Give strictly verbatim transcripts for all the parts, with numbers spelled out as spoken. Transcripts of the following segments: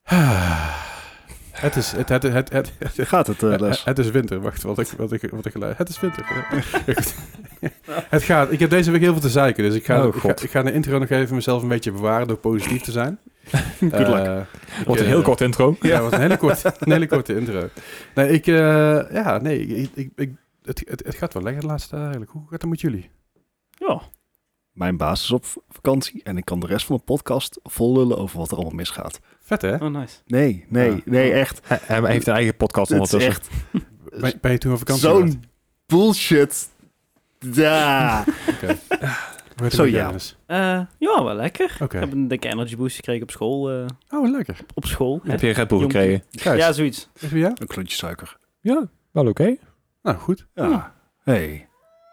Het is, het, het, het, het, het, Gaat het, uh, Les? het, het is winter. Wacht, wat ik, wat ik, wat ik geluid. Het is winter. Het gaat. Ik heb deze week heel veel te zeiken, dus ik ga, Oh, ik, ga, ik ga de intro nog even mezelf een beetje bewaren door positief te zijn. Good luck. Uh, Wordt een heel kort intro. Ja, wordt een hele korte, een hele korte intro. Nee, ik, uh, ja, nee, ik, ik, ik, het, het, het gaat wel lekker de laatste tijd eigenlijk. Hoe gaat het met jullie? Ja. Mijn baas is op vakantie en ik kan de rest van de podcast vol lullen over wat er allemaal misgaat. Vet, hè? Oh, nice. Nee, nee, Ja. nee, echt. Hij, hij heeft een eigen podcast Het is ondertussen. echt Ben, ben je toen op vakantie zo'n geweest? bullshit. Ja. Oké. Hoe heet Zo, het ja. Dennis? Uh, ja, wel lekker. Oké. Ik heb een dikke energy boost gekregen op school. Uh, Oh, lekker. op school. Heb je een Red Bull Jonkie. gekregen? Gijs, Ja, zoiets. is het voor jou? Een klontje suiker. Ja, wel oké. Okay. Nou, goed. Ja. Hey.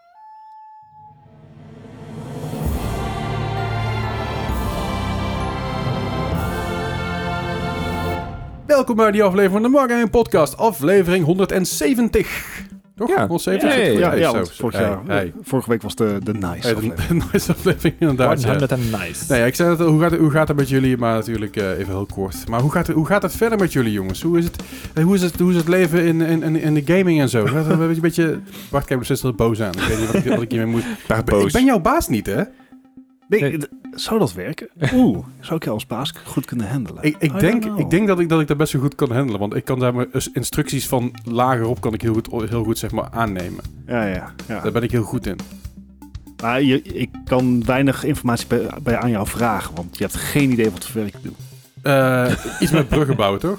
Welkom bij die aflevering van de Marketing Podcast, aflevering honderdzeventig. Toch? Ja. honderdzeventig? Hey. Goed, Ja, hey, ja zo, want zo. vorig Hey, jaar, hey. vorige week was de, de nice Hey, de- aflevering. de nice aflevering inderdaad. Ja. honderd en nice. Nee, ja, ik zei het al, hoe gaat het, hoe gaat het met jullie? Maar natuurlijk uh, even heel kort. Maar hoe gaat, het, hoe gaat het verder met jullie, jongens? Hoe is het, eh, hoe is het, hoe is het leven in, in, in, in de gaming en zo? Gaat het een beetje... Bart, kijk me steeds heel boos aan. Ik weet niet wat ik, wat ik hiermee moet... Daar Ben- Ik ben jouw baas niet, hè? Nee, Nee. d- zou dat werken? Oeh, zou ik jou als baas goed kunnen handelen? Ik, ik, I denk, don't ik denk dat ik, dat ik dat best wel goed kan handelen. Want ik kan daar mijn instructies van lagerop kan ik heel goed, heel goed zeg maar, aannemen. Ja, ja, ja. Daar ben ik heel goed in. Maar je, ik kan weinig informatie bij, bij aan jou vragen, want je hebt geen idee wat voor werk ik doe. Uh, iets met bruggen bouwen, toch?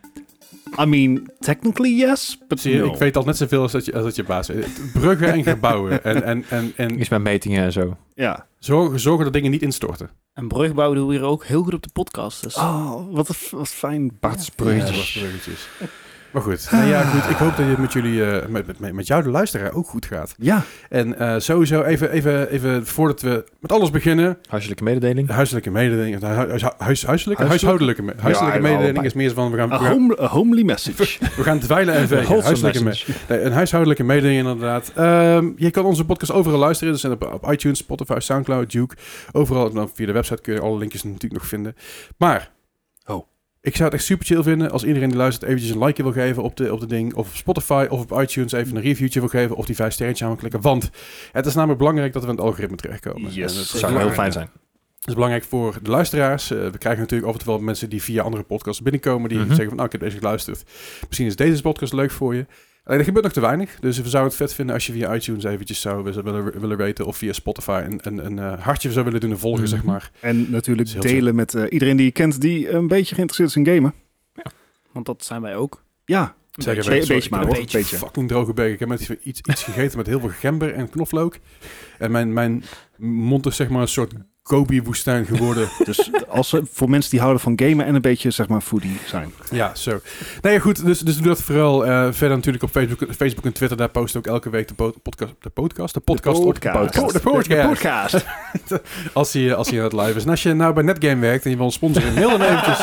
I mean, technically yes, but Zie je, no. ik weet al net zoveel als dat je, als dat je baas weet. Bruggen en gebouwen. En, en, en, en Iets met metingen en zo. Ja. zorgen, zorgen dat dingen niet instorten. En brugbouw doen we hier ook heel goed op de podcast. Dus. Oh, wat een f- wat fijn. Bart's Ja, bruggetjes. dat was bruggetjes. Maar goed, nou ja, goed. Ik hoop dat het met jullie, uh, met, met, met jou de luisteraar ook goed gaat. Ja. En uh, sowieso even, even, even voordat we met alles beginnen. Huiselijke mededeling. De huiselijke mededeling. De hu- huis, huis, huiselijke? Huiselijk- Huishoudelijke, me- huiselijke Ja, mededeling allebei. is meer van we gaan, A, we gaan, home, a homely message. we gaan dweilen en vegen. Wholesome Huiselijke me- message. nee, een huishoudelijke mededeling inderdaad. Um, je kan onze podcast overal luisteren. Dus op, op iTunes, Spotify, Soundcloud, Duke. Overal. Nou, via de website kun je alle linkjes natuurlijk nog vinden. Maar... Oh. Ik zou het echt super chill vinden als iedereen die luistert eventjes een like wil geven op de, op de ding. Of op Spotify of op iTunes even een reviewtje wil geven. Of die vijf sterretjes aan wil klikken. Want het is namelijk belangrijk dat we in het algoritme terechtkomen. Yes. En het Dat is Dat zou heel belangrijk- fijn zijn. Het is belangrijk voor de luisteraars. Uh, we krijgen natuurlijk af en toe wel mensen die via andere podcasts binnenkomen. Die Mhm. zeggen van, nou, ik heb deze geluisterd. Misschien is deze podcast leuk voor je. Alleen er gebeurt nog te weinig. Dus we zouden het vet vinden als je via iTunes eventjes zou willen, willen weten. Of via Spotify een, een, een uh, hartje zou willen doen en volgen, Mhm. zeg maar. En natuurlijk Dat is heel delen met uh, iedereen die je kent die een beetje geïnteresseerd is in gamen. Want dat zijn wij ook. Ja, Zeg Be- even, sorry, beetje maar, ik heb hoor. een beetje Beetje. fucking droge bek. Ik heb met iets, iets gegeten met heel veel gember en knoflook. En mijn, mijn mond is zeg maar een soort Gobi-woestijn geworden. dus als ze, voor mensen die houden van gamen en een beetje zeg maar foodie zijn. Ja, zo. Nee, goed. Dus, dus doe dat vooral. Uh, verder natuurlijk op Facebook, Facebook en Twitter. Daar posten ook elke week de po- podcast. De podcast? De podcast. De op- podcast. De podcast. De podcast. Als hij, als hij aan het live is. En als je nou bij Netgame werkt en je wil sponsoren, mail dan eventjes.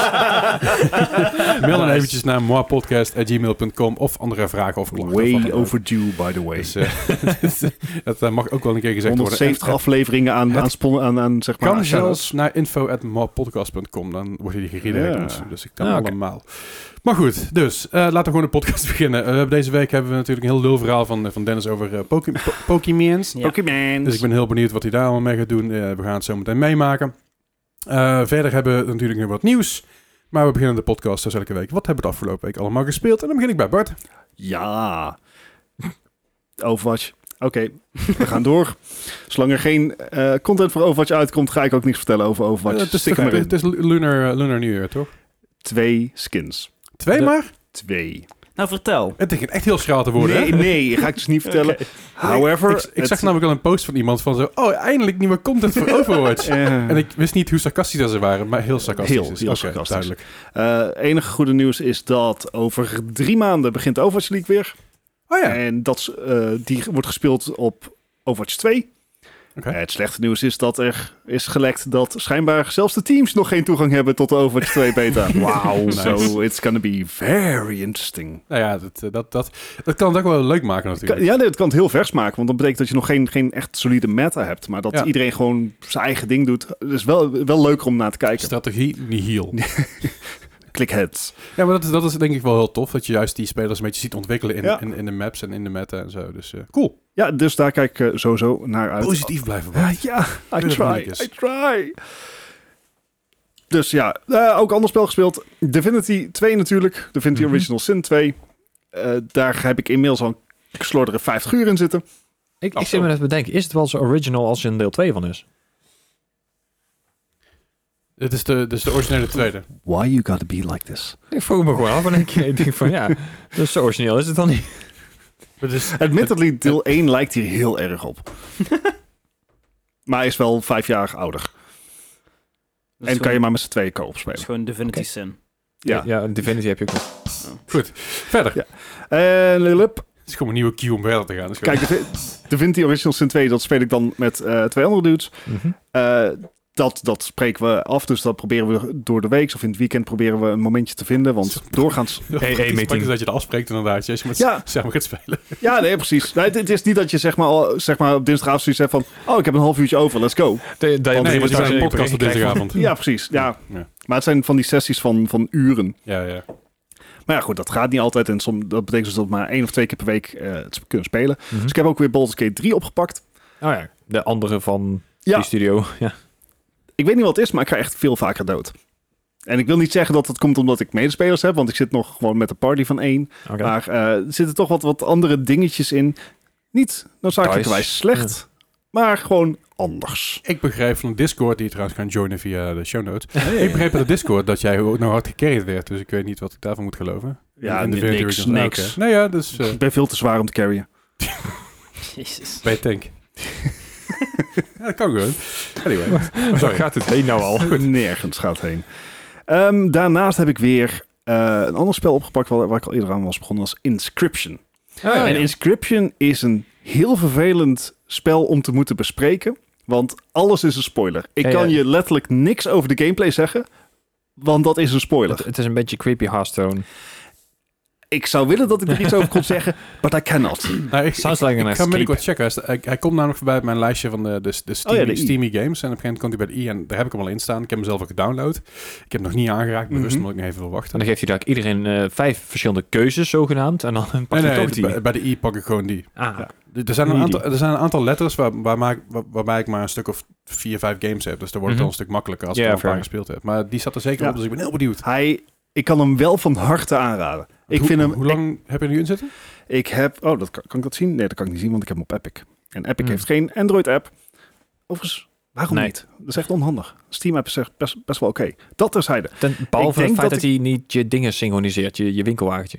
mail dan eventjes naar moapodcast at gmail dot com of andere vragen of klachten. of wat Way dan ook. overdue, by the way. Dus, uh, dat uh, mag ook wel een keer gezegd worden. honderdzeventig En- afleveringen aan, het aan, spon- aan, aan zeg maar... kan aan zelfs naar info at moapodcast dot com. Dan word je die geredirect. Ja. Dus ik kan Ah, oké. allemaal. Maar goed, dus uh, laten we gewoon de podcast beginnen. Uh, deze week hebben we natuurlijk een heel lul verhaal van, van Dennis over uh, Poké- po- Pokémons. Ja. Pokémon. Dus ik ben heel benieuwd wat hij daar allemaal mee gaat doen. Uh, we gaan het zo meteen meemaken. Uh, verder hebben we natuurlijk nog wat nieuws. Maar we beginnen de podcast zoals elke week. Wat hebben we de afgelopen week allemaal gespeeld? En dan begin ik bij Bart. Ja. Overwatch. Oké, okay, we gaan door. Zolang er geen uh, content voor Overwatch uitkomt, ga ik ook niks vertellen over Overwatch. Uh, het, is, Stik er maar in. het is Lunar, Lunar New Year, toch? Twee skins. Twee De- maar? Twee. Nou, vertel. Het begint echt heel schraal te worden. Nee, hè? nee, ga ik dus niet vertellen. Oké. However... Ik, ik het- zag namelijk al een post van iemand van zo... Oh, eindelijk nieuwe content voor Overwatch. Eh, En ik wist niet hoe sarcastisch dat ze waren, maar heel sarcastisch. Heel, is. heel Oké, sarcastisch. duidelijk. uh, enige goede nieuws is dat over drie maanden begint Overwatch League weer. Oh ja, En dat, uh, die wordt gespeeld op Overwatch twee. Oké. Uh, het slechte nieuws is dat er is gelekt dat schijnbaar zelfs de teams nog geen toegang hebben tot de Overwatch twee beta. Wauw. Nice. So it's gonna be very interesting. Nou ja, dat, dat, dat, dat kan het ook wel leuk maken natuurlijk. Kan- ja, nee, het kan het heel vers maken, want dat betekent dat je nog geen, geen echt solide meta hebt. Maar dat Ja. iedereen gewoon zijn eigen ding doet. Het is wel, wel leuker om naar te kijken. Strategie, niet heel. Klinkt clickheads. Ja, maar dat is, dat is denk ik wel heel tof. Dat je juist die spelers een beetje ziet ontwikkelen in, Ja. in, in de maps en in de meta en zo. Dus uh, cool. Ja, dus daar kijk ik uh, sowieso naar uit. Positief blijven. Ja, Bart. ja, I dat het try, moeilijk is. I try. Dus ja, uh, ook ander spel gespeeld. Divinity twee natuurlijk. Divinity Mhm. Original Sin twee. Uh, daar heb ik inmiddels al een slordere vijftig uur in zitten. Ik, Ach, ik zit me zo. net te bedenken, is het wel zo original als er een deel twee van is? Dit is de, dit is de originele tweede. Why you gotta be like this? Ik vroeg me gewoon af en ik, ik denk van ja, dus zo origineel is het dan niet. Het is, Admittedly, deel één lijkt hier heel erg op. Maar hij is wel vijf jaar ouder. Dat is en kan je gewoon- maar met z'n tweeën co-op Dat spelen. is gewoon Divinity Oké. Sin. Ja. Ja, Divinity heb je ook nog. goed. Verder. Ja. En Lilip, Het is gewoon een nieuwe cue om verder te gaan. Dat is gewoon- kijk, Divi- Divinity Original Sin twee, dat speel ik dan met uh, twee andere dudes. Mhm. Uh, dat, dat spreken we af, dus dat proberen we door de week of in het weekend proberen we een momentje te vinden. Want doorgaans... Hey, hey, hey, meeting. is dat je het afspreekt inderdaad. Als je met Ja. samen gaat spelen. Ja, nee, precies. Nee, het, het is niet dat je zeg maar, al, zeg maar op dinsdagavond zoiets hebt van... Oh, ik heb een half uurtje over, let's go. De, de, Nee, want je daar zijn een podcast op dinsdagavond. Ja, precies. Ja. Ja. Maar het zijn van die sessies van, van uren. Ja, ja. Maar ja, goed, dat gaat niet altijd. En som, dat betekent dus dat we maar één of twee keer per week uh, het kunnen spelen. Mhm. Dus ik heb ook weer Baldur's Gate drie opgepakt. Oh ja, de andere van Ja. die studio. Ja. Ik weet niet wat het is, maar ik ga echt veel vaker dood. En ik wil niet zeggen dat het komt omdat ik medespelers heb, want ik zit nog gewoon met de party van één. Oké. Maar uh, er zitten toch wat, wat andere dingetjes in. Niet noodzakelijkerwijs slecht, maar gewoon anders. Ik begrijp van de Discord, die je trouwens kan joinen via de show notes. Ja, Ik begreep uit de Discord dat jij ook nou hard gecarried werd. Dus ik weet niet wat ik daarvan moet geloven. Ja, In de niks, Divinity niks, Original. niks. Oké. Nou ja, dus uh, Ik ben veel te zwaar om te carryen. Jezus. bij tank. Ja, dat kan gewoon. Anyway. Waar Sorry. gaat het heen nou al? Nergens gaat heen. Um, daarnaast heb ik weer uh, een ander spel opgepakt waar, waar ik al eerder aan was begonnen, als Inscription. Oh, ja. En Inscription is een heel vervelend spel om te moeten bespreken, want alles is een spoiler. Ik Ja, kan ja. je letterlijk niks over de gameplay zeggen, want dat is een spoiler. Het, het is een beetje creepy Hearthstone. Ik zou willen dat ik er iets over kon zeggen, but I cannot. Nou, ik, Sounds ik, like a ik nice ga binnenkort sleep. checken. Hij, hij komt namelijk voorbij op mijn lijstje van de, de, de Steamy, Oh ja, de i. Steamy Games. En op een gegeven moment komt hij bij de i en daar heb ik hem al in staan. Ik heb hem zelf ook gedownload. Ik heb hem nog niet aangeraakt, bewust, Mhm. omdat ik nog even wil wachten. En dan geeft hij daar iedereen uh, vijf verschillende keuzes zogenaamd. En dan pak Nee, je nee, toch die. bij, bij de i pak ik gewoon die. Ah, Ja. Er er zijn een Needy. aantal, er zijn een aantal letters waar, waar maak, waar, waarbij ik maar een stuk of vier, vijf games heb. Dus dan wordt het Mhm. al een stuk makkelijker als Ja, ik al een paar fair. gespeeld heb. Maar die staat er zeker Ja. op, dus ik ben heel benieuwd. Hij, ik kan hem wel van harte aanraden. Ik Hoe- vind hem... Hoe lang heb je er nu in zitten? Ik heb... Oh, dat kan, kan ik dat zien? Nee, dat kan ik niet zien, want ik heb hem op Epic. En Epic Hmm. heeft geen Android-app. Overigens, waarom Nee. niet? Dat is echt onhandig. Steam-app is echt best, best wel oké. Dat terzijde. ten, behalve denk het feit dat dat, hij niet je dingen synchroniseert, je, je winkelwagentje.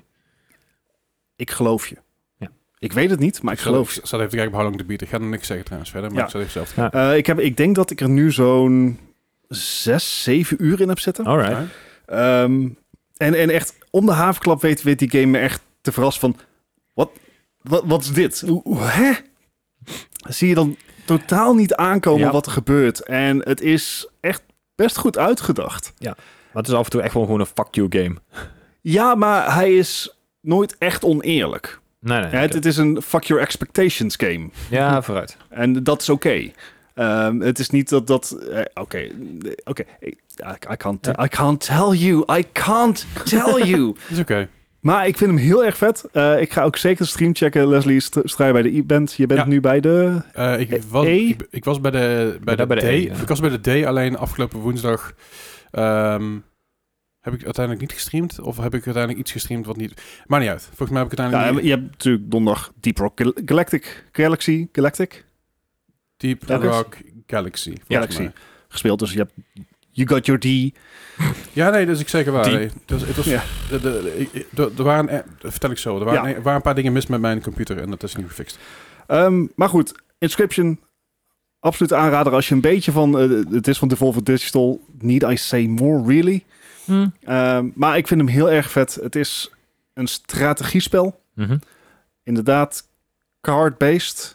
Ik geloof je. Ja. Ik weet het niet, maar ik geloof je. Ik zal even kijken hoe lang de beat. Ik ga nog niks zeggen trouwens verder, maar Ja. ik zal even zelf... Ja. Uh, ik, heb, ik denk dat ik er nu zo'n zes, zeven uur in heb zitten. Alright. Um, en, en echt om de havenklap weet, weet die game me echt te verrassen van... Wat, wat, wat is dit? Hoe, hoe- hè? Zie je dan totaal niet aankomen Ja. wat er gebeurt. En het is echt best goed uitgedacht. Maar het is af en toe echt wel gewoon een fuck you game. Ja, maar hij is nooit echt oneerlijk. Nee, nee. Ja, het, oké. het is een fuck your expectations game. Ja, vooruit. En dat is oké. Um, het is niet dat dat... eh, Oké, oké. I, I, can't te- I can't tell you. I can't tell you. is oké. Maar ik vind hem heel erg vet. Uh, ik ga ook zeker de stream checken. Leslie, st- sta je bij de e-band? Je bent Ja. nu bij de... Eh, ik, was, E? ik, ik was bij de, bij de, bij de D. E, ja. Ik was bij de D, alleen afgelopen woensdag... ehm, heb ik uiteindelijk niet gestreamd? Of heb ik uiteindelijk iets gestreamd wat niet... Maar niet uit. Volgens mij heb ik Ja, uiteindelijk... je hebt natuurlijk donderdag Deep Rock Gal- Galactic Galaxy Galactic Deep Welke is- Rock Galaxy. volgens Galaxy mij. gespeeld. Dus je hebt You Got Your D. Ja, nee, dat is ik zeker waar. Die- Nee, het was, het was, Ja. de, de, ik- ik- er er waren, eh, vertel ik zo, er waren, Ja. nee, er waren een paar dingen mis met mijn computer en dat is nu gefixt. Um, maar goed, Inscription. Absoluut aanrader als je een beetje van... Uh, het is van Devolver Digital. Need I say more, really? Hm. Um, maar ik vind hem heel erg vet. Het is een strategiespel. Mhm. Inderdaad, card-based.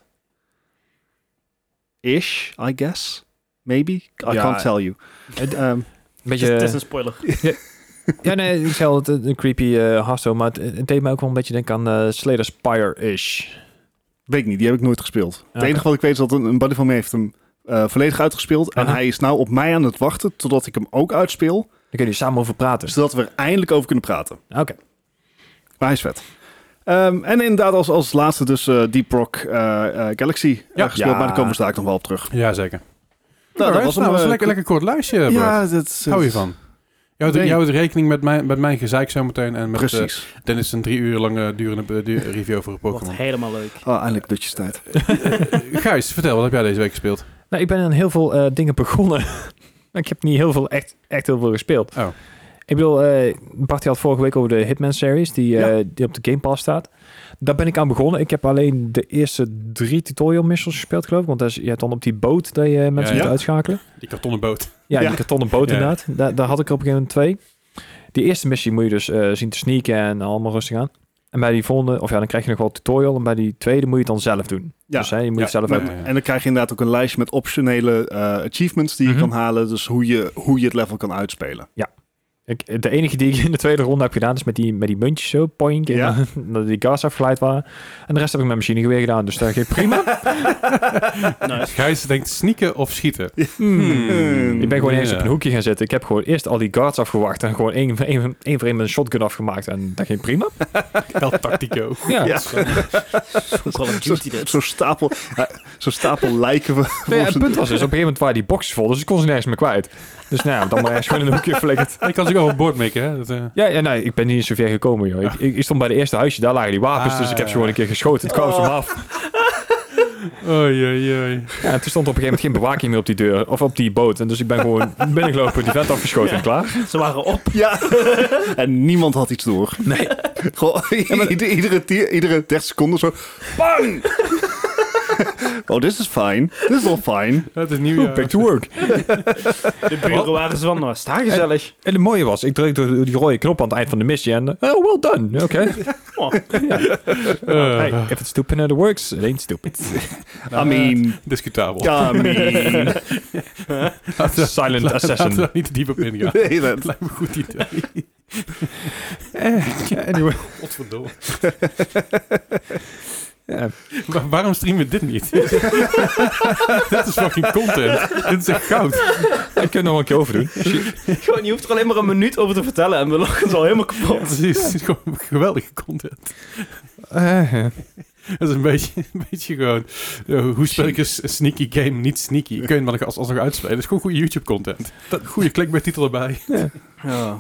Ish, I guess. Maybe. I Ja. can't tell you. Het- Um, Een beetje... Het is een spoiler. Ja, nee, ik zei al, het een creepy uh, Hearthstone, maar het, het deed me ook wel een beetje denken aan uh, Slay the Spire-ish. weet ik niet, die heb ik nooit gespeeld. Het Oké. enige wat ik weet is dat een, een buddy van mij heeft hem uh, volledig uitgespeeld. En Aha. hij is nou op mij aan het wachten totdat ik hem ook uitspeel. kun je samen over praten. Zodat we er eindelijk over kunnen praten. Oké. Maar hij is vet. Um, en inderdaad als, als laatste dus uh, Deep Rock uh, uh, Galaxy uh, Ja. gespeeld. Ja. Maar daar komen we straks nog wel op terug. Ja, zeker. Nou, dat was hem, nou, was een uh, lekker, lekker kort lijstje, Bart. Ja, dat Hou je van? Jij houdt, Nee. jij houdt rekening met mijn, met mijn gezeik zometeen en met uh, Precies. Dennis een drie uur lange durende uh, du- review over een Wordt Pokémon. helemaal leuk. Oh, eindelijk dutjes tijd. Gijs, vertel, wat heb jij deze week gespeeld? Nou, ik ben aan heel veel uh, dingen begonnen. Maar ik heb niet heel veel, echt, echt heel veel gespeeld. Oh. Ik bedoel, uh, Bart had vorige week over de Hitman-series die, uh, Ja. die op de Game Pass staat. Daar ben ik aan begonnen. Ik heb alleen de eerste drie tutorial missions gespeeld, geloof ik. Want dat is, je hebt dan op die boot dat je mensen Ja, moet ja. uitschakelen. Die kartonnen boot. Ja, Ja. die kartonnen boot Ja. inderdaad. Daar, daar had ik er op een gegeven moment twee. Die eerste missie moet je dus uh, zien te sneaken en allemaal rustig aan. En bij die volgende, of ja, dan krijg je nog wel tutorial. En bij die tweede moet je het dan zelf doen. Ja. Dus hè, je moet Ja. het zelf Ja, uit. ja, ja. En dan krijg je inderdaad ook een lijstje met optionele uh, achievements die je Mhm. kan halen. Dus hoe je, hoe je het level kan uitspelen. Ik, de enige die ik in de tweede ronde heb gedaan is met die, met die muntjes zo, poink. En Ja. dat die gas afgeleid waren. En de rest heb ik met machinegeweer gedaan. Dus daar ging ik prima. Nice. Gijs denkt sneaken of schieten. Hmm. Ik ben gewoon Ja. eens op een hoekje gaan zitten. Ik heb gewoon eerst al die guards afgewacht. En gewoon één, één, één voor één met een shotgun afgemaakt. En dat ging prima. El Tactico. Ja. Ja. Call of Zo- Duty dit. Zo'n stapel, ja, zo'n stapel lijken we. Nee, ja, het punt was dus, op een gegeven moment waren die boxes vol. Dus ik kon ze nergens meer kwijt. Dus nou ja, dan maar ergens gewoon in een hoekje flikkerd. Ik kan ze ook wel op boord maken, hè? Dat, uh... Ja, ja, nee, ik ben niet zo ver gekomen, joh. Ik, ik, ik stond bij de eerste huisje, daar lagen die wapens. Ah, dus ik heb ze ja. gewoon een keer geschoten. Het kwam ze hem af. Oei, oei, oei. Ja, en toen stond op een gegeven moment geen bewaking meer op die deur. Of op die boot. En dus ik ben gewoon binnengelopen, die vent afgeschoten en klaar. Ze waren op. Ja. En niemand had iets door. Nee. Gewoon, iedere, iedere, tier- iedere dertig seconden zo. Bang! Oh, this is fine. This is all fine. Het is nieuwjaar. Back to work. De buren waren zo van, nou, sta gezellig. En het mooie was, ik drukte die rode knop aan het eind van de missie en... uh, oh, well done. Oké. Oh. Uh, Hey, if it's stupid and it works, it ain't stupid. I mean... Discutabel. I mean... Silent Laten we assassin. daar niet te diep op ingaan. Nee, Dat dat, lijkt me een goed idee. Eh, anyway. Godverdomme. Ja. Wa- waarom streamen we dit niet? Dit is fucking content. Dit is echt goud. Ik kan nog een keer overdoen. Gewoon, je hoeft er alleen maar een minuut over te vertellen en we lachen zo helemaal Ja, kapot. precies. Het is gewoon geweldige content. Uh, Dat is een beetje, een beetje gewoon... uh, hoe speel ik een s- een sneaky game niet sneaky? Kun je hem dan als, alsnog uitspelen? Dat is gewoon goede YouTube content. Goede clickbait titel erbij. ja.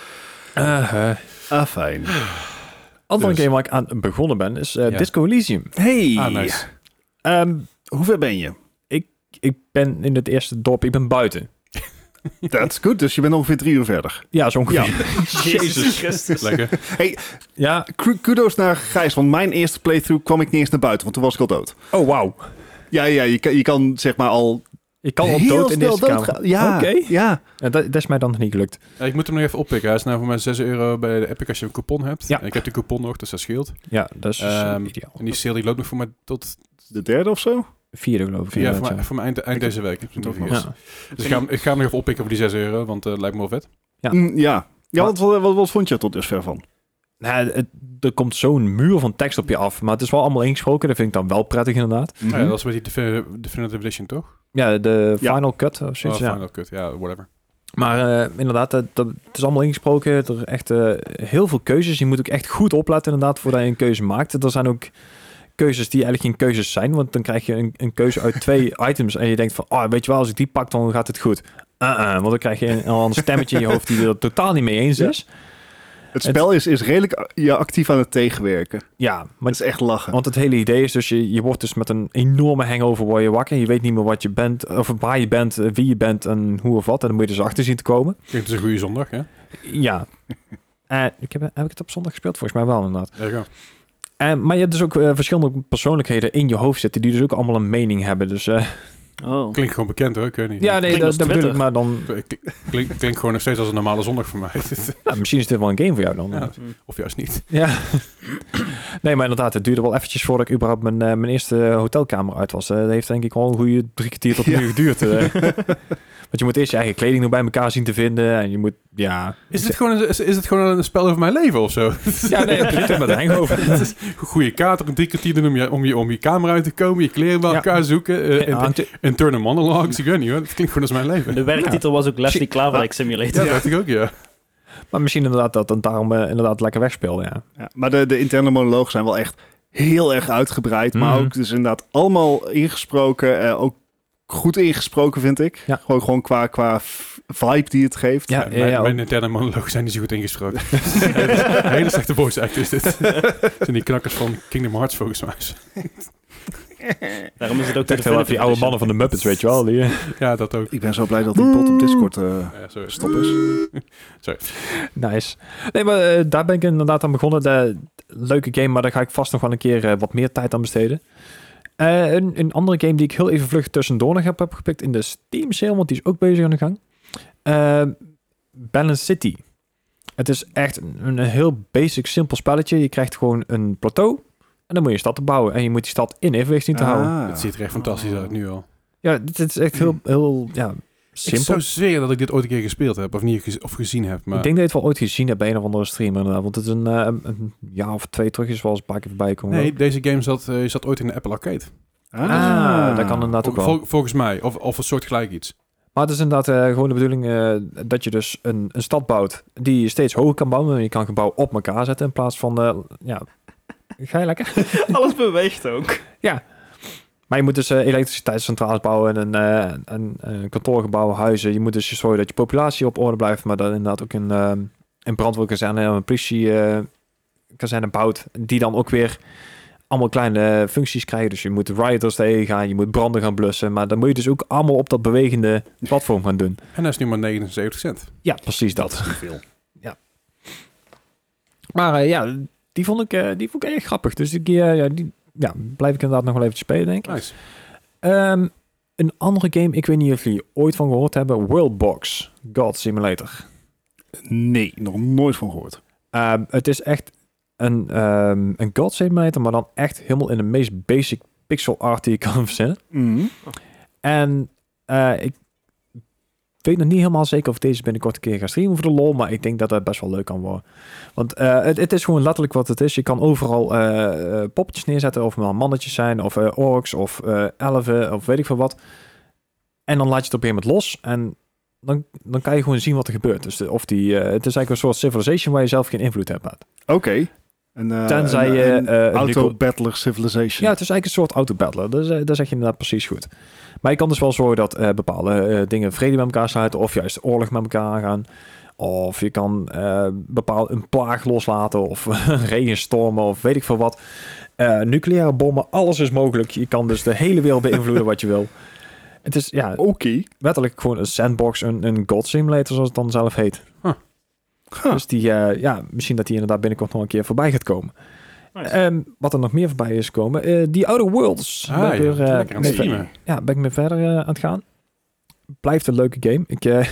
uh, Ah, fijn. andere Dus. game waar ik aan begonnen ben is uh, Ja. Disco Elysium. Hey. Ah, nice. Um, Hoe ver ben je? ik ben in het eerste dorp, ik ben buiten. That's good. Dus je bent ongeveer drie uur verder. Ja, zo ongeveer. Jezus Christus. Lekker. Ja. K- Kudos naar Gijs, want mijn eerste playthrough kwam ik niet eens naar buiten, want toen was ik al dood. Oh, wauw. Ja, ja, je kan, je kan zeg maar al Ik kan op heel dood in de snel eerste kamer. doodgaan. Ja, Oké. ja. Ja, dat, dat is mij dan nog niet gelukt. Ja, ik moet hem nog even oppikken. Hij is nou voor mij zes euro bij de Epic als je een coupon hebt. Ja. En ik heb die coupon nog, dus dat scheelt. Ja, dat is uh, Ehm, ideaal. En die sale die loopt nog voor mij tot De derde of zo? Vierde geloof ik. ja, inderdaad, voor mij, voor mij eind, eind deze week. vind het ook Dus Ja. Dus ik ga, hem- ik ga hem nog even oppikken voor die zes euro, want het lijkt me wel vet. Ja. Mm, ja. Ja, Maar- wat, wat, wat, wat vond je er tot dusver van? Nou, het, er komt zo'n muur van tekst op je af. Maar het is wel allemaal ingesproken. Dat vind ik dan wel prettig inderdaad. Ah ja, dat is met die Defin- Definitive Edition, toch? Ja, de Ja. Final Cut of zoiets. Oh, ja. Final Cut, ja, whatever. Maar uh, inderdaad, dat, dat, het is allemaal ingesproken. Er zijn echt uh, heel veel keuzes. Je moet ook echt goed opletten inderdaad voordat je een keuze maakt. Er zijn ook keuzes die eigenlijk geen keuzes zijn. Want dan krijg je een, een keuze uit twee items. En je denkt van, oh, weet je wel, als ik die pak, dan gaat het goed. Uh-uh, want dan krijg je een, een ander stemmetje in je hoofd die er totaal niet mee eens Ja. is. Het spel is, is redelijk ja, actief aan het tegenwerken. Ja, maar Het is echt lachen. want het hele idee is dus, je, je wordt dus met een enorme hangover word je wakker. Je weet niet meer wat je bent, of waar je bent, eh, wie je bent en hoe of wat. En dan moet je dus achter zien te komen. Klinkt dus een goede zondag, hè? Ja. Uh, ik heb, heb ik het op zondag gespeeld? Volgens mij wel inderdaad. There you go. En, maar je hebt dus ook uh, verschillende persoonlijkheden in je hoofd zitten die dus ook allemaal een mening hebben. Dus uh, Oh. Klinkt gewoon bekend, hoor. Ik weet niet. ja, nee, Klinkt dat, als dat bedoel ik. Twitter. Maar dan, Klinkt klink gewoon nog steeds als een normale zondag voor mij. nou, misschien is dit wel een game voor jou dan. Ja. Of juist niet. Ja. Nee, maar inderdaad, het duurde wel eventjes voordat ik überhaupt mijn, uh, mijn eerste hotelkamer uit was. Uh, dat heeft denk ik al een goede drie kwartier tot een Ja. uur geduurd. Uh. Want je moet eerst je eigen kleding nog bij elkaar zien te vinden. En je moet, ja... Is het gewoon een, is, is het gewoon een spel over mijn leven of zo? Ja, nee, het ligt met een hangover. Het is een goede kaart, een drie kwartier doen om je, om, je, om je kamer uit te komen, je kleren bij Ja. elkaar zoeken, uh, Ja, in, internal monologues, ik weet niet hoor. Het klinkt gewoon als mijn leven. De werktitel was ook Leslie Klaverlijk Ja, Simulator. dat dacht ik ook, ja. Maar misschien inderdaad dat het daarom uh, inderdaad lekker wegspeelde, ja. Ja, maar de, de interne monologen zijn wel echt heel erg uitgebreid. Maar Mhm. ook dus inderdaad allemaal ingesproken. Uh, ook goed ingesproken, vind ik. Ja. Gewoon, gewoon qua, qua v- vibe die het geeft. Ja, mijn, ja, mijn ook. interne monologen zijn niet zo goed ingesproken. Een hele slechte voice act is dit. Het zijn die knakkers van Kingdom Hearts volgens mij. Daarom is het ook de Echt wel die oude mannen van de Muppets, weet je wel. Die, uh, Ja, dat ook. Ik ben zo blij dat die bot op Discord uh, Ja, sorry. stop is. nice. Nee, maar uh, daar ben ik inderdaad aan begonnen. De, leuke game, maar daar ga ik vast nog wel een keer uh, wat meer tijd aan besteden. Uh, een, een andere game die ik heel even vlug tussendoor nog heb, heb gepikt in de Steam sale, want die is ook bezig aan de gang. Uh, Balance City. Het is echt een, een heel basic, simpel spelletje. Je krijgt gewoon een plateau en dan moet je een stad bouwen. En je moet die stad in evenwicht zien te houden. Ah. Het ziet er echt fantastisch uit nu al. Ja, dit is echt heel, heel ja, Ik simpel. zou zweren dat ik dit ooit een keer gespeeld heb, of niet gez- of gezien heb. Maar Ik denk dat je het wel ooit gezien hebt bij een of andere streamer inderdaad. Want het is een, uh, een jaar of twee terug is wel eens een paar keer voorbij komen. nee, deze game zat, uh, zat ooit in de Apple Arcade. Ah, Ah, dat kan inderdaad ook Vol- wel. vol- volgens mij, of, of een soort gelijk iets. Maar het is inderdaad uh, gewoon de bedoeling uh, dat je dus een, een stad bouwt die je steeds hoger kan bouwen. Je kan gebouw op elkaar zetten in plaats van, uh, ja, ga je lekker? Alles beweegt ook. Maar je moet dus uh, elektriciteitscentrales bouwen en een, uh, een, een kantoorgebouw, huizen. Je moet dus zorgen dat je populatie op orde blijft, maar dat inderdaad ook een, uh, een brandweerkazerne en een politiekazerne uh, bouwt, die dan ook weer allemaal kleine functies krijgen. Dus je moet rioters tegen gaan, je moet branden gaan blussen, maar dan moet je dus ook allemaal op dat bewegende platform gaan doen. En dat is nu maar negenenzeventig cent. Ja, precies dat. Dat is niet veel. Maar uh, ja, die vond ik, uh, die vond ik echt grappig. Dus die, uh, ja, die ja, blijf ik inderdaad nog wel eventjes spelen, denk ik. Nice. Um, een andere game, ik weet niet of jullie ooit van gehoord hebben. Worldbox, God Simulator. Nee, nog nooit van gehoord. Um, het is echt een, um, een God Simulator, maar dan echt helemaal in de meest basic pixel art die je kan verzinnen. Mhm. En uh, ik weet nog niet helemaal zeker of deze binnenkort een keer ga streamen voor de lol, maar ik denk dat dat best wel leuk kan worden. Want uh, het, het is gewoon letterlijk wat het is. Je kan overal uh, uh, poppetjes neerzetten, of het maar mannetjes zijn, of uh, orks, of uh, elfen, of weet ik veel wat. En dan laat je het op een gegeven moment los en dan, dan kan je gewoon zien wat er gebeurt. Dus de, of die, uh, het is eigenlijk een soort Civilization waar je zelf geen invloed hebt. Oké. Okay. Uh, Tenzij een, je... een Uh, een Auto-Battler Civilization. Ja, het is eigenlijk een soort auto-battler. Dus, uh, dat zeg je inderdaad precies goed. Maar je kan dus wel zorgen dat uh, bepaalde uh, dingen vrede met elkaar sluiten, of juist oorlog met elkaar aangaan. Of je kan uh, bepaald een plaag loslaten, of regenstormen, of weet ik veel wat. Uh, nucleaire bommen, alles is mogelijk. Je kan dus de hele wereld beïnvloeden wat je wil. Het is ja, Oké. Okay. wettelijk gewoon een sandbox, een, een God Simulator, zoals het dan zelf heet. Huh. Huh. Dus die, uh, ja, misschien dat die inderdaad binnenkort nog een keer voorbij gaat komen. Nice. Um, wat er nog meer voorbij is gekomen, uh, die Outer Worlds. Ah, ben ik ja, weer, uh, lekker aan het mee- streamen. ja, ben ik mee verder uh, aan het gaan. Blijft een leuke game. Ik, uh,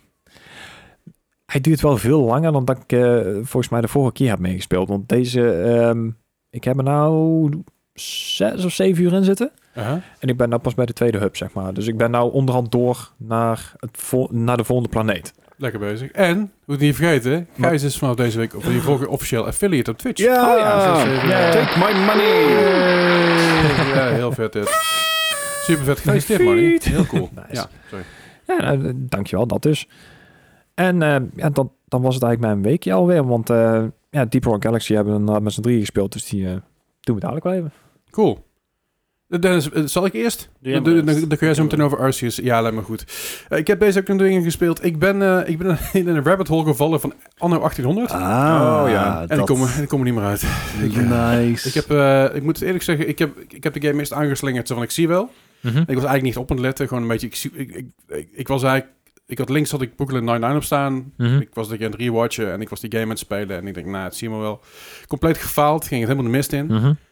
hij duurt wel veel langer dan dat ik uh, volgens mij de vorige keer heb meegespeeld. Want deze, um, ik heb er nou zes of zeven uur in zitten. Uh-huh. En ik ben nou pas bij de tweede hub, zeg maar. Dus ik ben nou onderhand door naar, het vo- naar de volgende planeet. Lekker bezig. En, moet niet vergeten, Gijs is vanaf deze week of die volgende officieel affiliate op Twitch. Ja, Oh ja, zes, zeven, ja. Take my money. Ja, heel vet dit. Super vet. Gefeliciteerd, Marnie. Heel cool. Nice. Ja, sorry. Ja, nou, dankjewel, dat dus. En uh, ja, dan, dan was het eigenlijk mijn weekje alweer. Want uh, ja, Deep Rock Galaxy hebben we uh, met z'n drieën gespeeld. Dus die uh, doen we dadelijk wel even. Cool. Dennis, zal ik eerst? Doe jij Dan, maar dan, eerst. dan kun jij zo meteen over Arceus. Ja, lijkt me goed. Uh, ik heb deze ook nog dingen gespeeld. Ik ben, uh, ik ben in een rabbit hole gevallen van anno achttienhonderd. Ah, Oh, ja. en ik kom, er- ik kom er niet meer uit. Ik, uh, Nice. ik, heb, uh, ik moet eerlijk zeggen, ik heb, ik heb de game eerst aangeslingerd. Zo van, ik zie wel. Mm-hmm. Ik was eigenlijk niet op aan het letten. Gewoon een beetje... Ik, zie- ik, ik, ik, ik was eigenlijk... Ik had links had ik Brooklyn Nine-Nine op staan. Mm-hmm. Ik was de aan het rewatchen en ik was die game aan het spelen. En ik denk, nou, het zie je maar wel. Compleet gefaald. Ging het helemaal de mist in. Mm-hmm.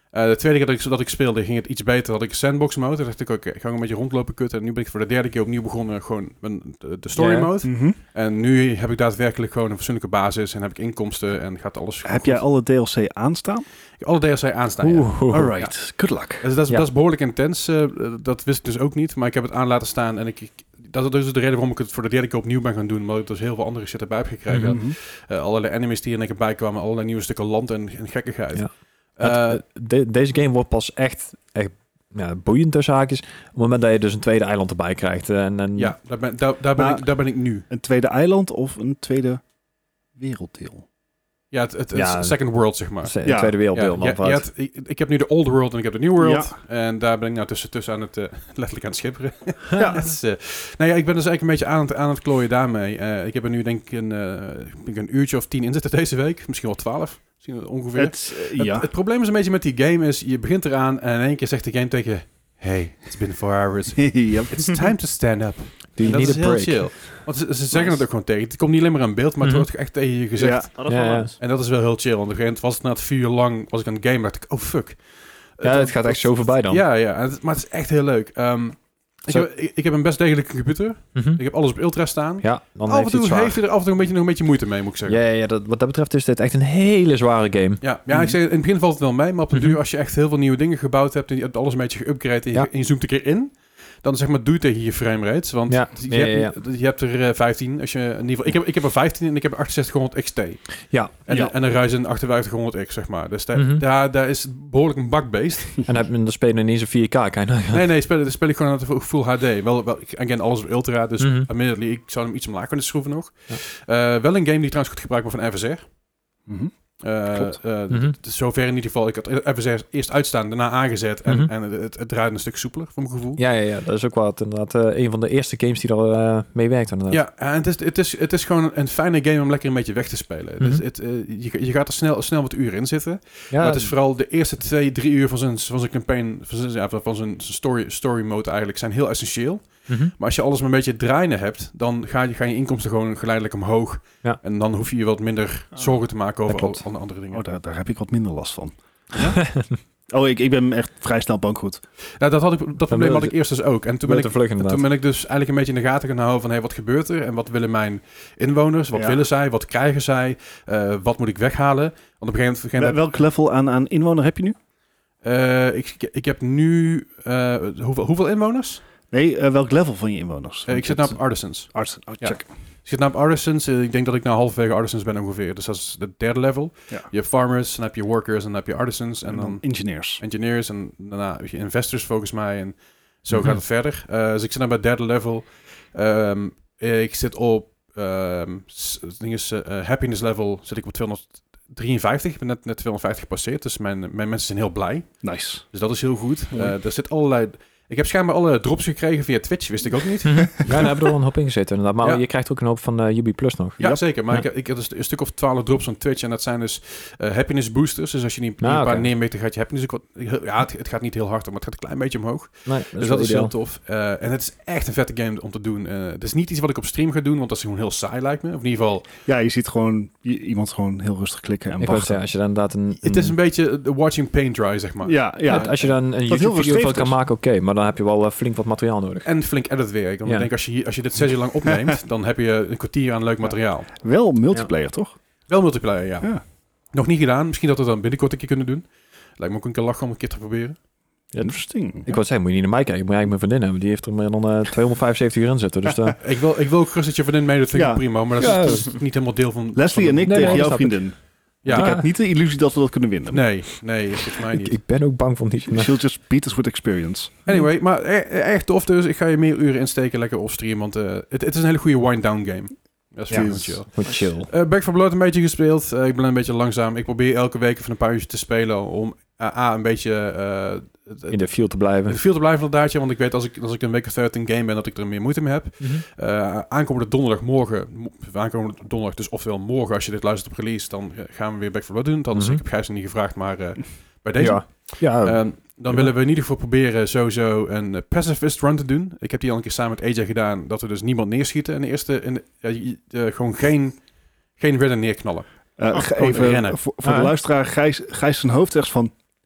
Uh, de tweede keer dat ik, dat ik speelde ging het iets beter. Had ik sandbox mode. Toen dacht ik, oké, okay, ik ga een beetje rondlopen kutten. En nu ben ik voor de derde keer opnieuw begonnen. Gewoon de, de story Ja. mode. Mhm. En nu heb ik daadwerkelijk gewoon een fatsoenlijke basis. En heb ik inkomsten en gaat alles Heb goed. jij alle D L C aanstaan? Ik heb alle D L C aanstaan, ja. Oeh, oeh, Alright, good luck. Dus dat, is, Ja. dat is behoorlijk intens. Uh, dat wist ik dus ook niet. Maar ik heb het aan laten staan. En ik, ik, dat is dus de reden waarom ik het voor de derde keer opnieuw ben gaan doen. Omdat ik dus heel veel andere shit erbij heb gekregen. Mhm. Mhm. Uh, allerlei enemies die er een keer bij kwamen. Allerlei nieuwe stukken land en, en gekkigheid. Ja. Uh, Het- de- deze game wordt pas echt, echt ja, boeiend tussen haakjes. Op het moment dat je dus een tweede eiland erbij krijgt. En, en ja, daar ben, daar, daar, ben Maar- ik, daar ben ik nu. Een tweede eiland of een tweede werelddeel? Ja, het, het, het Ja. is second world, zeg maar. de Ja. tweede werelddeel. Ja, dan je- vaak. je had- ik, ik heb nu de old world en ik heb de new world. Ja. En daar ben ik nou tussen, tussen aan het, uh, letterlijk aan het schipperen. Ja. Het is, uh, nou ja, ik ben dus eigenlijk een beetje aan het, aan het klooien daarmee. Uh, ik heb er nu denk ik een, uh, ik een uurtje of tien in zitten deze week. Misschien wel twaalf. Misschien ongeveer. Het, uh, ja. Het, het probleem is een beetje met die game is, je begint eraan en in één keer zegt de game tegen je, hey, it's been four hours. Yep. It's time to stand up. Do you En dat need is a heel break? chill. Want ze, ze zeggen Nice. het ook gewoon tegen. Het komt niet alleen maar in beeld, maar het Mhm. wordt echt tegen je gezegd. Ja. Oh, dat is Ja, wel ja. nice. En dat is wel heel chill. Want op een gegeven moment was het na het vier uur lang, was ik aan het game, dacht ik, oh fuck. Ja, het gaat echt zo voorbij dan. Ja, ja. En het- maar het is echt heel leuk. Um, ik, Zo. heb, ik, ik heb een best degelijke computer. Mhm. Ik heb alles op ultra staan. Ja, dan af en heeft hij toe het zwaar. heeft hij er af en toe een beetje, nog een beetje moeite mee, moet ik zeggen. Ja, ja, ja dat, wat dat betreft is dit echt een hele zware game. Ja, ja ik zeg, in het begin valt het wel mee, maar op de Mhm. duur, als je echt heel veel nieuwe dingen gebouwd hebt en je hebt alles een beetje geüpgrade en je, Ja. en je zoomt een keer in, dan zeg maar doe je tegen je framerate. Want Ja. je, Ja, ja, hebt, je hebt er uh, vijftien. Als je, in ieder geval, ik, heb, ik heb er vijftien en ik heb er achtenzestig X T. Ja, En, Ja. en een Ryzen achtenvijftighonderd X, zeg maar. Dus daar, Mhm. daar, daar is behoorlijk een bakbeest. en dan heb je dan spelen we ineens een vier K. Kan je nou- Nee, nee, speel, speel ik gewoon aan de full H D. Wel, wel ik- again, alles op ultra, dus Mhm. admittedly, ik zou hem iets omlaag kunnen schroeven nog. Ja. Uh, wel een game die trouwens goed gebruikt wordt van F S R. Mhm. Uh, Klopt. uh, Mhm. t- Zover in ieder geval. Ik had F S R eerst uitstaan, daarna aangezet. En, Mhm. en het, het, het draait een stuk soepeler, voor mijn gevoel. Ja, ja, ja, dat is ook wat inderdaad uh, een van de eerste games die er uh, mee werkt inderdaad. Ja, en het is, het, is, het is gewoon een fijne game om lekker een beetje weg te spelen. Mhm. Dus het, uh, je, je gaat er snel, snel wat uren in zitten. Ja, Maar het is vooral de eerste twee, drie uur van zijn, van zijn campaign, van zijn, ja, van zijn story, story mode eigenlijk, zijn heel essentieel. mhm. Maar als je alles maar een beetje draaien hebt, dan ga je, gaan je inkomsten gewoon geleidelijk omhoog. Ja. En dan hoef je je wat minder Ah. zorgen te maken over klopt. al, al andere dingen. Oh, daar, daar heb ik wat minder last van. Oh, ik, ik ben echt vrij snel bankroet. Nou, dat, had ik, dat probleem wil had je- ik eerst dus ook. En toen ben, te ik, vlug inderdaad. toen ben ik dus eigenlijk een beetje in de gaten gaan houden van, hey, wat gebeurt er? En wat willen mijn inwoners? Wat Ja. willen zij? Wat krijgen zij? Uh, wat moet ik weghalen? Want op een gegeven moment... Wel- Begin, Welk level aan, aan inwoner heb je nu? uh, ik, ik heb nu... Uh, hoeveel, hoeveel inwoners? Nee, uh, welk level van je inwoners? Uh, ik zit nou op Artisans. Arts. Oh, Ja. check. Ik zit nou op Artisans. Uh, ik denk dat ik nou halverwege Artisans ben ongeveer. Dus dat is de derde level. Ja. Je hebt farmers, dan heb je workers, en dan heb je artisans. En, En dan dan engineers. engineers en daarna heb je investors volgens mij. En zo Mhm. gaat het verder. Uh, dus ik zit nou bij het derde level. Um, ik zit op um, s- het ding is, uh, happiness level zit ik op tweehonderddrieënvijftig. Ik ben net, net tweehonderdvijftig gepasseerd. Dus mijn, mijn mensen zijn heel blij. Nice. Dus dat is heel goed. Mooi. Uh, er zit allerlei... Ik heb schijnbaar alle drops gekregen via Twitch. Wist ik ook niet. Mhm. Ja, daar hebben we er wel een hoop in gezeten inderdaad. Maar Ja. je krijgt ook een hoop van uh, Ubi Plus nog. Ja, Ja. zeker. Maar Ja. ik, heb- ik heb dus een stuk of twaalf drops van Twitch. En dat zijn dus uh, happiness boosters. Dus als je niet Ah, een paar oké. neermeet, dan gaat je happiness ook wat... heel- Ja, het, het gaat niet heel hard, maar het gaat een klein beetje omhoog. Nee, dat Dus is dat wel is heel ideaal. tof. Uh, en het is echt een vette game om te doen. Uh, het is niet iets wat ik op stream ga doen, want dat is gewoon heel saai lijkt me. Of in ieder geval, Ja, je ziet gewoon je- iemand gewoon heel rustig klikken en Ik wou wachten. zeggen, als je dan inderdaad een... het is een beetje de watching paint dry, zeg maar. Ja, ja. Als je dan een heel YouTube-video van verstreefd kan is. maken, oké. Maar dan heb je wel uh, flink wat materiaal nodig. En flink editwerk. Want Ja. ik denk, als je, hier- als je dit zes uur lang opneemt, dan heb je een kwartier aan leuk materiaal. Wel multiplayer, toch? Wel multiplayer, ja. Ja. Nog niet gedaan. Misschien dat we dat dan binnenkort een keer kunnen doen. Lijkt me ook een keer lachen om een keer te proberen. Interesting. Ik wou zeggen, moet je niet naar mij kijken. Moet je eigenlijk mijn vriendin hebben. Die heeft er meer dan uh, tweehonderdvijfenzeventig uur in zitten. Dus uh, Ik wil, ik wil ook gerust dat je vriendin mee, dat vind ik Ja. prima. Maar dat is, Ja. dat is niet helemaal deel van... Leslie van en de- ik Nee, tegen nee, jouw dat snap ik. vriendin. Ja, Ik heb niet de illusie dat we dat kunnen winnen. nee, nee, volgens mij niet. ik, ik ben ook bang voor niet. She'll just beat us with experience. Anyway, maar e- e- echt tof dus. Ik ga je meer uren insteken, lekker offstream. Want uh, het, het is een hele goede wind-down game. Dat is Ja, veel dat is chill. Goed chill. Uh, Back four Blood een beetje gespeeld. Uh, ik ben een beetje langzaam. Ik probeer elke week even een paar uurtjes te spelen om uh, A, een beetje uh, het- In de field te blijven. in de field te blijven inderdaad. Ja, want ik weet als ik, als ik een week of dertien game ben, dat ik er meer moeite mee heb. Mhm. Uh, aankomende donderdagmorgen, mo- aankomende donderdag, dus ofwel morgen als je dit luistert op release, dan uh, gaan we weer Back four Blood doen. Anders, Mhm. ik heb Gijs nog niet gevraagd, maar uh, bij deze. Ja. Ja, Um, dan Ja. willen we in ieder geval proberen sowieso een uh, pacifist run te doen. Ik heb die al een keer samen met A J gedaan, dat we dus niemand neerschieten in de eerste, in de, ja, je- uh, gewoon geen, geen redden neerknallen. Uh, Oh, ge- gewoon even rennen. voor, voor Ah, de hè? luisteraar, Gijs, Gijs zijn hoofd zegt van...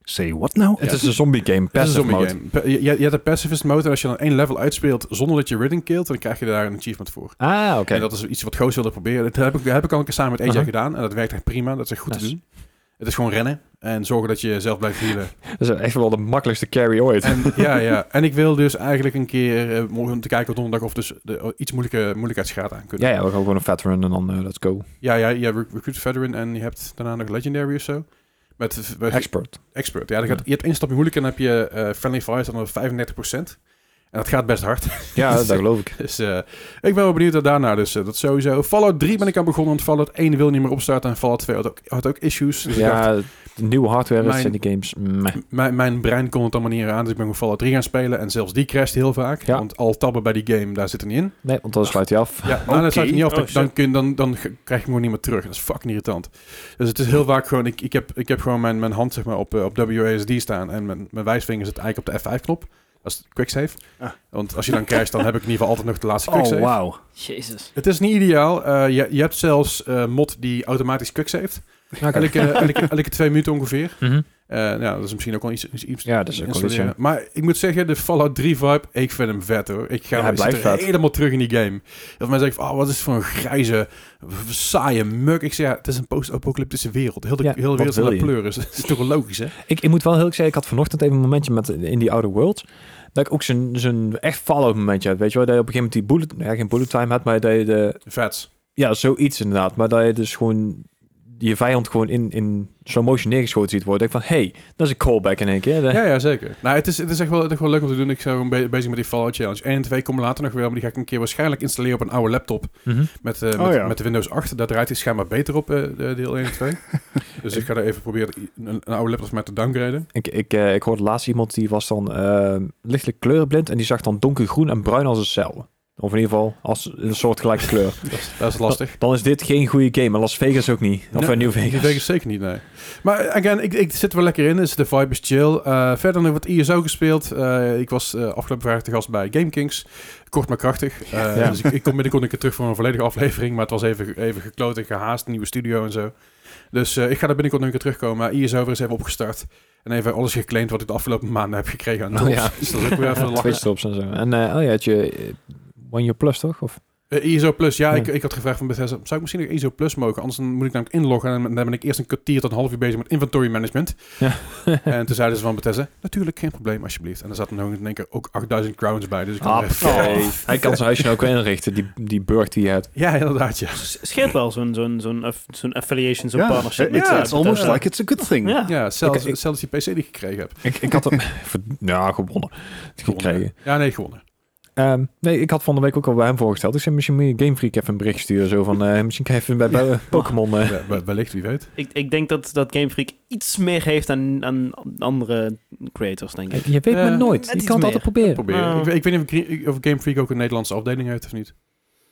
Say what now? Het is een zombie game, Het is een passive zombie mode. game. Pa- Je, je hebt een pacifist mode en als je dan één level uitspeelt zonder dat je Ridden killt, dan krijg je daar een achievement voor. Ah, oké. En dat is iets wat Goos wilde proberen. Dat heb ik, dat heb ik al een keer samen met A J Uh-huh. gedaan en dat werkt echt prima. Dat is echt goed Nice. te doen. Het is gewoon rennen en zorgen dat je zelf blijft healen. Dat is echt wel de makkelijkste carry ooit. En, ja, ja. En ik wil dus eigenlijk een keer, uh, om te kijken op donderdag of dus de, iets moeilijke moeilijkheidsgraad aan kunnen. Ja, ja, we gaan gewoon een veteran en dan uh, let's go. Ja, ja, je hebt Recruit Veteran en je hebt daarna nog Legendary of zo. Met, met Expert. Expert. Ja, dan gaat, Ja. je hebt één stapje moeilijk en dan heb je uh, Friendly Fire dan op vijfendertig procent. En dat gaat best hard. Ja, dat geloof ik. Dus uh, ik ben wel benieuwd naar daarna. Dus uh, dat sowieso. Fallout drie ben ik aan begonnen, want Fallout één wil niet meer opstarten en Fallout twee had ook, had ook issues. Dus ik dacht, Ja, de nieuwe hardware Mijn- zijn die games. Meh. mijn, mijn brein kon het allemaal niet aan, dus ik ben gewoon Fallout drie gaan spelen. En zelfs die crasht heel vaak. Ja. Want al tabben bij die game, daar zit er niet in. Nee, want dan sluit hij af. Ja, nou, Oké. dan sluit je niet af. Oh, dan, shit. dan, kun, dan, dan ge- krijg je hem gewoon niet meer terug. Dat is fucking irritant. Dus het is heel vaak gewoon... Ik, ik, heb, ik heb gewoon mijn, mijn hand zeg maar, op, uh, op W A S D staan. En mijn, mijn wijsvinger zit eigenlijk op de F vijf knop. Dat is quicksave. Ah. Want als je dan crasht, dan heb ik in ieder geval altijd nog de laatste Oh, quicksave. wauw. Jezus. Het is niet ideaal. Uh, je, je hebt zelfs uh, mod die automatisch quicksaved. Elke, elke, elke twee minuten ongeveer. Mhm. Uh, ja, dat is misschien ook wel iets, iets, iets Ja, dat is ook wel iets, installeren. ja. Maar ik moet zeggen, de Fallout drie vibe, ik vind hem vet hoor. Ik ga Ja, hij ik zit blijft er vet. helemaal terug in die game. Heel veel mensen zeggen van, oh, wat is het voor een grijze, w- saaie muk. Ik zeg, ja, het is een post-apocalyptische wereld. Heel de, Ja, heel de wat wereld is wil aan je? pleuris. Dat is toch wel logisch, hè? Ik, ik moet wel heel erg zeggen, ik had vanochtend even een momentje met in die Outer Worlds. Dat ik ook zo'n zo'n echt Fallout momentje had. Weet je wel, dat je op een gegeven moment die bullet, ja, geen bullet time had, maar dat je de, Vets. ja, zoiets inderdaad. Maar dat je dus gewoon je vijand gewoon in, in slow motion neergeschoten ziet worden. Ik van, hey, dat is een callback in één keer. Ja, ja, zeker. Nou, het is, het is echt wel, echt wel leuk om te doen. Ik ben gewoon be- bezig met die Fallout Challenge. één en twee komen later nog weer, maar die ga ik een keer waarschijnlijk installeren op een oude laptop. Mhm. Met, uh, Oh, met, ja. met de Windows acht. Daar draait hij schijnbaar beter op, uh, de deel één en twee. Dus ik ga er even proberen een, een oude laptop met te downgraden. Ik, ik, uh, ik hoorde laatst iemand die was dan uh, lichtelijk kleurenblind en die zag dan donkergroen en bruin als een cel. Of in ieder geval als een soort gelijke kleur. Dat is, dat is lastig. Dan is dit geen goede game. Maar Las Vegas ook niet. Of Nee, uh, New Vegas. New Vegas zeker niet, nee. Maar again, ik, ik zit er wel lekker in. Dus de vibe is chill. Uh, verder nog wat I S O gespeeld. Uh, ik was uh, afgelopen vrijdag te gast bij GameKings. Kort maar krachtig. Uh, Ja. Dus ik, ik kom binnenkort een keer terug voor een volledige aflevering. Maar het was even, even gekloot en gehaast. Nieuwe studio en zo. Dus uh, ik ga er binnenkort nog een keer terugkomen. Maar I S O weer eens even opgestart. En even alles geclaimd wat ik de afgelopen maanden heb gekregen aan Oh, drops. ja. Dus dat is ook weer even Twee lachen. stops en zo. En uh, oh ja, had je uh, One Year Plus toch? Of? Uh, I S O Plus, ja, Ja. Ik, ik had gevraagd van Bethesda, zou ik misschien nog I S O Plus mogen? Anders dan moet ik namelijk inloggen en dan ben ik eerst een kwartier tot een half uur bezig met inventory management. Ja. En toen zeiden ze van Bethesda, natuurlijk, geen probleem, alsjeblieft. En er zaten nog in één keer ook achttduizend crowns bij, dus ik Ah, dacht, hey. oh, Hij kan zijn huisje nou ook weer inrichten, die, die burg die je hebt. ja, inderdaad, ja. Scheelt wel zo'n zo'n zo'n aff- zo'n affiliation, zo'n Ja, partnership. ja, met, yeah, eh, it's almost Bethesda. like it's a good thing. Ja. Ja, zelfs, Ik- ik- zelfs die P C die ik gekregen heb. Ik, ik had hem ja, gewonnen. Gekregen. Ja, nee, gewonnen. Um, nee, ik had van de week ook al bij hem voorgesteld. Ik zei, misschien moet je Game Freak even een bericht sturen. Zo van, uh, misschien kan je even bij, bij Pokémon... Uh, Ja, wel- wellicht, wie weet. Ik, ik denk dat, dat Game Freak iets meer heeft aan, aan andere creators, denk ik. je weet maar Eh, nooit. net Je iets kan het altijd meer. proberen. Proberen. Oh. Ik, weet- ik weet niet of, Gre- of Game Freak ook een Nederlandse afdeling heeft of niet.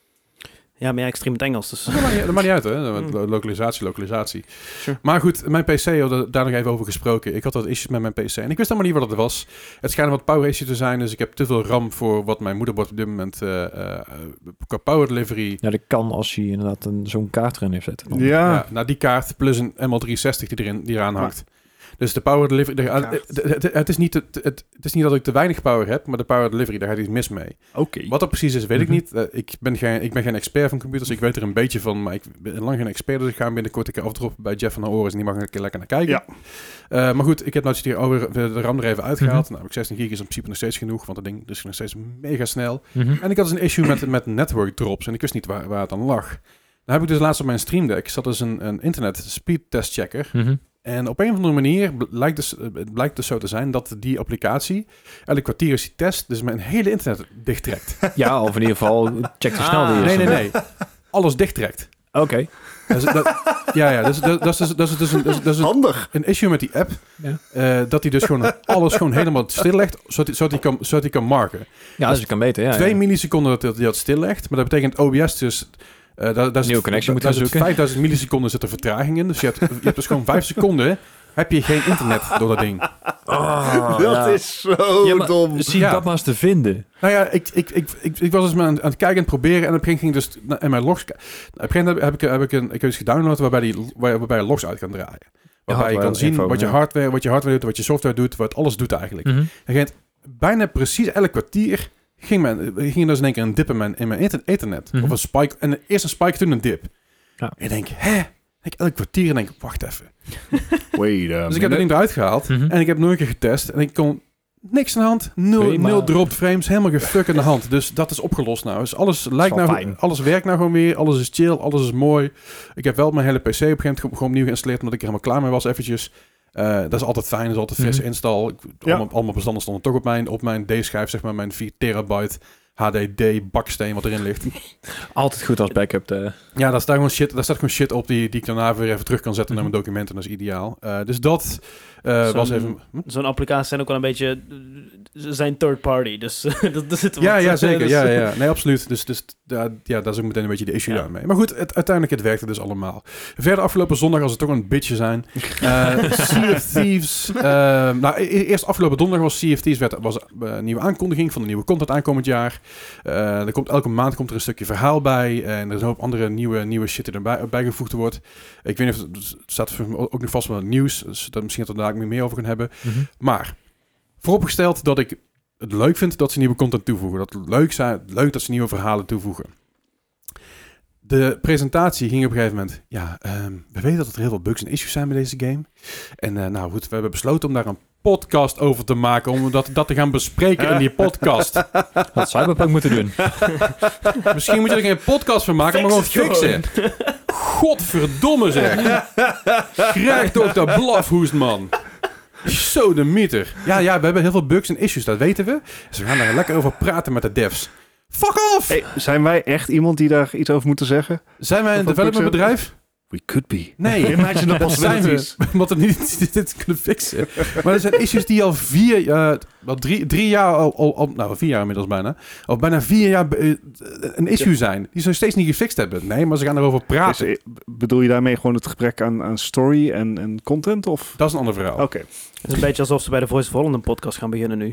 Ja, maar ja, ik stream het Engels, dus... Dat maakt niet, dat maakt niet uit, hè. Lo- Lokalisatie, lokalisatie. Sure. Maar goed, mijn P C, we hadden daar nog even over gesproken. Ik had wat issues met mijn P C. En ik wist helemaal niet wat het was. Het schijnt wat power issue te zijn. Dus ik heb te veel RAM voor wat mijn moederbord op dit moment... Uh, uh, qua power delivery... Ja, dat kan als je inderdaad een, zo'n kaart erin heeft zitten. Dan. Ja. Ja, nou, die kaart plus een M L driehonderdzestig die, erin, die eraan hangt. Dus de power delivery... de- uh, Kaart. het, het, het, is niet, het, het, het is niet dat ik te weinig power heb, maar de power delivery, daar gaat iets mis mee. Oké. Wat dat precies is, weet Mhm. ik niet. Uh, ik, ben geen, ik ben geen expert van computers. Ik weet er een beetje van, maar ik ben lang geen expert. Dus ik ga hem binnenkort een keer afdroppen bij Jeff van der Oren. En die mag er een keer lekker naar kijken. Ja. Uh, maar goed, ik heb nou hier over de RAM er even uitgehaald. Mhm. Nou, zestien gig is in principe nog steeds genoeg, want dat ding is nog steeds mega snel. Mhm. En ik had dus een issue met, met network drops en ik wist niet waar, waar het dan lag. Dan heb ik dus laatst op mijn Stream Deck, zat dus een, een internet speed test checker. Mhm. En op een of andere manier blijkt dus, het blijkt dus zo te zijn dat die applicatie, elk kwartier is die test, dus mijn hele internet dichttrekt. Ja, of in ieder geval check de snelheid. Ah. Nee, nee, nee. Alles dichttrekt. Oké. Dus dat, ja, ja, dus, dat, dat is dus, dat is dus een, dat is, dat is een, Handig. een issue met die app. Ja. Uh, dat hij dus gewoon alles gewoon helemaal stillegt, zodat hij, zodat hij, kan, zodat hij kan marken. Ja, dus ik kan beter. Ja, Twee ja. milliseconden dat hij dat stillegt, maar dat betekent O B S dus... Uh, daar, daar Nieuwe connectie daar, moeten daar zit zoeken. vijfduizend milliseconden zit er vertraging in. Dus je hebt, je hebt dus gewoon vijf seconden... heb je geen internet door dat ding. Oh, dat ja. is zo Ja, maar dom. Zie Ja. dat maar eens te vinden. Nou ja, ik, ik, ik, ik, ik was dus maar aan, aan het kijken en het proberen. En op een gegeven moment ging dus in mijn logs... Op een gegeven moment heb ik, heb ik, een, ik heb iets gedownload waarbij, die, waar, waarbij je logs uit kan draaien. Waarbij je kan zien info, wat je ja. hardware, wat je hardware doet, wat je software doet, wat alles doet eigenlijk. Mhm. En ging het bijna precies elk kwartier ging, men, ging er dus in één keer een dip in mijn, in mijn inter- ethernet. Mhm. Of een spike. En eerst een spike, toen een dip. Ja. En ik denk, hè? Ik elk kwartier en denk, wacht even. Wait a Dus ik heb dat ding eruit gehaald. Mhm. En ik heb nog een keer getest. En ik kon niks aan de hand. Nul, Prima. nul dropped frames. Helemaal gefuck in de hand. Dus dat is opgelost nou. Dus alles lijkt wel nou... fijn. Alles werkt nou gewoon weer. Alles is chill. Alles is mooi. Ik heb wel mijn hele P C op een gegeven moment gewoon opnieuw geïnstalleerd. Omdat ik er helemaal klaar mee was eventjes. Uh, dat is altijd fijn. Dat is altijd frisse Mhm. install. Ik, Ja. allemaal, allemaal bestanden stonden toch op mijn, op mijn D-schijf. Zeg maar mijn vier terabyte H D D baksteen wat erin ligt. Altijd goed als backup. De... Ja, daar staat gewoon shit, daar staat gewoon shit op die, die ik daarna weer even terug kan zetten Mhm. naar mijn documenten. Dat is ideaal. Uh, dus dat uh, Zo'n- was even... Hm? Zo'n applicaties zijn ook wel een beetje... Ze zijn third party, dus dat dat zit er Ja, wat- ja, zeker. dus- Ja, ja. Nee, absoluut. Dus, dus ja, ja, dat is ook meteen een beetje de issue Ja. daarmee. Maar goed, het, uiteindelijk het werkte dus allemaal. Verder afgelopen zondag, als het toch een bitje zijn. Uh, Sea of Thieves. Uh, nou, e- eerst afgelopen donderdag was Sea of Thieves werd, was uh, een nieuwe aankondiging van de nieuwe content aankomend jaar. Uh, er komt, elke maand komt er een stukje verhaal bij. En er is een hoop andere nieuwe, nieuwe shit die erbij bijgevoegd wordt. Ik weet niet of het staat ook nog vast wel nieuws. Dus dat misschien dat we daar meer over gaan hebben. Mhm. Maar vooropgesteld dat ik het leuk vind dat ze nieuwe content toevoegen. Dat het leuk, zijn, leuk dat ze nieuwe verhalen toevoegen. De presentatie ging op een gegeven moment... Ja, um, we weten dat er heel veel bugs en issues zijn bij deze game. En uh, nou goed, we hebben besloten om daar een podcast over te maken. Om dat, dat te gaan bespreken in die podcast. Had Cyberpunk moeten doen. Misschien moet je er geen podcast van maken, maar gewoon fixen. Godverdomme zeg. Krijg toch dat blafhoest, man. Zo de meter. Ja, ja, we hebben heel veel bugs en issues, dat weten we. Dus we gaan daar lekker over praten met de devs. Fuck off! Hey, zijn wij echt iemand die daar iets over moeten zeggen? Zijn wij een Of wat development bugs bedrijf? We could be. Nee. Imagine the Dat zijn we, possibilities. omdat we niet dit kunnen fixen. Maar er zijn issues die al vier, uh, wel drie, drie jaar, al, al, al, nou vier jaar inmiddels bijna, al bijna vier jaar uh, een issue zijn. Die ze nog steeds niet gefixt hebben. Nee, maar ze gaan erover praten. Dus, eh, bedoel je daarmee gewoon het gebrek aan, aan story en, en content? Of? Dat is een ander verhaal. Oké. Het is een beetje alsof ze bij de Voice of Holland een podcast gaan beginnen nu.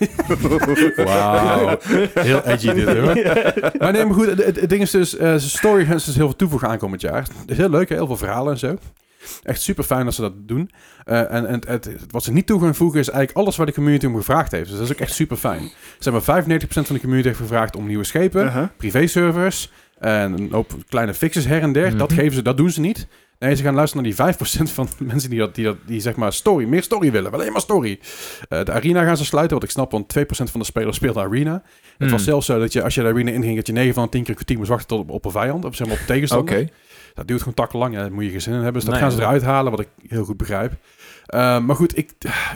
Wauw. Heel edgy dit, hoor. Maar nee, maar goed, het, het ding is dus, uh, story gaan ze dus heel veel toevoegen aankomend jaar. Het is heel leuk, hè? Heel veel verhalen en zo. Echt super fijn dat ze dat doen. Uh, en en het, het, wat ze niet toe gaan voegen is eigenlijk alles waar de community om gevraagd heeft. Dus dat is ook echt super fijn. Ze hebben vijfennegentig procent van de community heeft gevraagd om nieuwe schepen, Uh-huh. privé-servers en een hoop kleine fixes her en der. Mm-hmm. Dat geven ze, dat doen ze niet. Nee, ze gaan luisteren naar die vijf procent van de mensen die, dat, die, dat, die zeg maar story, meer story willen. Alleen maar story. Uh, de arena gaan ze sluiten, wat ik snap, want twee procent van de spelers speelt de arena. Het Mm. was zelfs zo dat je, als je de arena inging, dat je negen van de tien keer een kwartier moest wachten tot op, op een vijand, of zeg maar op een tegenstander. Oké. Dat duurt gewoon takken lang, ja, daar moet je geen zin in hebben. Dus dat Nee, gaan ze ja. eruit halen, wat ik heel goed begrijp. Uh, maar goed, ik...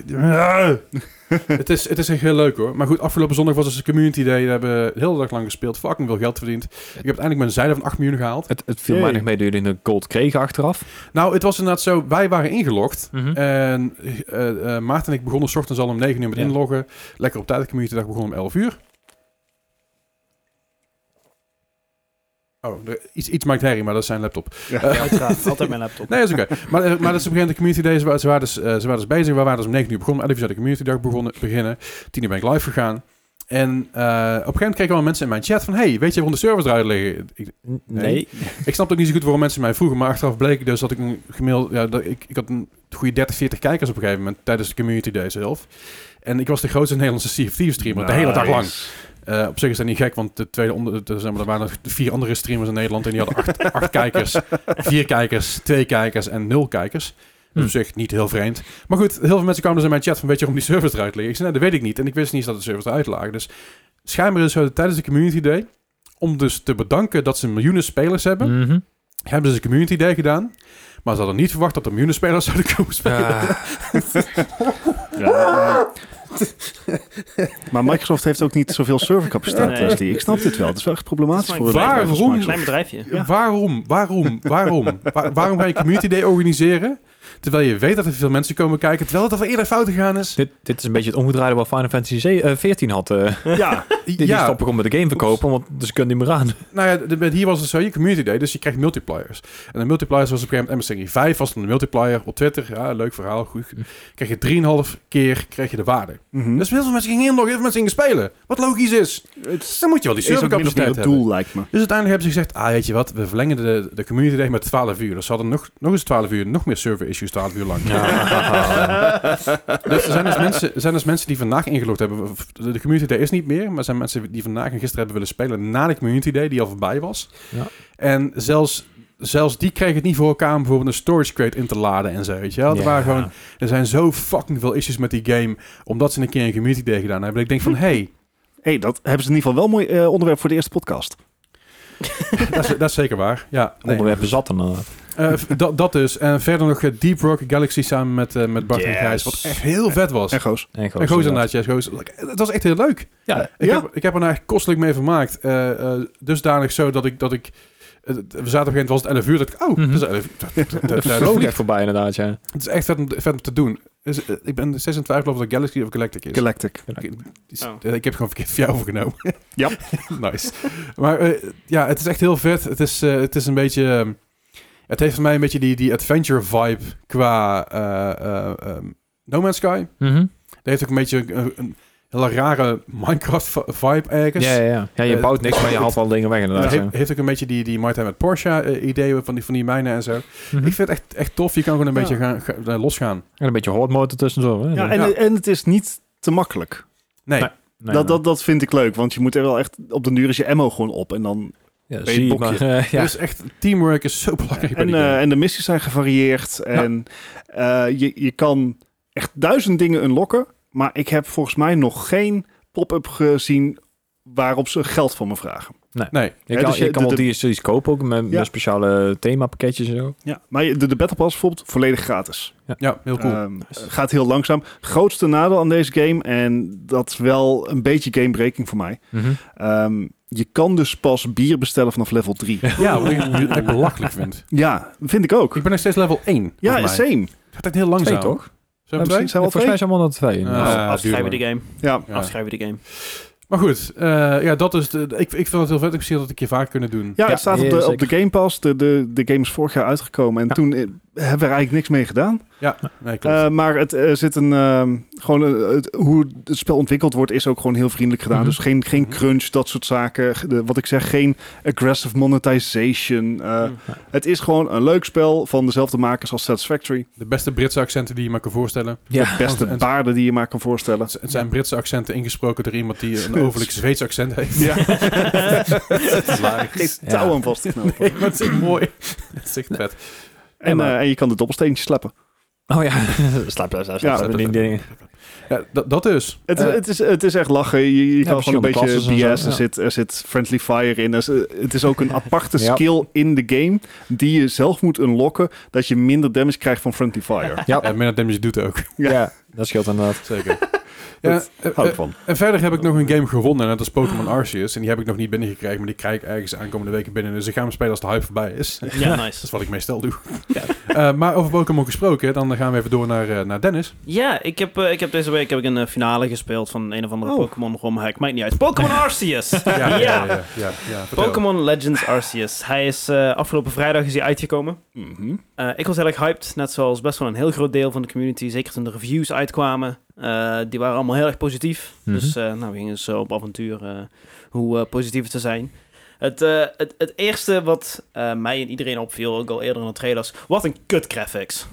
het, is, het is echt heel leuk hoor. Maar goed, afgelopen zondag was dus een community day. We hebben de hele dag lang gespeeld, fucking veel geld verdiend. Ik heb uiteindelijk mijn zijde van acht miljoen gehaald. Het, het viel Yay. mij nog mee dat jullie een gold kregen achteraf. Nou, het was inderdaad zo, wij waren ingelogd. Mhm. En uh, uh, Maarten en ik begonnen 's ochtends al om negen uur met Ja. inloggen. Lekker op tijd, de community dag begon om elf uur. Oh, er, iets, iets maakt herrie, maar dat is zijn laptop. Ja. Uh, Ja, uiteraard. Altijd mijn laptop. Nee, dat is oké. Maar, uh, maar dat is op een gegeven moment de community day. Ze, wa- ze, waren dus, uh, ze waren dus bezig. We waren dus om negen uur begonnen. elf uur zou de community dag begonnen, beginnen. tien uur ben ik live gegaan. En uh, op een gegeven moment kregen we allemaal mensen in mijn chat van... Hey, weet je waarom de servers eruit liggen? Ik, N- Nee. Nee. ik snapte ook niet zo goed waarom mensen mij vroegen. Maar achteraf bleek dus dat ik een gemiddeld... Ja, dat ik, ik had een goede dertig, veertig kijkers op een gegeven moment... tijdens de community day zelf. En ik was de grootste Nederlandse Sea of Thieves streamer. De hele dag lang. Uh, op zich is dat niet gek, want de tweede onder, de, zeg maar, er waren nog vier andere streamers in Nederland... en die hadden acht, acht kijkers, vier kijkers, twee kijkers en nul kijkers. Dus op zich niet heel vreemd. Maar goed, heel veel mensen kwamen dus in mijn chat van... weet je waarom die servers eruit liggen? Ik zei, nee, dat weet ik niet. En ik wist niet dat de servers eruit lagen. Dus schijnbaar is zo tijdens de community day... om dus te bedanken dat ze miljoenen spelers hebben... Mhm. hebben ze een community day gedaan... maar ze hadden niet verwacht dat er miljoenen spelers zouden komen spelen. Ah. Ja. Maar Microsoft heeft ook niet zoveel servercapaciteit, Nee. Leslie. Ik snap dit wel. Het is wel echt problematisch Dat is voor maar een waarom? bedrijf als Klein Microsoft. bedrijfje. Ja. Waarom? Waarom? Waarom? Wa- waarom ga je een community day organiseren... terwijl je weet dat er veel mensen komen kijken... terwijl het al eerder fout gegaan is? Dit, dit is een beetje het omgedraaide wat Final Fantasy veertien had. uh. Ja, Die, die ja, stoppen gewoon met de game verkopen, want dus kunnen die meer aan. nou ja, de, de- hier was het zo, je community day, dus je krijgt multipliers. En de multipliers was op een gegeven moment M S C vijf was dan de multiplier op Twitter. Ja, leuk verhaal, goed. Krijg je drieënhalf keer krijg je de waarde. Mhm. Dus heel veel mensen gingen inloggen, heel veel mensen gingen spelen. Wat logisch is. het Dan moet je wel die is ook min of meer servercapaciteit het hebben. doel, lijkt me. Dus uiteindelijk hebben ze gezegd, ah weet je wat, we verlengen de, de community day met twaalf uur. Dus ze hadden nog, nog eens twaalf uur, nog meer server issues twaalf uur lang. Ja. Dus er zijn dus, mensen, er zijn dus mensen die vandaag ingelogd hebben. De community day is niet meer, maar er zijn mensen die vandaag en gisteren hebben willen spelen na de community day, die al voorbij was. Ja. En zelfs, zelfs die kregen het niet voor elkaar om bijvoorbeeld een storage crate in te laden en zo, weet je wel. Er, Ja. waren gewoon, er zijn zo fucking veel issues met die game, omdat ze een keer een community day gedaan hebben. Ik denk van, hey, hey, dat hebben ze in ieder geval wel mooi uh, onderwerp voor de eerste podcast. dat, is, dat is zeker waar. Ja, nee. Onderwerpen zat er dan. Uh, dat, dat dus. En verder nog uh, Deep Rock Galaxy samen met, uh, met Bart en Yes. Gijs, wat echt heel vet was. En Goos. En En goos inderdaad, yes, goos. Het was echt heel leuk. Ja, Ik, Ja? heb, ik heb er nou echt kostelijk mee vermaakt. Uh, uh, dusdanig zo dat ik... Dat ik uh, we zaten op een gegeven moment, was het elf uur, dat ik... Oh, Mhm. het is elf uur. Dat- dat- dat dat- vloog echt voorbij inderdaad, ja. Het is echt vet om, vet om te doen. Dus, uh, ik ben steeds in twijfel of het Galaxy of Galactic is. Galactic. Ik, is- Oh. uh, ik heb gewoon verkeerd voor jou overgenomen. Ja. Nice. Maar uh, ja, het is echt heel vet. Het is, uh, het is een beetje... Um, het heeft voor mij een beetje die, die adventure vibe qua uh, uh, um, No Man's Sky. Mhm. Dat heeft ook een beetje een, een hele rare Minecraft vi- vibe ergens. Ja, ja, ja. Ja, je Eh, bouwt niks, maar je haalt al dingen weg Het inderdaad. heeft, Ja. heeft ook een beetje die, die Martin met Porsche uh, ideeën van die, van die mijnen en zo. Mhm. Ik vind het echt, echt tof. Je kan gewoon een Ja. beetje gaan, ga, uh, losgaan. En een beetje hoordmotor tussendoor. Hè? Ja, en, Ja. en het is niet te makkelijk. Nee. Nee. Nee, dat, nee. dat, dat vind ik leuk, want je moet er wel echt... Op de duur is je ammo gewoon op en dan... Ja, ben je zie je, het maar, bokje. eh, ja. Dus echt, teamwork is zo belangrijk bij En, die game. uh, en de missies zijn gevarieerd. En uh, je, je kan echt duizend dingen unlocken. Maar ik heb volgens mij nog geen pop-up gezien waarop ze geld van me vragen. Nee. Je Ja, kan, dus je je- kan de- wel de- die series kopen ook met, Ja. met speciale themapakketjes en zo. Ja, maar je- de, de Battle Pass bijvoorbeeld volledig gratis. Ja, heel cool. Ehm, gaat heel langzaam. Grootste nadeel aan deze game, en dat is wel een beetje gamebreaking voor mij. Mhm. Ehm, je kan dus pas bier bestellen vanaf level drie. ja, wat ik, wat ik belachelijk vind. Ja, vind ik ook. Ik ben nog steeds level één. Ja, volgens mij. same. Het gaat echt heel langzaam. Twee, toch? Zo Ja, twee? precies. Zijn we al Volgens mij twee? zijn we al naar twee. Ah, Ja. ja, Afschrijven duur de game. Ja. Ja. Afschrijven de game. Maar goed, uh, ja, dat is de, ik, ik vind het heel vet. Ik zie dat ik een keer vaak kunnen doen. Ja, Ja, het staat op ja, de, op zeker. de Game Pass. De, de, de game is vorig jaar uitgekomen. En Ja. toen eh, hebben we er eigenlijk niks mee gedaan. Ja, nee, klopt. Uh, maar het uh, zit een... ehm, gewoon uh, het, hoe het spel ontwikkeld wordt is ook gewoon heel vriendelijk gedaan. Mhm. Dus geen, geen Mhm. crunch, dat soort zaken. De, wat ik zeg, geen aggressive monetization. Uh, Mm. Het is gewoon een leuk spel van dezelfde makers als Satisfactory. de beste Britse accenten die je maar kan voorstellen. Ja. De beste en- baarden die je maar kan voorstellen. Het het zijn Britse accenten ingesproken door iemand die een overlijk Zweeds accent heeft. Ja. Dat is waar. Geen Ja. touw aan vast te knopen. Nee, maar het is echt mooi. Het is echt vet. En, maar- uh, en je kan de dobbelsteentjes slappen. Oh ja, slaap, slaap, slaap, Ja, slaap, die dingen. Ja, dat, dat dus. Het, Eh, het, is, het is echt lachen. Je, je ja, kan gewoon een beetje verschillende B klassen en S. zo, Er, ja. zit, er zit friendly fire in. Er is, het is ook een aparte Ja. skill in de game die je zelf moet unlocken, dat je minder damage krijgt van friendly fire. Ja, En minder damage doet ook. Ja. ja, dat scheelt inderdaad. Zeker. Ja, Dat eh, hou ik eh, van. en verder heb ik nog een game gewonnen en dat is Pokémon Arceus. En die heb ik nog niet binnengekregen, maar die krijg ik ergens aankomende weken binnen. Dus ik ga hem spelen als de hype voorbij is. Ja, Dat nice. is wat ik meestal doe. Ja. Uh, maar over Pokémon gesproken, dan gaan we even door naar, uh, naar Dennis. Ja, ik heb, eh, ik heb deze week heb ik een eh, finale gespeeld van een of andere Oh. Pokémon romhack. Maakt niet uit. Pokémon Arceus! Ja, ja, Ja. ja. ja, ja, ja, vertel. Pokémon Legends Arceus. Hij is eh, afgelopen vrijdag is hij uitgekomen. Mhm. Uh, ik was heel erg hyped, net zoals best wel een heel groot deel van de community. Zeker toen de reviews uitkwamen. Uh, die waren allemaal heel erg positief. Mhm. Dus uh, nou, we gingen zo op avontuur uh, hoe uh, positief te zijn. Het, uh, het, het eerste wat uh, mij en iedereen opviel, ook al eerder in de trailers, wat een kut graphics.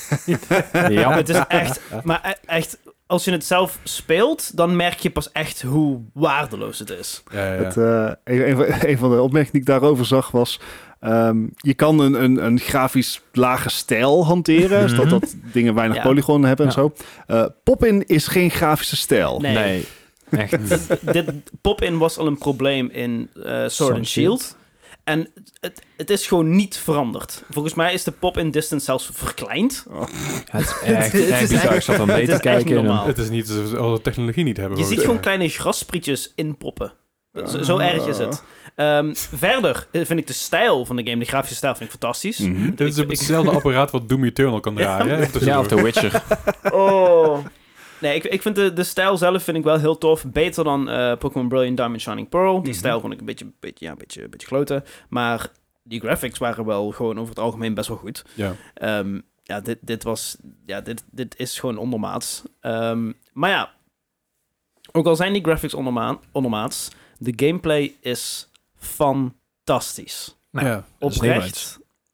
Ja, Het is echt, maar e- echt, als je het zelf speelt, dan merk je pas echt hoe waardeloos het is. Ja, ja, ja. Het, uh, een, een, van- een van de opmerkingen die ik daarover zag was... Um, je kan een, een, een grafisch lage stijl hanteren, zodat Mhm. dat dingen weinig Ja. polygonen hebben en Ja. zo. Uh, Pop-in is geen grafische stijl. Nee. nee. Echt. Dit pop-in was al een probleem in uh, Sword and Shield. En het, het is gewoon niet veranderd. Volgens mij is de pop-in distance zelfs verkleind. Het is echt, Het is echt bizar. Ik zat wel mee het te is echt kijken. niet en dan- normaal. Het is niet alsof we technologie niet hebben. Je ziet gewoon Ja. kleine grassprietjes inpoppen. Zo, zo erg is het. Um, verder vind ik de stijl van de game, de grafische stijl, vind ik fantastisch. Mhm. Dit is Ik- ik- hetzelfde apparaat wat Doom Eternal kan draaien. hè? Even Ja, of tussendoor. The Witcher. Oh. Nee, ik, ik vind de, de stijl zelf vind ik wel heel tof. Beter dan uh, Pokémon Brilliant Diamond Shining Pearl. Die Mhm. stijl vond ik een beetje, beetje, ja, een beetje, een beetje kloten. Maar die graphics waren wel gewoon over het algemeen best wel goed. Ja. Um, ja, dit, dit was... Ja, dit, dit is gewoon ondermaats. Um, maar ja, ook al zijn die graphics onderma ondermaats, de gameplay is fantastisch. Nou, Ja. dat is niet Oprecht.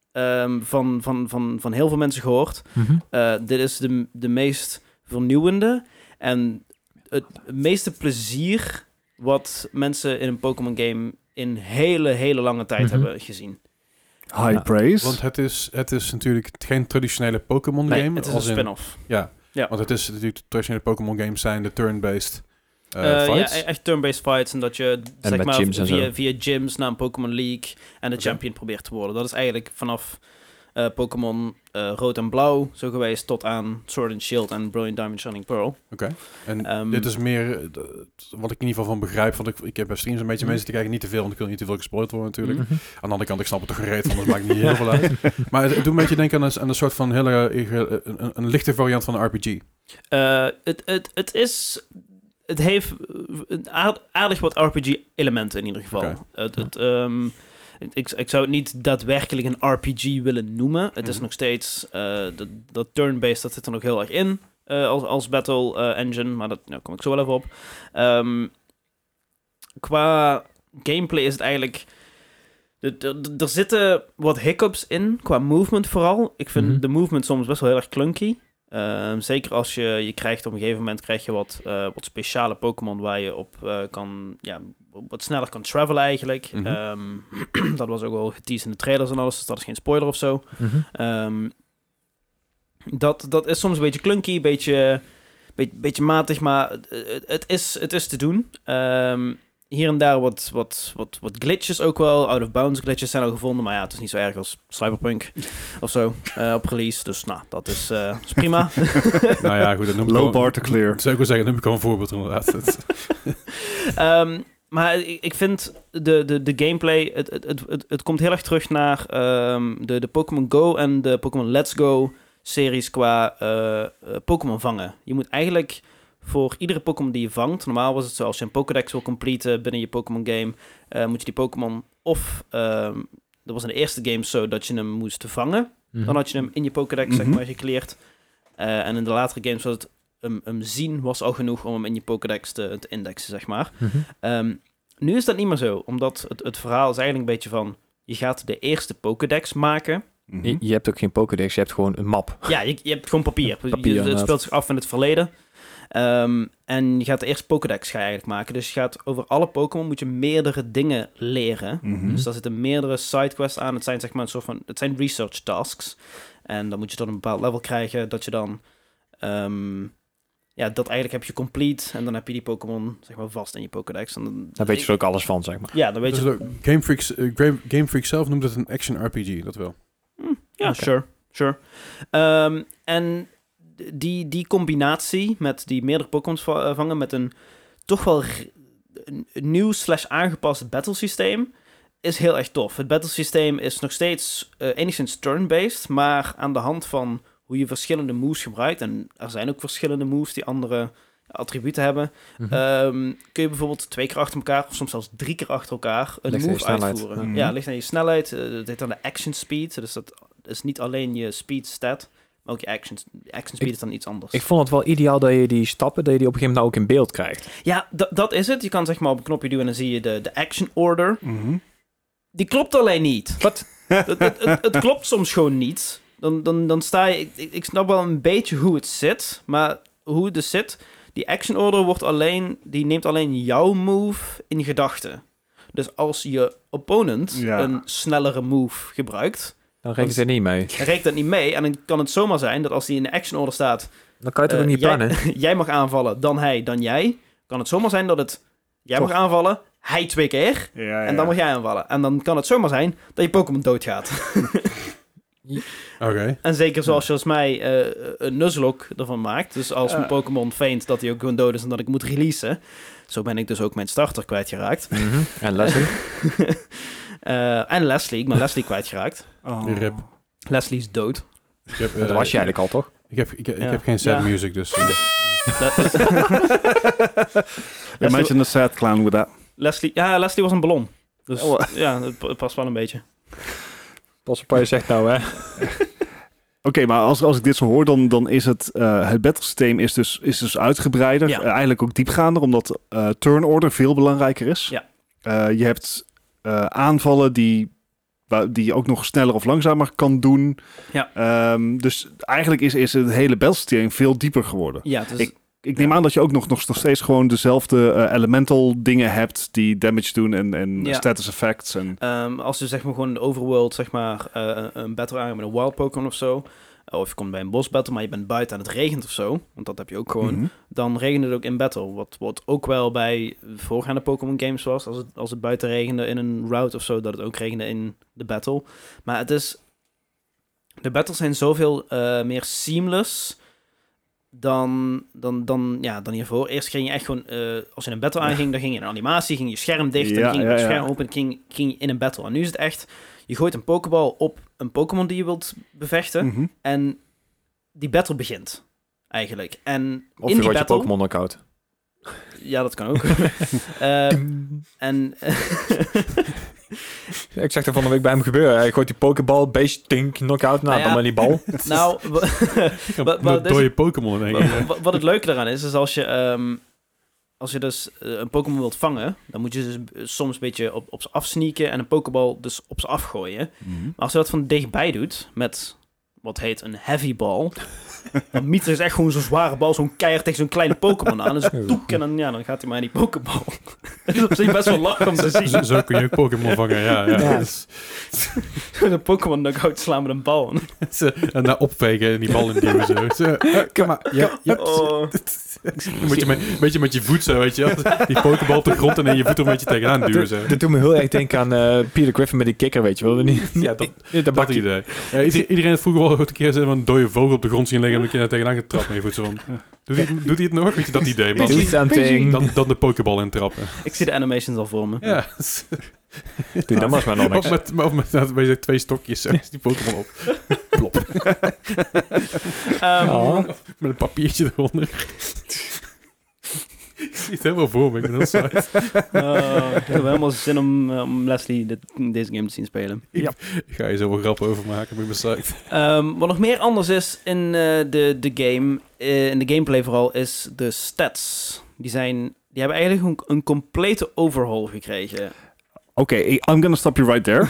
um, van, van, van, van heel veel mensen gehoord. Mm-hmm. Uh, dit is de, de meest vernieuwende en het meeste plezier wat mensen in een Pokémon game in hele, hele lange tijd Mm-hmm. hebben gezien. High Ja, praise. Want het is, het is natuurlijk geen traditionele Pokémon Nee, game. het is een als in- spin-off. Ja, Ja. want het is natuurlijk de traditionele Pokémon games zijn de turn-based uh, Uh, ja, fights. echt turn-based fights en dat je zeg met maar gyms en via, zo. via gyms naar een Pokémon League en de Oké. champion probeert te worden. Dat is eigenlijk vanaf uh, Pokémon uh, Rood en Blauw zo geweest tot aan Sword and Shield en Brilliant Diamond Shining Pearl. Oké. En Ehm, dit is meer, uh, d- wat ik in ieder geval van begrijp, want ik, ik heb bij streams een beetje Mhm. mensen te kijken, niet te veel, want ik wil niet te veel gespoild worden natuurlijk. Mhm. Mm-hmm. Aan de andere kant, ik snap het toch gereed van, dat maakt niet heel veel uit. Maar het, het doet een beetje denken aan een, aan een soort van hele, een, een, een lichte variant van een R P G. Uh, Het het- het is... Het heeft uh, aard- aardig wat R P G-elementen in ieder geval. Oké. Het, het, um, ik, ik zou het niet daadwerkelijk een R P G willen noemen. Het is Mhm. nog steeds... Uh, dat, dat turn-based, dat zit er nog heel erg in. Uh, als, als battle uh, engine. Maar daar nou, kom ik zo wel even op. Um, qua gameplay is het eigenlijk... Er, er, er zitten wat hiccups in, qua movement vooral. Ik vind Mhm. de movement soms best wel heel erg clunky. Um, zeker als je, je krijgt op een gegeven moment krijg je wat, uh, wat speciale Pokémon waar je op uh, kan, ja, wat sneller kan travelen eigenlijk. Mhm. Um, dat was ook wel geteased in de trailers en alles, dus dat is geen spoiler of zo. Mm-hmm. Um, dat, dat is soms een beetje clunky, een beetje, beetje, beetje matig, maar het, het, is, het is te doen. Um, hier en daar wat, wat, wat, wat glitches ook wel. Out-of-bounds glitches zijn al gevonden. Maar ja, het is niet zo erg als Cyberpunk of zo uh, op release. Dus nou, dat is, uh, is prima. Nou ja, goed, dat noem ik Low gewoon- bar to clear. Zou ik wel zeggen, dat noem ik gewoon een voorbeeld inderdaad. Het- um, maar ik, ik vind de, de, de gameplay... Het, het, het, het, het komt heel erg terug naar um, de, de Pokémon Go en de Pokémon Let's Go series qua uh, uh, Pokémon vangen. Je moet eigenlijk... Voor iedere Pokémon die je vangt, normaal was het zo, als je een Pokédex wil completen binnen je Pokémon game, uh, moet je die Pokémon of, um, dat was in de eerste game zo, dat je hem moest vangen. Mm-hmm. Dan had je hem in je Pokédex, zeg Mhm. maar, gecleared. Uh, en in de latere games was het, hem, hem zien was al genoeg om hem in je Pokédex te, te indexen, zeg maar. Mm-hmm. Um, nu is dat niet meer zo, omdat het, het verhaal is eigenlijk een beetje van, je gaat de eerste Pokédex maken. Mhm. Je, je hebt ook geen Pokédex, je hebt gewoon een map. Ja, je, je hebt gewoon papier. Papier, je, het inderdaad. speelt zich af in het verleden. Um, en je gaat de eerste Pokédex ga je eigenlijk maken. Dus je gaat over alle Pokémon moet je meerdere dingen leren. Mhm. Dus daar zitten meerdere sidequests aan. Het zijn zeg maar een soort van, het zijn research tasks. En dan moet je tot een bepaald level krijgen dat je dan, um, ja, dat eigenlijk heb je complete. En dan heb je die Pokémon zeg maar vast in je Pokédex. En dan, Daar weet je er ook alles van, zeg maar. Ja, dan weet dus je. ook Game, Freaks, uh, Game, Game Freak zelf noemt het een action R P G, dat wel. Ja, Oké. sure. sure. Um, en die, die combinatie met die meerdere Pokémons va- vangen met een toch wel r- een nieuw slash aangepast battlesysteem is heel erg tof. Het battlesysteem is nog steeds uh, enigszins turn-based, maar aan de hand van hoe je verschillende moves gebruikt, en er zijn ook verschillende moves die andere attributen hebben, Mm-hmm. um, kun je bijvoorbeeld twee keer achter elkaar, of soms zelfs drie keer achter elkaar, een Ligt aan je move snelheid. uitvoeren. Mhm. Ja, ligt aan je snelheid. Uh, dat heet dan de action speed. Dus dat is niet alleen je speed stat, maar ook je action, action speed Ik- is dan iets anders. Ik vond het wel ideaal dat je die stappen, dat je die op een gegeven moment nou ook in beeld krijgt. Ja, d- dat is het. Je kan zeg maar op een knopje duwen en dan zie je de, de action order. Mhm. Die klopt alleen niet. Wat? het, het, het, het klopt soms gewoon niet. Dan, dan, dan sta je... Ik, ik snap wel een beetje hoe het zit, maar hoe het dus zit... Die action order wordt alleen... Die neemt alleen jouw move in gedachten. Dus als je opponent Ja. een snellere move gebruikt... Dan rekent ze er niet mee. dan reikt dat niet mee. En dan kan het zomaar zijn dat als die in de action order staat... Dan kan je het eh, ook niet jij, plannen. jij mag aanvallen, dan hij, dan jij. Kan het zomaar zijn dat het... Jij Toch. mag aanvallen, hij twee keer... Ja, ja. En dan mag jij aanvallen. En dan kan het zomaar zijn dat je Pokémon doodgaat. Oké. En zeker zoals je als mij uh, een Nuzlocke ervan maakt. Dus als mijn Uh. Pokémon feint dat hij ook gewoon dood is en dat ik moet releasen. Zo ben ik dus ook mijn starter kwijtgeraakt. Mhm. En Leslie? uh, en Leslie. Ik ben Leslie kwijtgeraakt. Oh. Rip. Leslie is dood. Ik heb, Dat eh, was je eigenlijk al, toch? Ik heb, ik, ik Ja. heb geen sad Ja. music, dus... eh, Imagine a sad clown with that. Leslie, ja, Leslie was een ballon. Dus Oh. ja, het, het past wel een beetje. Pas op wat je zegt nou, hè. Oké, maar als, als ik dit zo hoor, dan, dan is het, uh, het battlesysteem is dus, is dus uitgebreider. Ja. Uh, eigenlijk ook diepgaander, omdat uh, turn order veel belangrijker is. Ja. Uh, je hebt uh, aanvallen die waar, die je ook nog sneller of langzamer kan doen. Ja. Um, dus eigenlijk is, is het hele battle veel dieper geworden. Ja, dus... Ik, Ik neem aan dat je ook nog, nog, nog steeds gewoon dezelfde uh, elemental dingen hebt die damage doen en, en Ja. status effects. En... Um, als je zeg maar gewoon in de overworld zeg maar uh, een battle aan met een wild Pokémon of zo, of je komt bij een boss battle, maar je bent buiten en het regent of zo, want dat heb je ook gewoon, Mm-hmm. dan regent het ook in battle. Wat, wat ook wel bij voorgaande Pokémon games was, als het, als het buiten regende in een route of zo, dat het ook regende in de battle. Maar het is, de battles zijn zoveel uh, meer seamless dan, dan, dan, ja, dan hiervoor. Eerst ging je echt gewoon, uh, als je in een battle aanging, dan ging je in een animatie, ging je scherm dicht, Ja, en ging je ja, het ja. scherm open, ging, ging je in een battle. En nu is het echt, je gooit een Pokéball op een Pokémon die je wilt bevechten, Mm-hmm. en die battle begint, eigenlijk. En Of in je die gooit je battle... Pokémon knockout. Ja, dat kan ook. uh, en... Ik zag er van de week bij hem gebeuren. Hij gooit die pokebal, beest, tink, knockout. Nou, Nou ja. dan maar die bal. nou, Ja, Wat- wat door is- je Pokémon denk ik. Wa- wa- wat het leuke daaraan is, is als je, ehm, als je dus eh, een Pokémon wilt vangen, dan moet je dus eh, soms een beetje op, op ze afsneaken en een Pokéball dus op ze afgooien. Mm-hmm. Maar als je dat van dichtbij doet, met wat heet een heavy ball, dan Mieter is echt gewoon zo'n zware bal, zo'n keihard tegen zo'n kleine Pokémon aan. Dus toek, en dan, ja, dan gaat hij maar in die Pokéball. Dat is op zich best wel lach om te Zo, zien. zo kun je ook Pokémon vangen, ja. ja. Ja. Dus- Een Pokémon knock-out slaan met een bal. Zo, en daar opvegen en die bal in duwen. Zo. Zo, eh, kom maar. Ja, ja. Oh. Dan moet je met, een beetje met je voet zo, weet je wel. Die Pokéball op de grond en dan je voet er een beetje tegenaan duwen. Zo. Dat doet me heel erg denken aan uh, Peter Griffin met die kikker, weet je wel. Niet, Ja, dat, dat dat bakje. idee. Ja, iedereen, iedereen heeft vroeger wel een keer zo een dode vogel op de grond zien liggen en een keer tegenaan getrapt met je voet. Zo van, doet, hij, doet hij het nog? Weet je, dat idee. Maar Do something. dan, dan de Pokéball intrappen. Ik zie de animations al voor me. Ja. Doe dan maar eens maar nog niks. Of met, of met, met, met twee stokjes, zo is die Pokémon op. Plop. Ehm, Oh. Met een papiertje eronder. Ik zie het helemaal voor me. Ik ben heel saai. Oh, ik heb helemaal zin om, uh, om Leslie dit, deze game te zien spelen. Ik ga je zoveel grappen over maken, maar ik ben psyched. Um, wat nog meer anders is in uh, de, de game, uh, in de gameplay vooral, is de stats. Die, zijn, die hebben eigenlijk een, een complete overhaul gekregen. Oké, okay, I'm gonna stop you right there.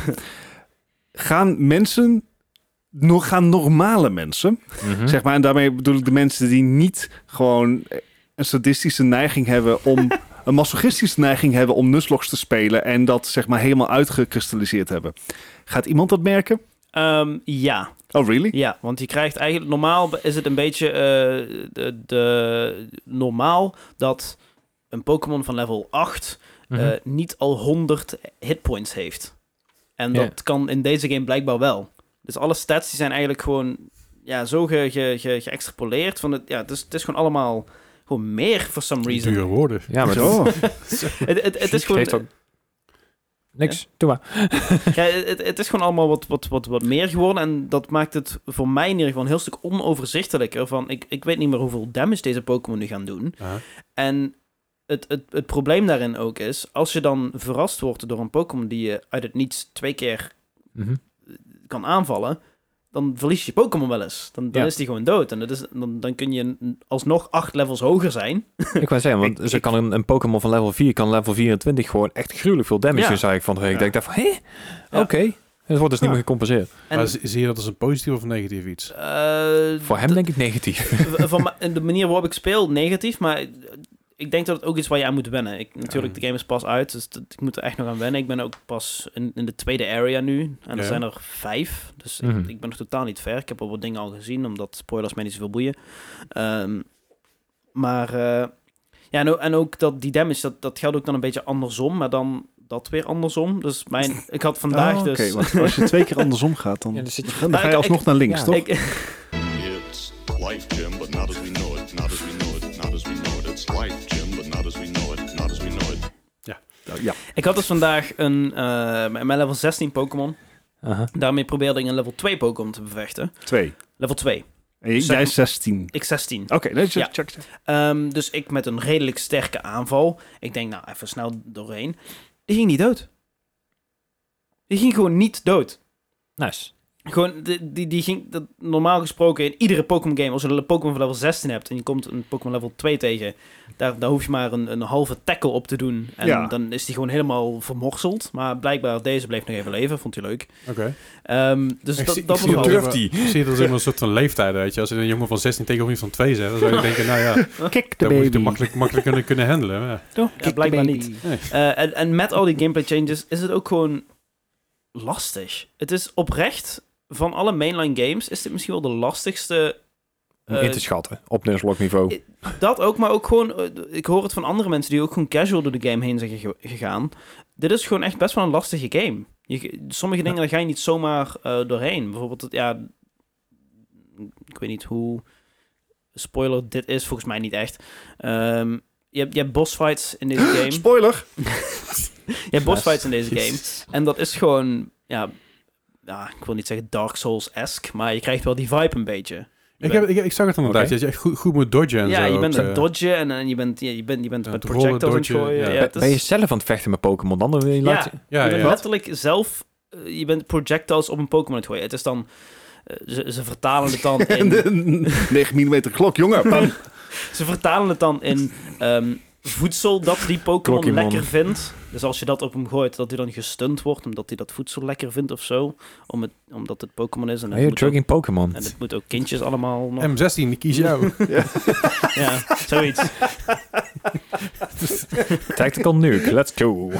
Gaan mensen, nog gaan normale mensen, Mhm. zeg maar, en daarmee bedoel ik de mensen die niet gewoon een sadistische neiging hebben om, een masochistische neiging hebben om Nuzlocke te spelen en dat zeg maar helemaal uitgekristalliseerd hebben. Gaat iemand dat merken? Um, ja. Oh, really? Ja, want je krijgt eigenlijk... Normaal is het een beetje uh, de, de, normaal dat een Pokémon van level acht Mhm. uh, niet al honderd hitpoints heeft. En Ja. dat kan in deze game blijkbaar wel. Dus alle stats die zijn eigenlijk gewoon ja, zo ge, ge, ge, geëxtrapoleerd. Van het, ja, het, is, het is gewoon allemaal gewoon meer for some reason. Dure woorden. Ja, maar Zo. Het, het, het is gewoon... geeft ook niks. Doe maar. Ja, het, het is gewoon allemaal wat, wat, wat, wat meer geworden. En dat maakt het voor mij in ieder geval een heel stuk onoverzichtelijker. Van, ik, ik weet niet meer hoeveel damage deze Pokémon nu gaan doen. Aha. En het, het, het probleem daarin ook is, als je dan verrast wordt door een Pokémon die je uit het niets twee keer Mhm. kan aanvallen, dan verlies je Pokémon wel eens. Dan, dan Ja. is die gewoon dood. En dat is, dan, dan kun je alsnog acht levels hoger zijn. Ik wou zeggen, want Ik- ze ik- kan een, een Pokémon van level vier, kan level vierentwintig gewoon echt gruwelijk veel damage Ja. doen, zei ik van de week. Ja. Ik dacht van, hé, Ja. oké. Het wordt dus niet Ja. meer gecompenseerd. En, Maar zie zie je dat als een positief of negatief iets? eh, Voor hem d- denk ik negatief. van ma- de manier waarop ik speel, negatief, maar ik denk dat het ook iets waar je aan moet wennen. Ik, natuurlijk, de game is pas uit, dus dat, ik moet er echt nog aan wennen. Ik ben ook pas in, in de tweede area nu, en er Ja. zijn er vijf, dus Mhm. ik, ik ben nog totaal niet ver. Ik heb al wat dingen al gezien, omdat spoilers mij niet zoveel boeien. Ehm, maar, eh, ja, en ook, en ook dat die damage, dat, dat geldt ook dan een beetje andersom, maar dan dat weer andersom. Dus mijn, ik had vandaag Oh, Oké, dus... want als je twee keer andersom gaat, dan, Ja, dan zit je- dan ga je ik- alsnog naar links, ja. toch? ik, It's life, Jim, but not as we know it. Not as we know it. Not as we know it. It's life, Jim, but not as we know it. Not as we know it. Ja. ik had dus vandaag een, eh, mijn level zestien Pokémon. Aha. Daarmee probeerde ik een level twee Pokémon te bevechten. Twee. Level twee. En jij- Zeg- jij is zestien. Ik zestien. Oké, nee, check, Ja. check, check. Ehm, dus ik met een redelijk sterke aanval. Ik denk, nou, even snel doorheen. Die ging niet dood. Die ging gewoon niet dood. Nice. Gewoon, die, die, die ging... Dat, normaal gesproken, in iedere Pokémon game... Als je een Pokémon van level zestien hebt... en je komt een Pokémon level twee tegen... Daar, daar hoef je maar een, een halve tackle op te doen. En Ja. dan is die gewoon helemaal vermorseld. Maar blijkbaar, deze bleef nog even leven. Vond hij leuk. Oké. Um, dus Ik dat, zie- dat ik was zie wel... het durft Ik zie het als een soort van leeftijd, weet je. Als je een jongen van zestien tegen iemand van twee zet, dan zou je denken, nou ja, Kick the dat moet je baby. toch makkelijk, makkelijk kunnen, kunnen handelen. Maar ja. Ja, blijkbaar niet. Nee. Uh, en, en met al die gameplay changes is het ook gewoon lastig. Het is oprecht, van alle mainline games, is dit misschien wel de lastigste... Om uh, in te schatten, op Nuzlocke niveau. Dat ook, maar ook gewoon... uh, ik hoor het van andere mensen die ook gewoon casual door de game heen zijn gege- gegaan. Dit is gewoon echt best wel een lastige game. Je, sommige dingen, daar ga je niet zomaar uh, doorheen. Bijvoorbeeld, het, ja... Ik weet niet hoe... Spoiler, dit is volgens mij niet echt. Um, je, hebt, je hebt bossfights in deze game. Spoiler! Je hebt bossfights in deze game. En dat is gewoon... Ja, ja, ik wil niet zeggen Dark Souls-esque, maar je krijgt wel die vibe een beetje. Ik, heb, ik, ik zag het inderdaad, Oké. dat je echt goed, goed moet dodgen en Ja, zo. je bent ook, aan het eh. dodgen en, en je bent, ja, je bent, je bent Ja, met het rollen, projectiles aan het dodgen, gooien. ja. Ja, het is- Ben je zelf aan het vechten met Pokémon dan? Dan ja, laat je- Ja, je bent ja. letterlijk zelf... uh, je bent projectiles op een Pokémon aan het gooien. Het is dan... uh, ze, ze vertalen het dan in... negen millimeter klok, jongen. Bam. Ze vertalen het dan in um, voedsel dat die Pokémon Klokkimon. lekker vindt. Dus als je dat op hem gooit, dat hij dan gestunt wordt, omdat hij dat voedsel lekker vindt of zo. Om het, omdat het Pokémon is. En Are het, you moet ook, drugging Pokémon? en het moet ook kindjes allemaal nog... M zestien, die kies jou. Ja, zoiets. Tactical Nuke, let's go.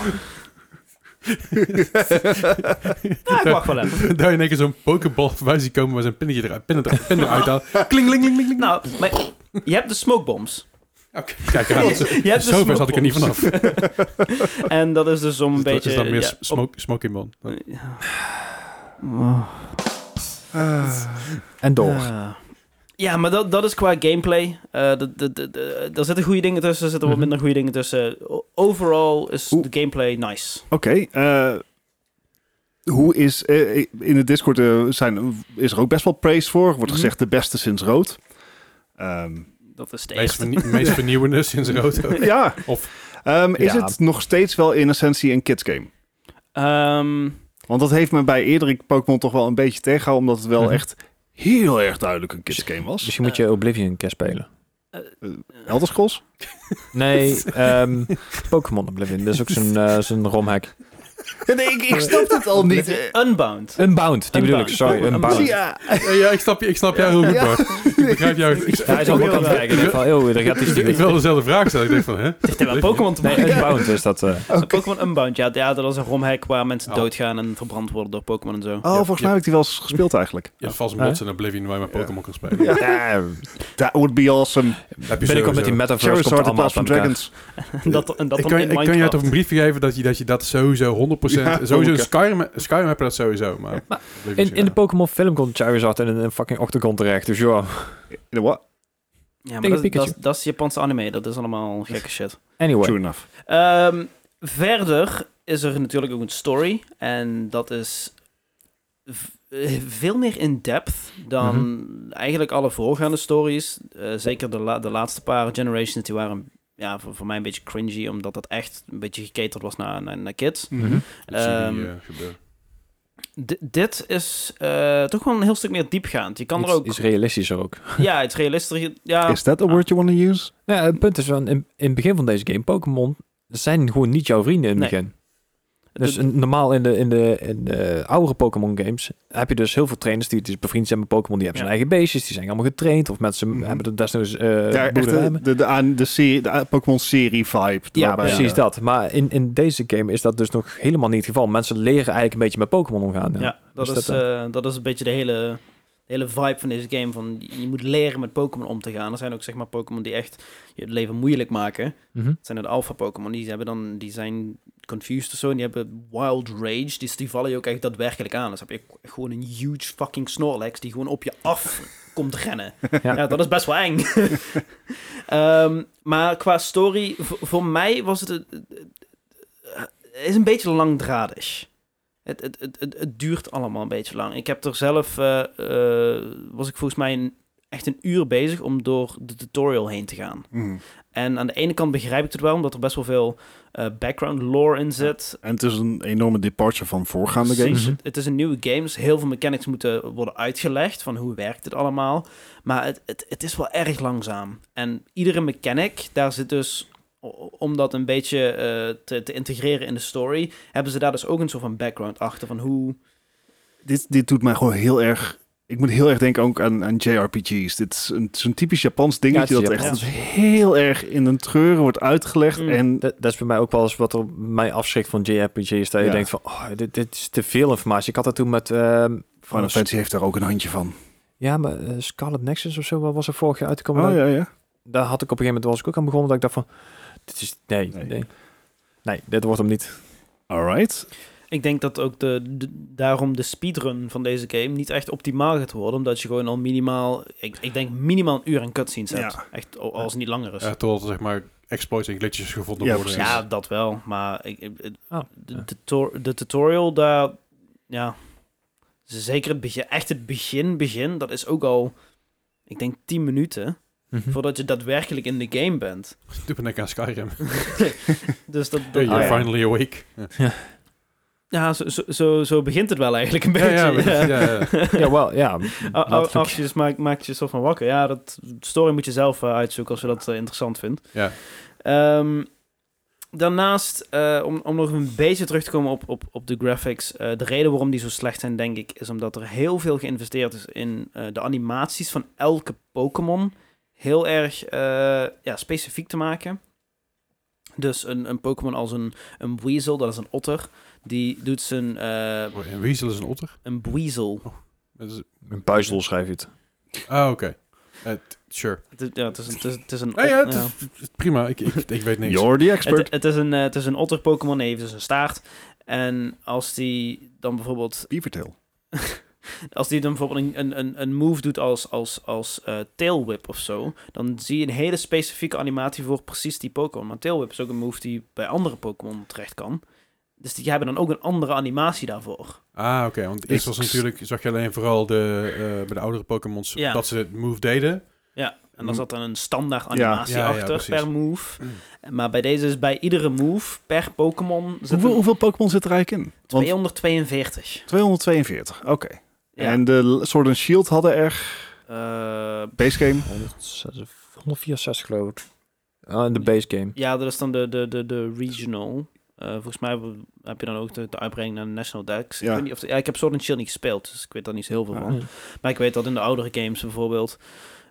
Ja, ik wacht wel even. Daar je in één keer zo'n pokeball voorbij ziet komen waar zijn pinnetje eruit, pin eruit, pin eruit haalt. Kling, kling, kling, kling, kling. Nou, maar je hebt de smokebombs. Oké, kijk aan. Je hebt de Zover zat ik er niet vanaf. En dat is dus om een Dat beetje... is dan meer ja, smoke, smoking ball. op- Ja. En door. Ja. Ja, maar dat, dat is qua gameplay. Uh, de, de, de, de, er zitten goede dingen tussen, er zitten wat Mhm. minder goede dingen tussen. O- Overall is Oeh. de gameplay nice. Oké, eh, hoe is... eh, in de Discord eh, zijn, is er ook best wel praise voor. Wordt Mhm. gezegd de beste sinds rood. Ehm, Dat is de Meest, eerste. vernie meest vernieuwende sinds rood ook. ja. Of- Ehm, is Ja. het nog steeds wel in essentie een kids game? Ehm, Want dat heeft me bij eerdere Pokémon toch wel een beetje tegengehouden, omdat het wel Mhm. echt heel erg duidelijk een kids game was. Misschien moet je Oblivion een keer spelen. Elder Scrolls? Nee, ehm, Pokémon Oblivion. Dat is ook zo'n uh, zo'n romhack. Nee, ik, ik snap het al niet. Unbound. Unbound, die bedoel ik. Unbound. Sorry, Oh, Unbound. Ja. Ja, ja, ik snap, je, ik snap jou heel goed, Ja. Bart. Ik begrijp jou. Ik, Ja, hij is al ook aan het kijken. Ik denk van, oh, daar gaat iets ik, ik wil dezelfde vraag stellen. Ik denk van, hè? Heeft hij wel Pokémon te Nee, maken? Unbound is dat. uh, Een Pokémon Unbound, ja, ja, dat is een romhack waar mensen Oh. doodgaan en verbrand worden door Pokémon en zo. Oh, volgens mij heb ik die wel eens gespeeld eigenlijk. Je hebt vast mods in Oblivion waar je met Pokémon kan spelen. Ja. ja, That would be awesome. Heb je binnenkort met die sowieso. metaverse komt Charizard er in allemaal plaats van bij elkaar. Dragons. En dat, en dat Ik dan kan, in ik kan je Minecraft. uit op een briefje geven dat je dat, je dat sowieso honderd procent... Ja, sowieso oké. Skyrim, Skyrim heb je dat sowieso, maar... Oblivion In, in de Pokémon film komt Charizard in een, een fucking octagon terecht. Dus ja, You know what? Ja, maar Tegen dat, Pikachu. dat, dat is Japanse anime, dat is allemaal gekke shit. anyway. True enough. Ehm, verder is er natuurlijk ook een story. En dat is v- eh, veel meer in-depth dan eigenlijk alle voorgaande stories. Eh, zeker de, la- de laatste paar generations, die waren ja, voor, voor mij een beetje cringy, omdat dat echt een beetje gecaterd was naar, naar, naar kids. Mhm. Dat zie je Ehm, niet, eh, gebeuren. D- dit is eh, toch wel een heel stuk meer diepgaand. Je kan er Iets, ook... iets realistischer ook. Ja, het is realistischer. Ja, Is that a word you want to use? Ja, het punt is van, in, in het begin van deze game, Pokémon zijn gewoon niet jouw vrienden in het Nee. begin. Dus de- een- normaal in de, in, de, in de oudere Pokémon games heb je dus heel veel trainers die dus bevriend zijn met Pokémon. Die hebben Ja. zijn eigen beestjes, die zijn allemaal getraind. Of mensen Mhm. hebben er desnoods uh, Ja, echt de, de, de, aan- de, serie- de Pokémon-serie vibe. Ja, waarbij- precies ja. dat. Maar in, in deze game is dat dus nog helemaal niet het geval. Mensen leren eigenlijk een beetje met Pokémon omgaan. Ja. Ja, dat, Dus is, dat, eh, dat is een beetje de hele, de hele vibe van deze game. Van, je moet leren met Pokémon om te gaan. Er zijn ook zeg maar Pokémon die echt je het leven moeilijk maken. Mhm. Het zijn de alpha Pokémon. Die, hebben dan, die zijn confused of zo. En die hebben Wild Rage. Dus die vallen je ook echt daadwerkelijk aan. Dus heb je gewoon een huge fucking Snorlax die gewoon op je af komt rennen. Ja. Ja, dat is best wel eng. Ehm, maar qua story, v- voor mij was het... Het is een beetje langdradig. Het, het, het, het, het duurt allemaal een beetje lang. Ik heb er zelf, eh, eh, was ik volgens mij een echt een uur bezig om door de tutorial heen te gaan. Mm. En aan de ene kant begrijp ik het wel, omdat er best wel veel uh, background lore in zit. En het is een enorme departure van voorgaande Precies. games. Het, het is een nieuwe game, dus heel veel mechanics moeten worden uitgelegd van hoe werkt het allemaal. Maar het, het, het is wel erg langzaam. En iedere mechanic, daar zit dus, om dat een beetje uh, te, te integreren in de story, hebben ze daar dus ook een soort van background achter van hoe... Dit, dit doet mij gewoon heel erg... Ik moet heel erg denken ook aan, aan J R P G's. Dit is een, zo'n typisch Japans dingetje Ja, het dat is echt Japans. heel erg in een treuren wordt uitgelegd. Mm. En Dat, dat is bij mij ook wel eens wat er mij afschrikt van J R P G's. Dat je Ja. denkt van, oh, dit, dit is te veel informatie. Ik had dat toen met... Uh, Final van- Fantasy heeft daar ook een handje van. Ja, maar uh, Scarlet Nexus of zo, wat was er vorig jaar uitgekomen? Oh Daar- ja, ja. Daar had ik op een gegeven moment, was ik ook aan begonnen, dat ik dacht van, dit is, nee, Nee. nee. Nee, dit wordt hem niet. Alright. Ik denk dat ook de, de- daarom de speedrun van deze game niet echt optimaal gaat worden, omdat je gewoon al minimaal, ik, ik denk minimaal een uur aan cutscenes hebt. Ja. Echt, al- als het niet langer is. Ja, totdat er zeg maar exploits en glitches gevonden Ja, worden. precies. Ja, dat wel. Maar ik, ik- het- Oh, de, ja. tutor- de tutorial daar, ja, zeker het begin, echt het begin, begin, dat is ook al, ik denk tien minuten Mhm. voordat je daadwerkelijk in de game bent. Doe me denken aan Skyrim. Dus dat, dat You're Ah, ja. finally awake. Ja, ja, zo, zo, zo, zo begint het wel eigenlijk een ja, beetje. ja, ja, ja, ja. Ja, wel, ja. A- a- laat ik- Afjes maakt, maakt je soort van wakker. Ja, dat story moet je zelf eh, uitzoeken als je dat eh, interessant vindt. Ja. Ehm, daarnaast, eh, om, om nog een beetje terug te komen op, op, op de graphics. eh, de reden waarom die zo slecht zijn, denk ik, is omdat er heel veel geïnvesteerd is in eh, de animaties van elke Pokémon. Heel erg eh, ja, specifiek te maken. Dus een, een Pokémon als een, een Weasel, dat is een otter. Die doet zijn... eh, Een weasel is een otter? een Weasel. Dat is- Een buizel schrijf je het. Ah, oké. Eh, t- sure. Het is, ja, het is, een- het is, het is een... Ah, ja, het ja. is- het is prima. Ik, ik, ik weet niks. You're the expert. Het, het is een, eh, het is een otter-Pokémon, nee, het is een staart. En als die dan bijvoorbeeld... Beavertail. Als die dan bijvoorbeeld een, een, een, een move doet als, als, als uh, Tail Whip of zo, dan zie je een hele specifieke animatie voor precies die Pokémon. Maar Tail Whip is ook een move die bij andere Pokémon terecht kan. Dus die hebben dan ook een andere animatie daarvoor. Ah, oké. Want eerst was natuurlijk, zag je alleen vooral de, uh, bij de oudere Pokémons Ja. dat ze het move deden. Ja, en Mm. dan zat dan een standaard animatie Ja, ja, ja, achter precies. per move. Mm. Maar bij deze is bij iedere move per Pokémon zit Hoeveel, een hoeveel Pokémon zit er eigenlijk in? Want tweehonderdtweeënveertig. tweehonderdtweeënveertig, oké. Ja. En de Sword and Shield hadden er Eh, base game. honderdvierenzestig geloof ik. Ah, in de base game. Ja, dat is dan de, de, de, de regional. Uh, volgens mij heb je dan ook de, de uitbreiding naar de National Dex. Ja. Ik, weet niet of de, ja, ik heb Sword and Shield niet gespeeld, dus ik weet daar niet zo heel veel Ja. van. Ja. Maar ik weet dat in de oudere games bijvoorbeeld...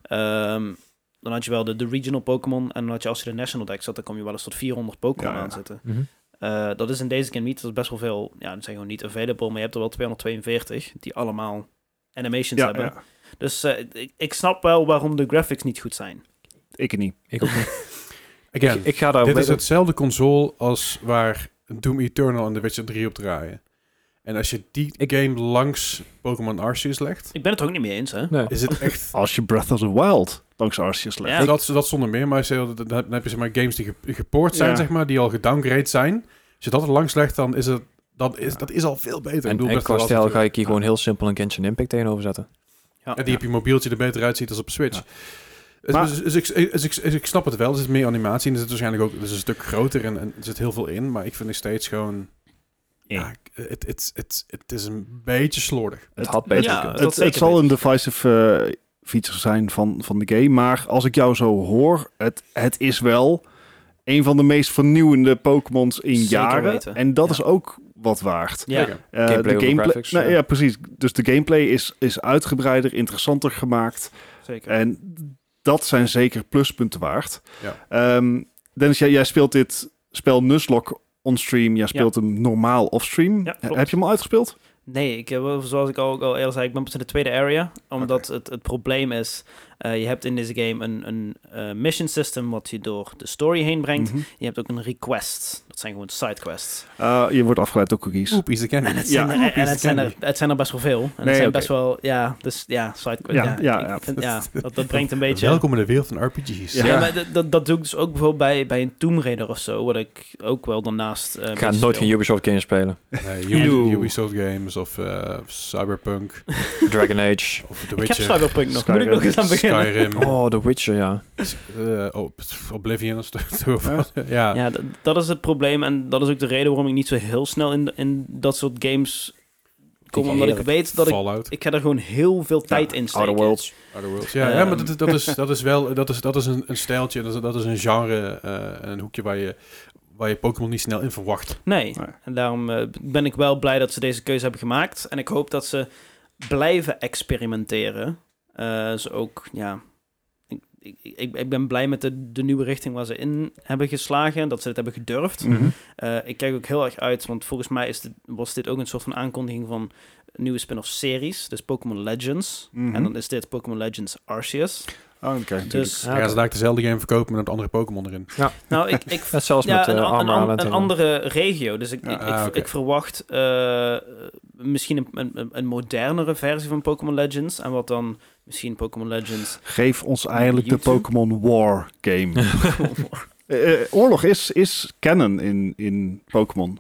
Um, dan had je wel de, de regional Pokémon. En dan had je, als je de National Dex zat, dan kom je wel eens tot vierhonderd Pokémon Ja, ja. aan zitten. Mhm. Uh, dat is in deze game niet. Dat is best wel veel... Ja, dat zijn gewoon niet available. Maar je hebt er wel tweehonderdtweeënveertig die allemaal animations Ja, hebben. ja, Dus uh, ik, ik snap wel waarom de graphics niet goed zijn. ik niet. Ik ook niet. Again, ik, ik ga daar dit met- is hetzelfde console als waar Doom Eternal en The Witcher drie op draaien. En als je die Ik- game langs Pokémon Arceus legt, Ik ben het er ook niet mee eens, hè? Nee. is het echt... Als je Breath of the Wild langs Arceus legt. Ja. dat, dat zonder meer, maar stel, dan dan heb je zeg maar, games die ge- gepoord zijn, Ja. zeg maar, die al gedowngrade zijn. Als je dat er langs legt, dan is het... Dat is, dat is al veel beter. Ik En, bedoel, en best qua wel stijl als- ga ik hier gewoon heel simpel een Genshin Impact tegenover zetten. Ja. En die op je mobieltje er beter uitziet als op Switch. Ja. Dus, Maar- dus, dus ik, dus ik, dus ik snap het wel. Er zit meer animatie en er zit waarschijnlijk ook... Het is een stuk groter en, en er zit heel veel in. Maar ik vind nog steeds gewoon... Ja, het, het, het, het is een beetje slordig. Het had beter Ja, kunnen. dat Het, zeker het zal beter. een divisive eh, feature zijn van, van de game. Maar als ik jou zo hoor, het, het is wel een van de meest vernieuwende Pokémons in Zeker jaren. weten. En dat Ja. is ook wat waard. Ja. Zeker. Eh, Gameplay de over gameplay, graphics, nou, ja. ja, precies. Dus de gameplay is, is uitgebreider, interessanter gemaakt. Zeker. En dat zijn zeker pluspunten waard. Ja. Ehm, Dennis, jij, jij speelt dit spel Nuzlocke on-stream. Jij speelt hem normaal off-stream. Ja, He- klopt. heb je hem al uitgespeeld? Nee, ik heb, zoals ik al, al eerder zei, ik ben pas in de tweede area. Omdat het, het probleem is, uh, je hebt in deze game een, een uh, mission system wat je door de story heen brengt. Mhm. Je hebt ook een request. Dat Het zijn gewoon sidequests. Uh, je wordt afgeleid door cookies. Oeh, piece of candy. En het Ja. zijn, er, en het zijn, er, het zijn er best wel veel. En Nee, het zijn oké. best wel, ja, dus ja, sidequests. Ja, Ja, ja, ik ja. vind- ja, dat, dat brengt een beetje... Welkom in de wereld van R P G's. Ja. Ja, maar dat, dat, dat doe ik dus ook bijvoorbeeld bij, bij een Tomb Raider of zo, wat ik ook wel daarnaast... Uh, Ik ga nooit geen Ubisoft games spelen. Nee, Ubi- Ew. Ubisoft games of uh, Cyberpunk Dragon Age. of The Ik heb Witcher. Cyberpunk nog, Skyrim. moet ik nog eens aan beginnen. Skyrim. Oh, The Witcher, ja. Uh, oh, Oblivion. Ja. Ja, dat, dat is het probleem en dat is ook de reden waarom ik niet zo heel snel in, in dat soort games kom, omdat ik heerlijk. weet dat ik... Fallout. Ik ga er gewoon heel veel tijd in steken. Outer Worlds. Outer Worlds. Ja, ja, Ehm. maar dat, dat, is, dat is wel dat is, dat is een, een stijltje, dat is, dat is een genre, uh, een hoekje waar je, waar je Pokémon niet snel in verwacht. Nee, Nee. en daarom uh, ben ik wel blij dat ze deze keuze hebben gemaakt. En ik hoop dat ze blijven experimenteren. Uh, ze ook, ja... Ik, ik, ik, ik ben blij met de, de nieuwe richting waar ze in hebben geslagen. Dat ze het hebben gedurfd. Mhm. Uh, ik kijk ook heel erg uit, want volgens mij is dit, was dit ook een soort van aankondiging van een nieuwe spin-off series. Dus Pokémon Legends. Mhm. En dan is dit Pokémon Legends Arceus. Oh, oké. Dus, Dan gaan ze daar dezelfde game verkopen met een andere Pokémon erin. nou, ik... ik Net zelfs ja, met een, uh, an- een, Armor an- Island een en- andere regio. Dus ik, Ja, ik, ik, ah, oké. ik verwacht uh, misschien een, een, een modernere versie van Pokémon Legends. En wat dan misschien Pokémon Legends... Geef ons eindelijk de YouTube? Pokémon War game. Uh, uh, oorlog is, is canon in, in Pokémon.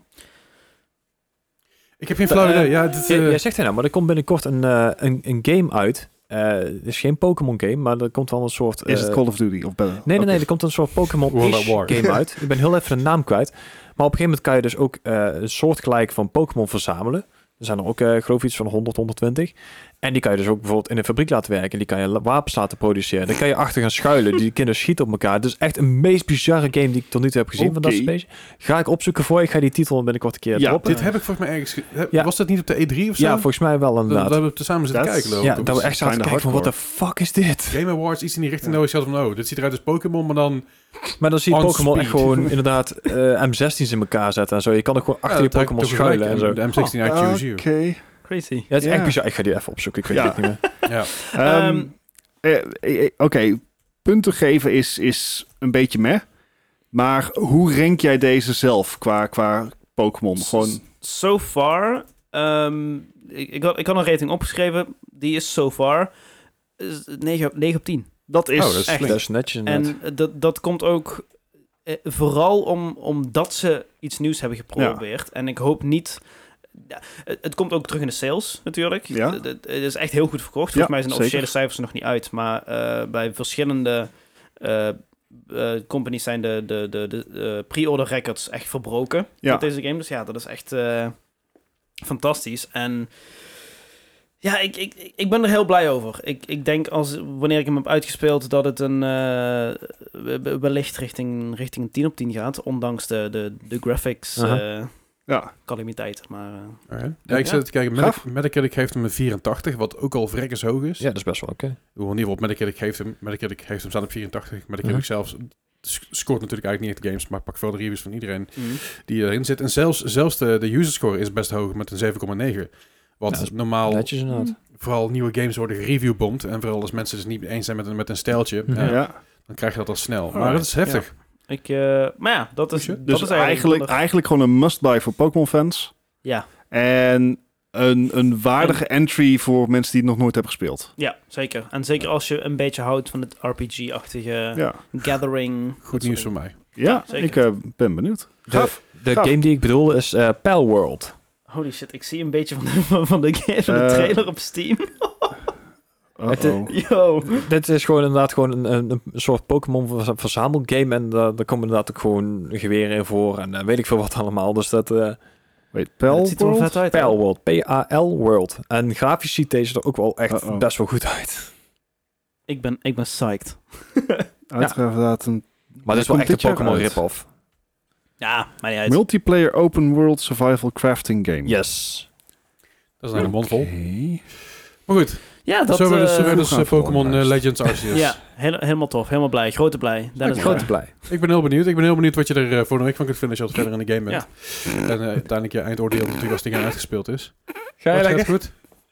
Ik heb geen flauw Eh, idee. Ja, dit, J- uh, Jij zegt het nou, maar er komt binnenkort een, uh, een, een game uit. Uh, het is geen Pokémon game, maar er komt wel een soort... Is uh, het Call of Duty of better? Nee, nee, nee, er komt een soort Pokémon World at War. game uit. Ik ben heel even de naam kwijt. Maar op een gegeven moment kan je dus ook uh, een soortgelijk van Pokémon verzamelen. Er zijn er ook, uh, geloof ik, iets van honderd, honderdtwintig. En die kan je dus ook bijvoorbeeld in een fabriek laten werken. Die kan je wapens laten produceren. Daar kan je achter gaan schuilen. Die kinderen schieten op elkaar. Het is echt een meest bizarre game die ik tot nu toe heb gezien. Van dat Oké. soort beestjes. Ga ik opzoeken voor. Ik ga die titel binnenkort een keer Ja, droppen. dit heb ik volgens mij ergens... ge- heb- Ja. Was dat niet op de E drie of zo? Ja, volgens mij wel dat, inderdaad. dat hebben we samen zitten That's- kijken. geloof Ja, ik. dat we echt zaten te kinda kijken van, what the hardcore. fuck is dit? Game Awards iets in die richting. Ja. Dat je had van, oh, dit ziet eruit als Pokémon, maar dan... Maar dan zie je On Pokémon echt speed. gewoon inderdaad uh, M zesteen's in elkaar zetten en zo. Je kan er gewoon achter Ja, je dat Pokémon lijkt me schuilen en zo. De M zestien I Choose You. Oké. Crazy. Ja, het is Ja. echt bizar. Ik ga die even opzoeken. Ik weet Ja. het niet meer. Ja. Ehm, Um, eh, eh, eh, Oké, punten geven is, is een beetje meh. Maar hoe rank jij deze zelf qua, qua Pokémon? Gewoon... So far... Um, ik, ik, had, ik had een rating opgeschreven. Die is so far... is negen op tien. Dat is, Oh, dat is echt... Dat is netjes inderdaad. En dat, dat komt ook eh, vooral om, omdat ze iets nieuws hebben geprobeerd. En ik hoop niet... Ja, het, het komt ook terug in de sales natuurlijk. Ja. Het, het is echt heel goed verkocht. Volgens Ja, mij zijn de zeker. officiële cijfers er nog niet uit. Maar eh, bij verschillende eh, eh, companies zijn de, de, de, de eh, pre-order records echt verbroken Ja. met deze game. Dus ja, dat is echt eh, fantastisch. En ja, ik, ik, ik ben er heel blij over. Ik, ik denk als wanneer ik hem heb uitgespeeld dat het een uh, wellicht richting, richting een tien op tien gaat. Ondanks de, de, de graphics Aha. uh, Ja. calamiteit. Maar uh, Alright. Ja, ik Ja. zit te kijken. Gaaf. Metac- Metacritic geeft hem een vierentachtig, wat ook al vrekkers hoog is. Ja, dat is best wel oké. In ieder geval, Metacritic geeft hem, Metacritic heeft hem staan op vierentachtig. Metacritic Mhm. zelfs sc- scoort natuurlijk eigenlijk niet echt de games, maar pak veel de reviews van iedereen mm. die erin zit. En zelfs, zelfs de, de user score is best hoog met een zeven komma negen. Wat Ja, dat is normaal, Netjes inderdaad. vooral nieuwe games worden gereviewbomd. En vooral als mensen het dus niet eens zijn met een, met een stijltje, Mhm. ja, Ja. dan krijg je dat al snel. Maar Alright. dat is heftig. Ik, uh, maar ja, dat is, Dus dat Dus is eigenlijk, nog- eigenlijk gewoon een must-buy voor Pokémon-fans. Ja, En een, een waardige entry voor mensen die het nog nooit hebben gespeeld. ja, zeker. En zeker als je een beetje houdt van het R P G-achtige Ja, gathering. Goed nieuws voor mij. ja Zeker. ik uh, ben benieuwd. Gaaf. De Gaaf. game die ik bedoel is uh, Pal World. Holy shit, ik zie een beetje van de, van de, van de Uh, trailer op Steam. Het, Uh-oh. Yo. Dit is gewoon inderdaad gewoon een, een, een soort Pokémon verza- verzamelgame. En uh, daar komen inderdaad ook gewoon geweren in voor. En uh, weet ik veel wat allemaal. Dus dat... Uh, Wait, Pel Het ziet er wel World? vet uit. Pal hè? World. P A L World. En grafisch ziet deze er ook wel echt Uh-oh. best wel goed uit. Ik ben, ik ben psyched. Uiteraard een Maar dit is wel komt echt een dit jaar Pokémon uit. rip-off. Ja, maar niet uit. multiplayer open world survival crafting game. Yes. Dat is een hele mond vol. Oké. Maar goed, Ja, dat... zo hebben we dus, eh, zo hebben we dus gaan eh, voor Pokémon een eh, lijst. Legends Arceus. ja, heel, helemaal tof. Helemaal blij. Grote blij. Dat is Grote blij. Ik ben heel benieuwd. Ik ben heel benieuwd wat je er uh, volgende week van kunt vinden als je wat verder in de game bent. En uh, uiteindelijk je eindoordeel natuurlijk als die game uitgespeeld is. Ga je Wat, lekker? gaat goed?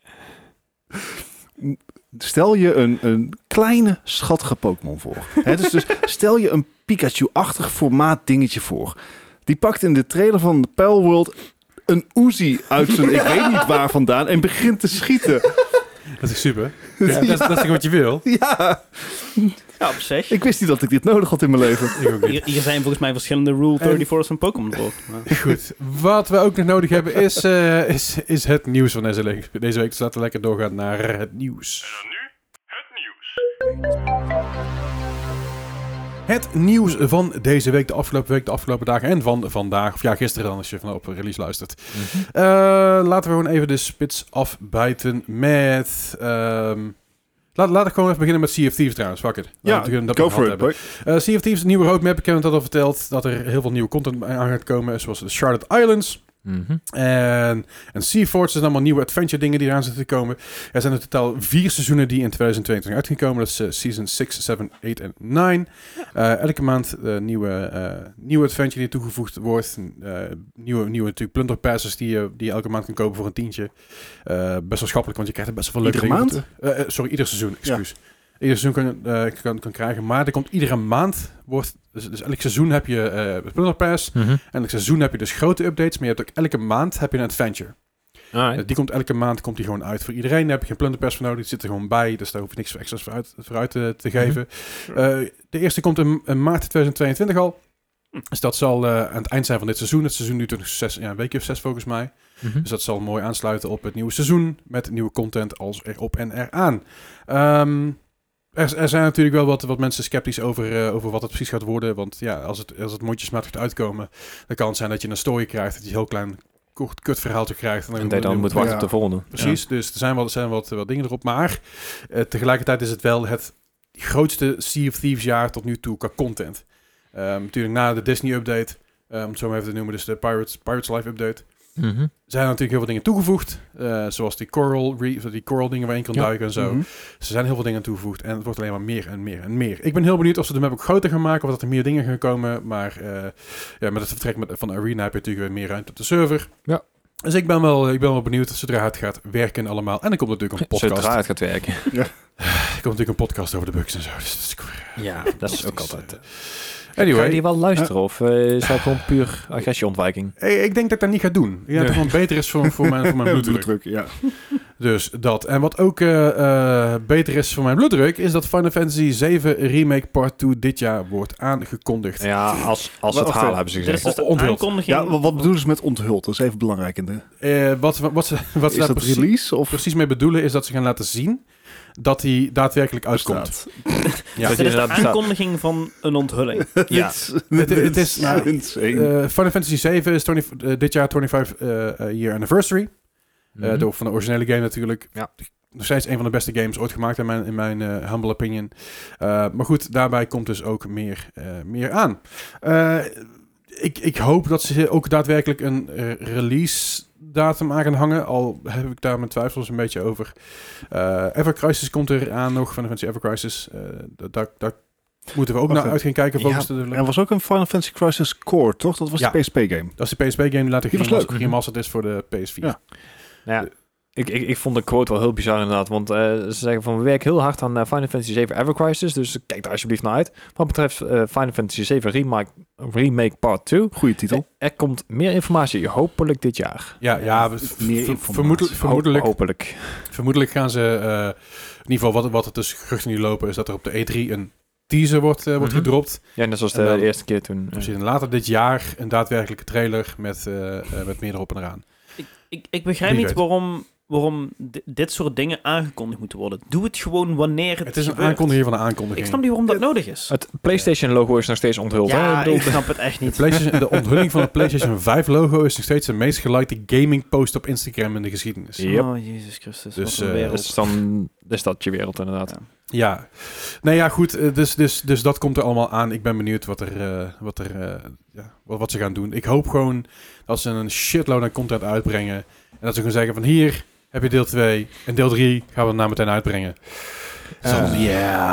Stel je een, een kleine, schattige Pokémon voor. Hè, dus, dus stel je een Pikachu-achtig formaat dingetje voor. Die pakt in de trailer van The Palworld een Uzi uit zijn ik weet niet waar vandaan en begint te schieten. Dat is super. Ja, dat, is, dat is toch wat je wil? Ja, Ja, op zich. ik wist niet dat ik dit nodig had in mijn leven. Ik ook niet. Hier, hier zijn volgens mij verschillende Rule vierendertig's van Pokémon voor. Maar- Goed. Wat we ook nog nodig hebben is, uh, is, is het nieuws van deze week. Deze week dus laten we lekker doorgaan naar het nieuws. Het nieuws van deze week, de afgelopen week, de afgelopen dagen en van vandaag. Of ja, gisteren dan, als je van op release luistert. Mhm. Uh, laten we gewoon even de spits afbijten met... Um, laat, laat ik gewoon even beginnen met Sea of Thieves trouwens. Fuck it. Ja, Laten we dat go nog for it, hebben. boy. Uh, sea of Thieves, een nieuwe roadmap. Ik heb het al verteld dat er heel veel nieuwe content aan gaat komen. Zoals de Sharded Islands. Mhm. En, en SeaForge zijn allemaal nieuwe adventure dingen die eraan zitten te komen. Er zijn in totaal vier seizoenen die in twintig tweeëntwintig uit gaan komen. Dat is uh, season zes, zeven, acht en negen. Uh, elke maand uh, nieuwe, uh, nieuwe adventure die toegevoegd wordt. Uh, nieuwe, nieuwe natuurlijk plunder passes die je, die je elke maand kan kopen voor een tientje. Uh, best wel schappelijk, want je krijgt er best wel leuke Iedere dingen maand? voor terug. Uh, uh, sorry, ieder seizoen, excuus. Ieder seizoen kan, uh, kan, kan krijgen. Maar er komt iedere maand... wordt Dus, dus elk seizoen heb je uh, Plunder Pass. Mhm. Elk seizoen heb je dus grote updates. Maar je hebt ook elke maand heb je een adventure. Alright. Uh, die komt elke maand komt die gewoon uit voor iedereen. Daar heb je geen Plunder Pass voor nodig. Die zit er gewoon bij. Dus daar hoef je niks extra's voor uit, voor uit te, te geven. Uh, de eerste komt in, in maart twintig tweeëntwintig al. Dus dat zal uh, aan het eind zijn van dit seizoen. Het seizoen duurt nog zes, ja, een weekje of zes volgens mij. Mhm. Dus dat zal mooi aansluiten op het nieuwe seizoen. Met nieuwe content als erop en eraan. Um, Er, er zijn natuurlijk wel wat, wat mensen sceptisch over, uh, over wat het precies gaat worden. Want ja, als het, als het mondjesmaat gaat uitkomen, dan kan het zijn dat je een story krijgt. Dat je een heel klein, kort, kut verhaaltje krijgt. En dat je dan moet wachten Ja. op de volgende. Precies, Ja. dus er zijn, wel, er zijn wat, wat dingen erop. Maar uh, tegelijkertijd is het wel het grootste Sea of Thieves jaar tot nu toe qua content. Um, natuurlijk na de Disney-update, um, om het zo maar even te noemen, dus de Pirates, Pirates Life update. Mhm. Zijn er natuurlijk heel veel dingen toegevoegd. Uh, zoals die coral, re- die coral dingen waar je in kan Ja. duiken en zo. Mhm. Er zijn heel veel dingen toegevoegd. En het wordt alleen maar meer en meer en meer. Ik ben heel benieuwd of ze de map ook groter gaan maken. Of dat er meer dingen gaan komen. Maar uh, ja, met het vertrek met, van de Arena heb je natuurlijk weer meer ruimte op de server. Ja. Dus ik ben wel, ik ben wel benieuwd zodra het gaat werken allemaal. En er komt natuurlijk een podcast. Zodra het gaat werken. Er komt natuurlijk een podcast over de bugs en zo. Dus dat is, Ja, dat is ook altijd... Uh, anyway. Ga je die wel luisteren of uh, is dat gewoon puur agressieontwijking? Ik, ik denk dat ik dat niet ga doen. Ik denk dat het gewoon beter is voor, voor mijn, voor mijn bloeddruk. Bloeddruk, ja. Dus dat. En wat ook uh, uh, beter is voor mijn bloeddruk, is dat Final Fantasy zeven Remake Part twee dit jaar wordt aangekondigd. Ja, als, als Wacht het halen even. hebben ze Er is gezegd. dus de Onthuld. aankondiging... Ja, wat, wat bedoelen ze met onthuld? Dat is even belangrijk in de... Uh, wat, wat, wat ze, wat ze Is daar dat precies, release of precies mee bedoelen, is dat ze gaan laten zien dat hij daadwerkelijk uitkomt. bestaat? Ja. Dat Dit is de inderdaad bestaat. aankondiging van een onthulling. Ja. Het- het is- nou, insane. Uh, Final Fantasy zeven is twintig, uh, dit jaar vijfentwintig uh, year anniversary. Uh, Mhm. de, van de originele game natuurlijk. Ja. Nog steeds een van de beste games ooit gemaakt in mijn, in mijn uh, humble opinion. Uh, maar goed, daarbij komt dus ook meer, uh, meer aan. Uh, ik, ik hoop dat ze ook daadwerkelijk een uh, release datum aan gaan hangen. Al heb ik daar mijn twijfels een beetje over. Uh, Ever Crisis komt er aan nog. Final Fantasy Ever Crisis. Uh, daar, daar moeten we ook Wacht naar uit gaan kijken. Volgens de, Er was ook een Final Fantasy Crisis Core, toch? Dat was Ja. de P S P-game. dat is de P S P game die later Die was geremasterd- leuk. geremasterd is voor de P S vier. Ja. Nou ja, ik, ik, ik vond de quote wel heel bizar inderdaad. Want uh, ze zeggen van we werken heel hard aan uh, Final Fantasy zeven Ever Crisis. Dus kijk daar alsjeblieft naar uit. Wat betreft uh, Final Fantasy zeven Remake, Remake Part twee. Goeie titel. Er komt meer informatie, hopelijk dit jaar. Ja, ja we- Meer ver- informatie. vermoedelijk, vermoedelijk, Ho- hopelijk. vermoedelijk gaan ze... Uh, in ieder geval wat, wat het dus geruchten nu lopen... is dat er op de E drie een teaser wordt, uh, wordt Mhm. gedropt. Ja, net zoals de En dan- eerste keer toen. uh, Precies, en later dit jaar een daadwerkelijke trailer... met, uh, uh, met meer erop en eraan. Ik, ik begrijp Wie niet weet. waarom, waarom di- dit soort dingen aangekondigd moeten worden. Doe het gewoon wanneer het Het is een gebeurt. aankondiging van een aankondiging. Ik snap niet waarom dat nodig is. Het PlayStation logo is nog steeds onthuld. hè? Ja, Ik bedoel, ik snap het echt De, niet. PlayStation, de onthulling van het PlayStation vijf logo... is nog steeds de meest gelikte gaming post op Instagram in de geschiedenis. Yep. Oh, Jezus Christus. Dus, wat een eh, wereld. dus dan is dat je wereld inderdaad. Ja. Ja, nou ja, goed. uh, Dus, dus, dus dat komt er allemaal aan. Ik ben benieuwd wat, er, uh, wat, er, uh, ja, wat, wat ze gaan doen. Ik hoop gewoon dat ze een shitload aan content uitbrengen. En dat ze gewoon zeggen van hier heb je deel twee. En deel drie gaan we daarna meteen uitbrengen. Ja. Uh, ja.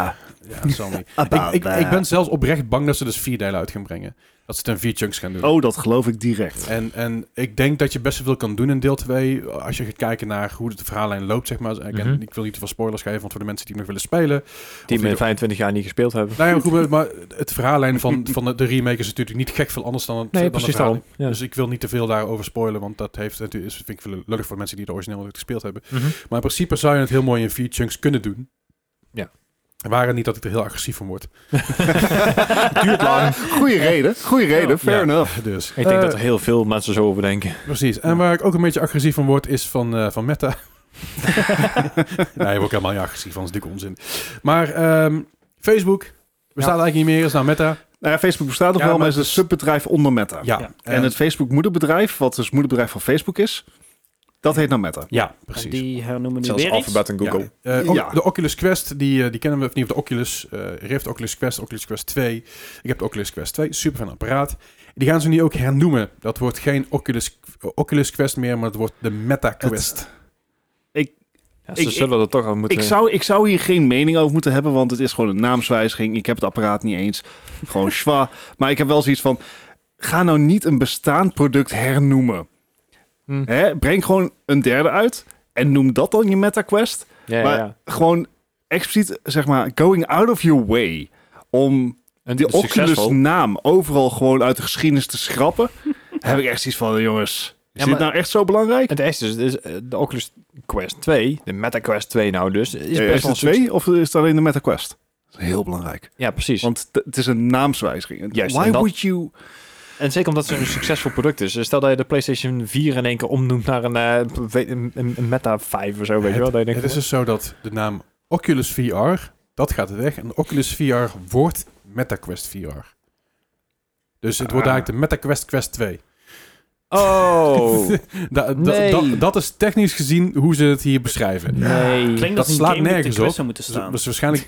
Ja, dat zal niet. About ik, ik, that. ik ben zelfs oprecht bang dat ze dus vier delen uit gaan brengen. Dat ze het in vier chunks gaan doen. Oh, dat geloof ik direct. En, en ik denk dat je best wel veel kan doen in deel twee. Als je gaat kijken naar hoe de verhaallijn loopt, zeg maar. Ik, Mhm. ik wil niet te veel spoilers geven, want voor de mensen die nog willen spelen. Die Of me je- vijfentwintig jaar niet gespeeld hebben. Nou ja, goed, maar het verhaallijn van, van de, de remake is natuurlijk niet gek veel anders dan het Nee, dan precies het verhaal. daarom. Ja. Dus ik wil niet te veel daarover spoilen, want dat heeft natuurlijk, is, vind ik veel lullig voor mensen die het origineel nooit gespeeld hebben. Mhm. Maar in principe zou je het heel mooi in vier chunks kunnen doen. Ja. Waar het niet dat ik er heel agressief van word. Duurt lang. Goeie reden, goeie reden, Ja. fair Ja. enough. Dus, Ik denk eh, dat er heel veel mensen zo over denken. precies. En waar ik ook een beetje agressief van word, is van, eh, van Meta. Nee, je wordt helemaal niet agressief van, dat is dikke onzin. Maar ehm, Facebook bestaat eigenlijk niet meer, is nou Meta. Nou ja, Facebook bestaat nog Ja, wel, maar maar het is een subbedrijf onder Meta. Ja. Ja. En het Facebook moederbedrijf, wat dus moederbedrijf van Facebook is, dat heet nou Meta. Ja, En precies. die hernoemen nu Zelfs weer iets. Alphabet en Google. Ja. Eh, ook Ja. De Oculus Quest, die, eh, die kennen we, of niet, of de Oculus uh, Rift, Oculus Quest, Oculus Quest twee. Ik heb de Oculus Quest twee, super fijn apparaat. Die gaan ze nu ook hernoemen. Dat wordt geen Oculus, Oculus Quest meer, maar het wordt de Meta Quest. Ja, ze Ik- zullen er toch aan moeten... Ik zou, ik zou hier geen mening over moeten hebben, want het is gewoon een naamswijziging. Ik heb het apparaat niet eens. Gewoon schwa. Maar ik heb wel zoiets van, ga nou niet een bestaand product hernoemen. Hm. Hè? Breng gewoon een derde uit en noem dat dan je Meta Quest. Ja, ja, maar ja. gewoon expliciet, zeg maar, going out of your way om En de Oculus succesvol. naam overal gewoon uit de geschiedenis te schrappen. Heb ik echt zoiets van, jongens, is Ja, dit maar- nou echt zo belangrijk? Het eerste is, is eh, de Oculus Quest twee, de Meta Quest twee nou dus, is Eh, best is wel het een succes. twee of is het alleen de Meta Quest? Dat is heel belangrijk. Ja, precies. Want t- het is een naamswijziging. Juist, Why en dat- would you... En zeker omdat het een succesvol product is. Stel dat je de PlayStation vier in één keer omnoemt naar een, eh, weet- een, een, een Meta vijf of zo, weet je wel. Dat je denkt Het is van, dus zo dat de naam Oculus V R, dat gaat weg. En Oculus V R wordt Meta Quest V R. Dus het wordt Ah. eigenlijk de Meta Quest Quest twee. oh, Da- da- Nee. da- dat is technisch gezien hoe ze het hier beschrijven. nee. Klinkt Dat dat een slaat game die op nergens de quiz op. zou moeten staan. Dus waarschijnlijk...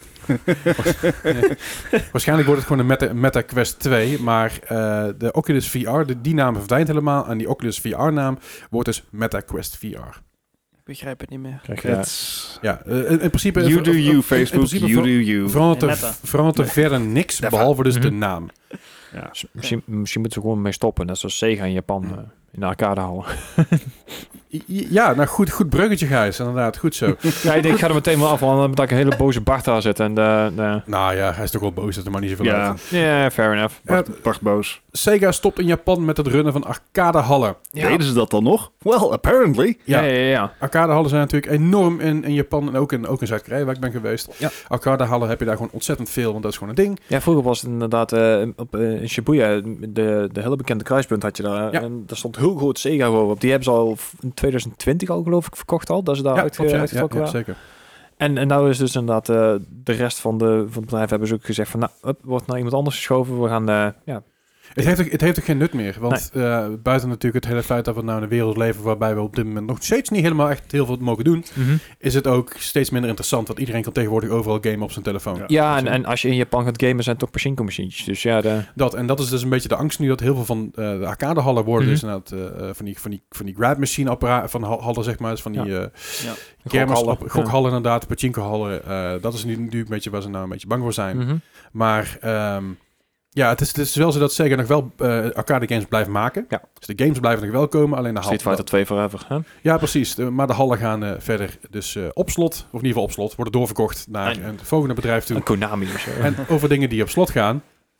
waarschijnlijk wordt het gewoon een Meta, Meta Quest twee. Maar eh, de Oculus V R, de, die naam verdwijnt helemaal. En die Oculus V R-naam wordt dus Meta Quest V R. Ik begrijp het niet meer. Krijg je, ja. It's... Ja, eh, in, in principe... You in- do in- in you, Facebook. principe You ver- do you. Verandert er, Nee, Meta. verandert er verder niks, Never. behalve dus de Mhm. naam. Ja. Misschien, misschien moeten ze gewoon mee stoppen. Net zoals Sega in Japan eh, in de arcade houden. I- Ja, nou goed, goed bruggetje, Gijs. Inderdaad, goed zo. Ja, ik denk, ik ga er meteen wel af, want dan dat ik een hele boze Bart daar zit. En de, de... Nou ja, hij is toch wel boos dat er maar niet zoveel Ja, uit. Ja, fair enough. Bart, Bart boos. Sega stopt in Japan met het runnen van arcadehallen. Ja. Deden ze dat dan nog? Well, apparently. Ja, Ja. ja, ja. ja. Arcadehallen zijn natuurlijk enorm in, in Japan en ook in, ook in Zuid-Korea, waar ik ben geweest. Ja. Arcadehallen heb je daar gewoon ontzettend veel, want dat is gewoon een ding. Ja, vroeger was het inderdaad eh, op eh, in Shibuya, de, de hele bekende kruispunt had je daar. Ja. En daar stond heel groot Sega op. Die hebben ze al in twintig twintig al geloof ik verkocht al. Dat ze daar ja, uit, klopt, ja, ja, uitgetrokken ja, waren. zeker. En, en nou is dus inderdaad eh, de rest van, de, van het bedrijf hebben ze ook gezegd van nou, up, wordt naar iemand anders geschoven. We gaan, eh, ja. Het heeft, ook, het heeft ook geen nut meer, want eh, buiten natuurlijk het hele feit dat we nou in een wereld leven waarbij we op dit moment nog steeds niet helemaal echt heel veel mogen doen, is het ook steeds minder interessant, want iedereen kan tegenwoordig overal gamen op zijn telefoon. Ja. Ja, en, en als je in Japan gaat gamen zijn het toch pachinko-machientjes. Dus ja, de, Dat, en dat is dus een beetje de angst nu, dat heel veel van eh, de arcadehallen worden Mhm. dus inderdaad eh, van die, van die, van die grab machine apparaten, van hal- hallen zeg maar, dus van die Ja. eh Ja. kermis, Gokhallen. op- gokhallen inderdaad, pachinko-hallen. eh, dat is nu, nu een beetje waar ze nou een beetje bang voor zijn. Mhm. Maar ehm, ja, het is, het is wel zo dat Sega nog wel eh, arcade games blijft maken. Ja. Dus de games blijven nog wel komen, alleen de Street hallen... Fighter twee forever. Hè? Ja, precies. De- maar de hallen gaan eh, verder dus eh, op slot, of in ieder geval op slot, worden doorverkocht naar En- een volgende bedrijf toe. Een Konami of zo. En over dingen die op slot gaan.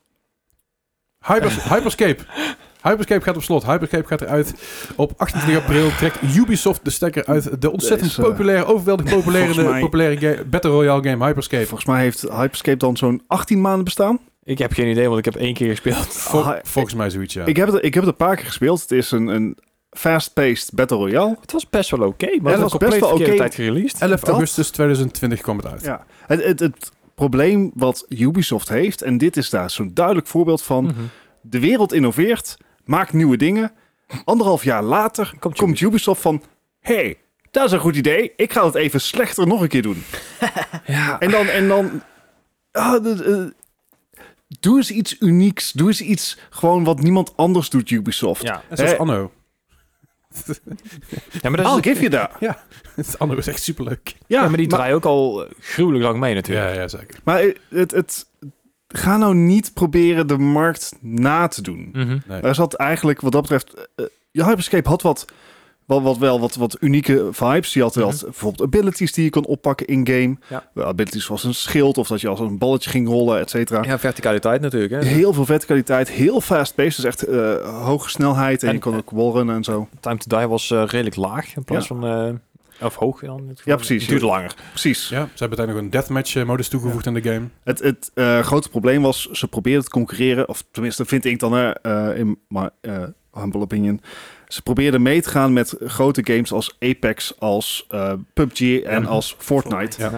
Hyper, Hyperscape. Hyperscape gaat op slot. Hyperscape gaat eruit. Op achtentwintig april trekt Ubisoft de stekker uit de ontzettend Deze, uh, populaire, overweldig populaire, volgens mij- populaire ga- Battle Royale game Hyperscape. Volgens mij heeft Hyperscape dan zo'n achttien maanden bestaan. Ik heb geen idee, want ik heb één keer gespeeld. Vol- Ah, volgens mij zoiets, ja. Ik heb, het, ik heb het een paar keer gespeeld. Het is een, een fast-paced Battle Royale. Het was best wel oké, maar het het was was best best wel wel oké. tijd gereleased. elf dat- augustus tweeduizend twintig kwam het uit. Ja. Het, het, het probleem wat Ubisoft heeft, en dit is daar zo'n duidelijk voorbeeld van. Mhm. De wereld innoveert, maakt nieuwe dingen. Anderhalf jaar later Komt komt, Ubisoft van... hey, dat is een goed idee. Ik ga het even slechter nog een keer doen. Ja, En dan... En dan ah, de- de- doe eens iets unieks. Doe eens iets gewoon wat niemand anders doet, Ubisoft. ja. En zoals Hè? Anno. Ja, maar dat is, I'll give you that. Het andere is echt superleuk. ja, Ja, maar die draaien ook al gruwelijk lang mee natuurlijk. Ja, ja, zeker. Maar het, het, ga nou niet proberen de markt na te doen. Mhm. Nee. Daar zat eigenlijk, wat dat betreft... Uh, ja, Hyperscape had wat, wat, wat wel wat, wat unieke vibes. Je had wel Mhm. bijvoorbeeld abilities die je kon oppakken in-game. Ja. Uh, abilities zoals een schild of dat je als een balletje ging rollen, et cetera. Ja, verticaliteit natuurlijk. Hè. Heel veel verticaliteit, heel fast-paced. Dus echt uh, hoge snelheid en, En- je kon ook wallrunnen en zo. Time to die was uh, redelijk laag in plaats Ja. van... Uh, of hoog dan. in dit geval. Ja, precies. Het duurde langer. Precies. Ja, ze hebben uiteindelijk een deathmatch eh, modus toegevoegd in de game. Het, het uh, grote probleem was, ze probeerden te concurreren, of tenminste vind ik dan, uh, in my uh, humble opinion, ze probeerden mee te gaan met grote games als Apex, als uh, P U B G en Ja. als Fortnite. Ja. Ja.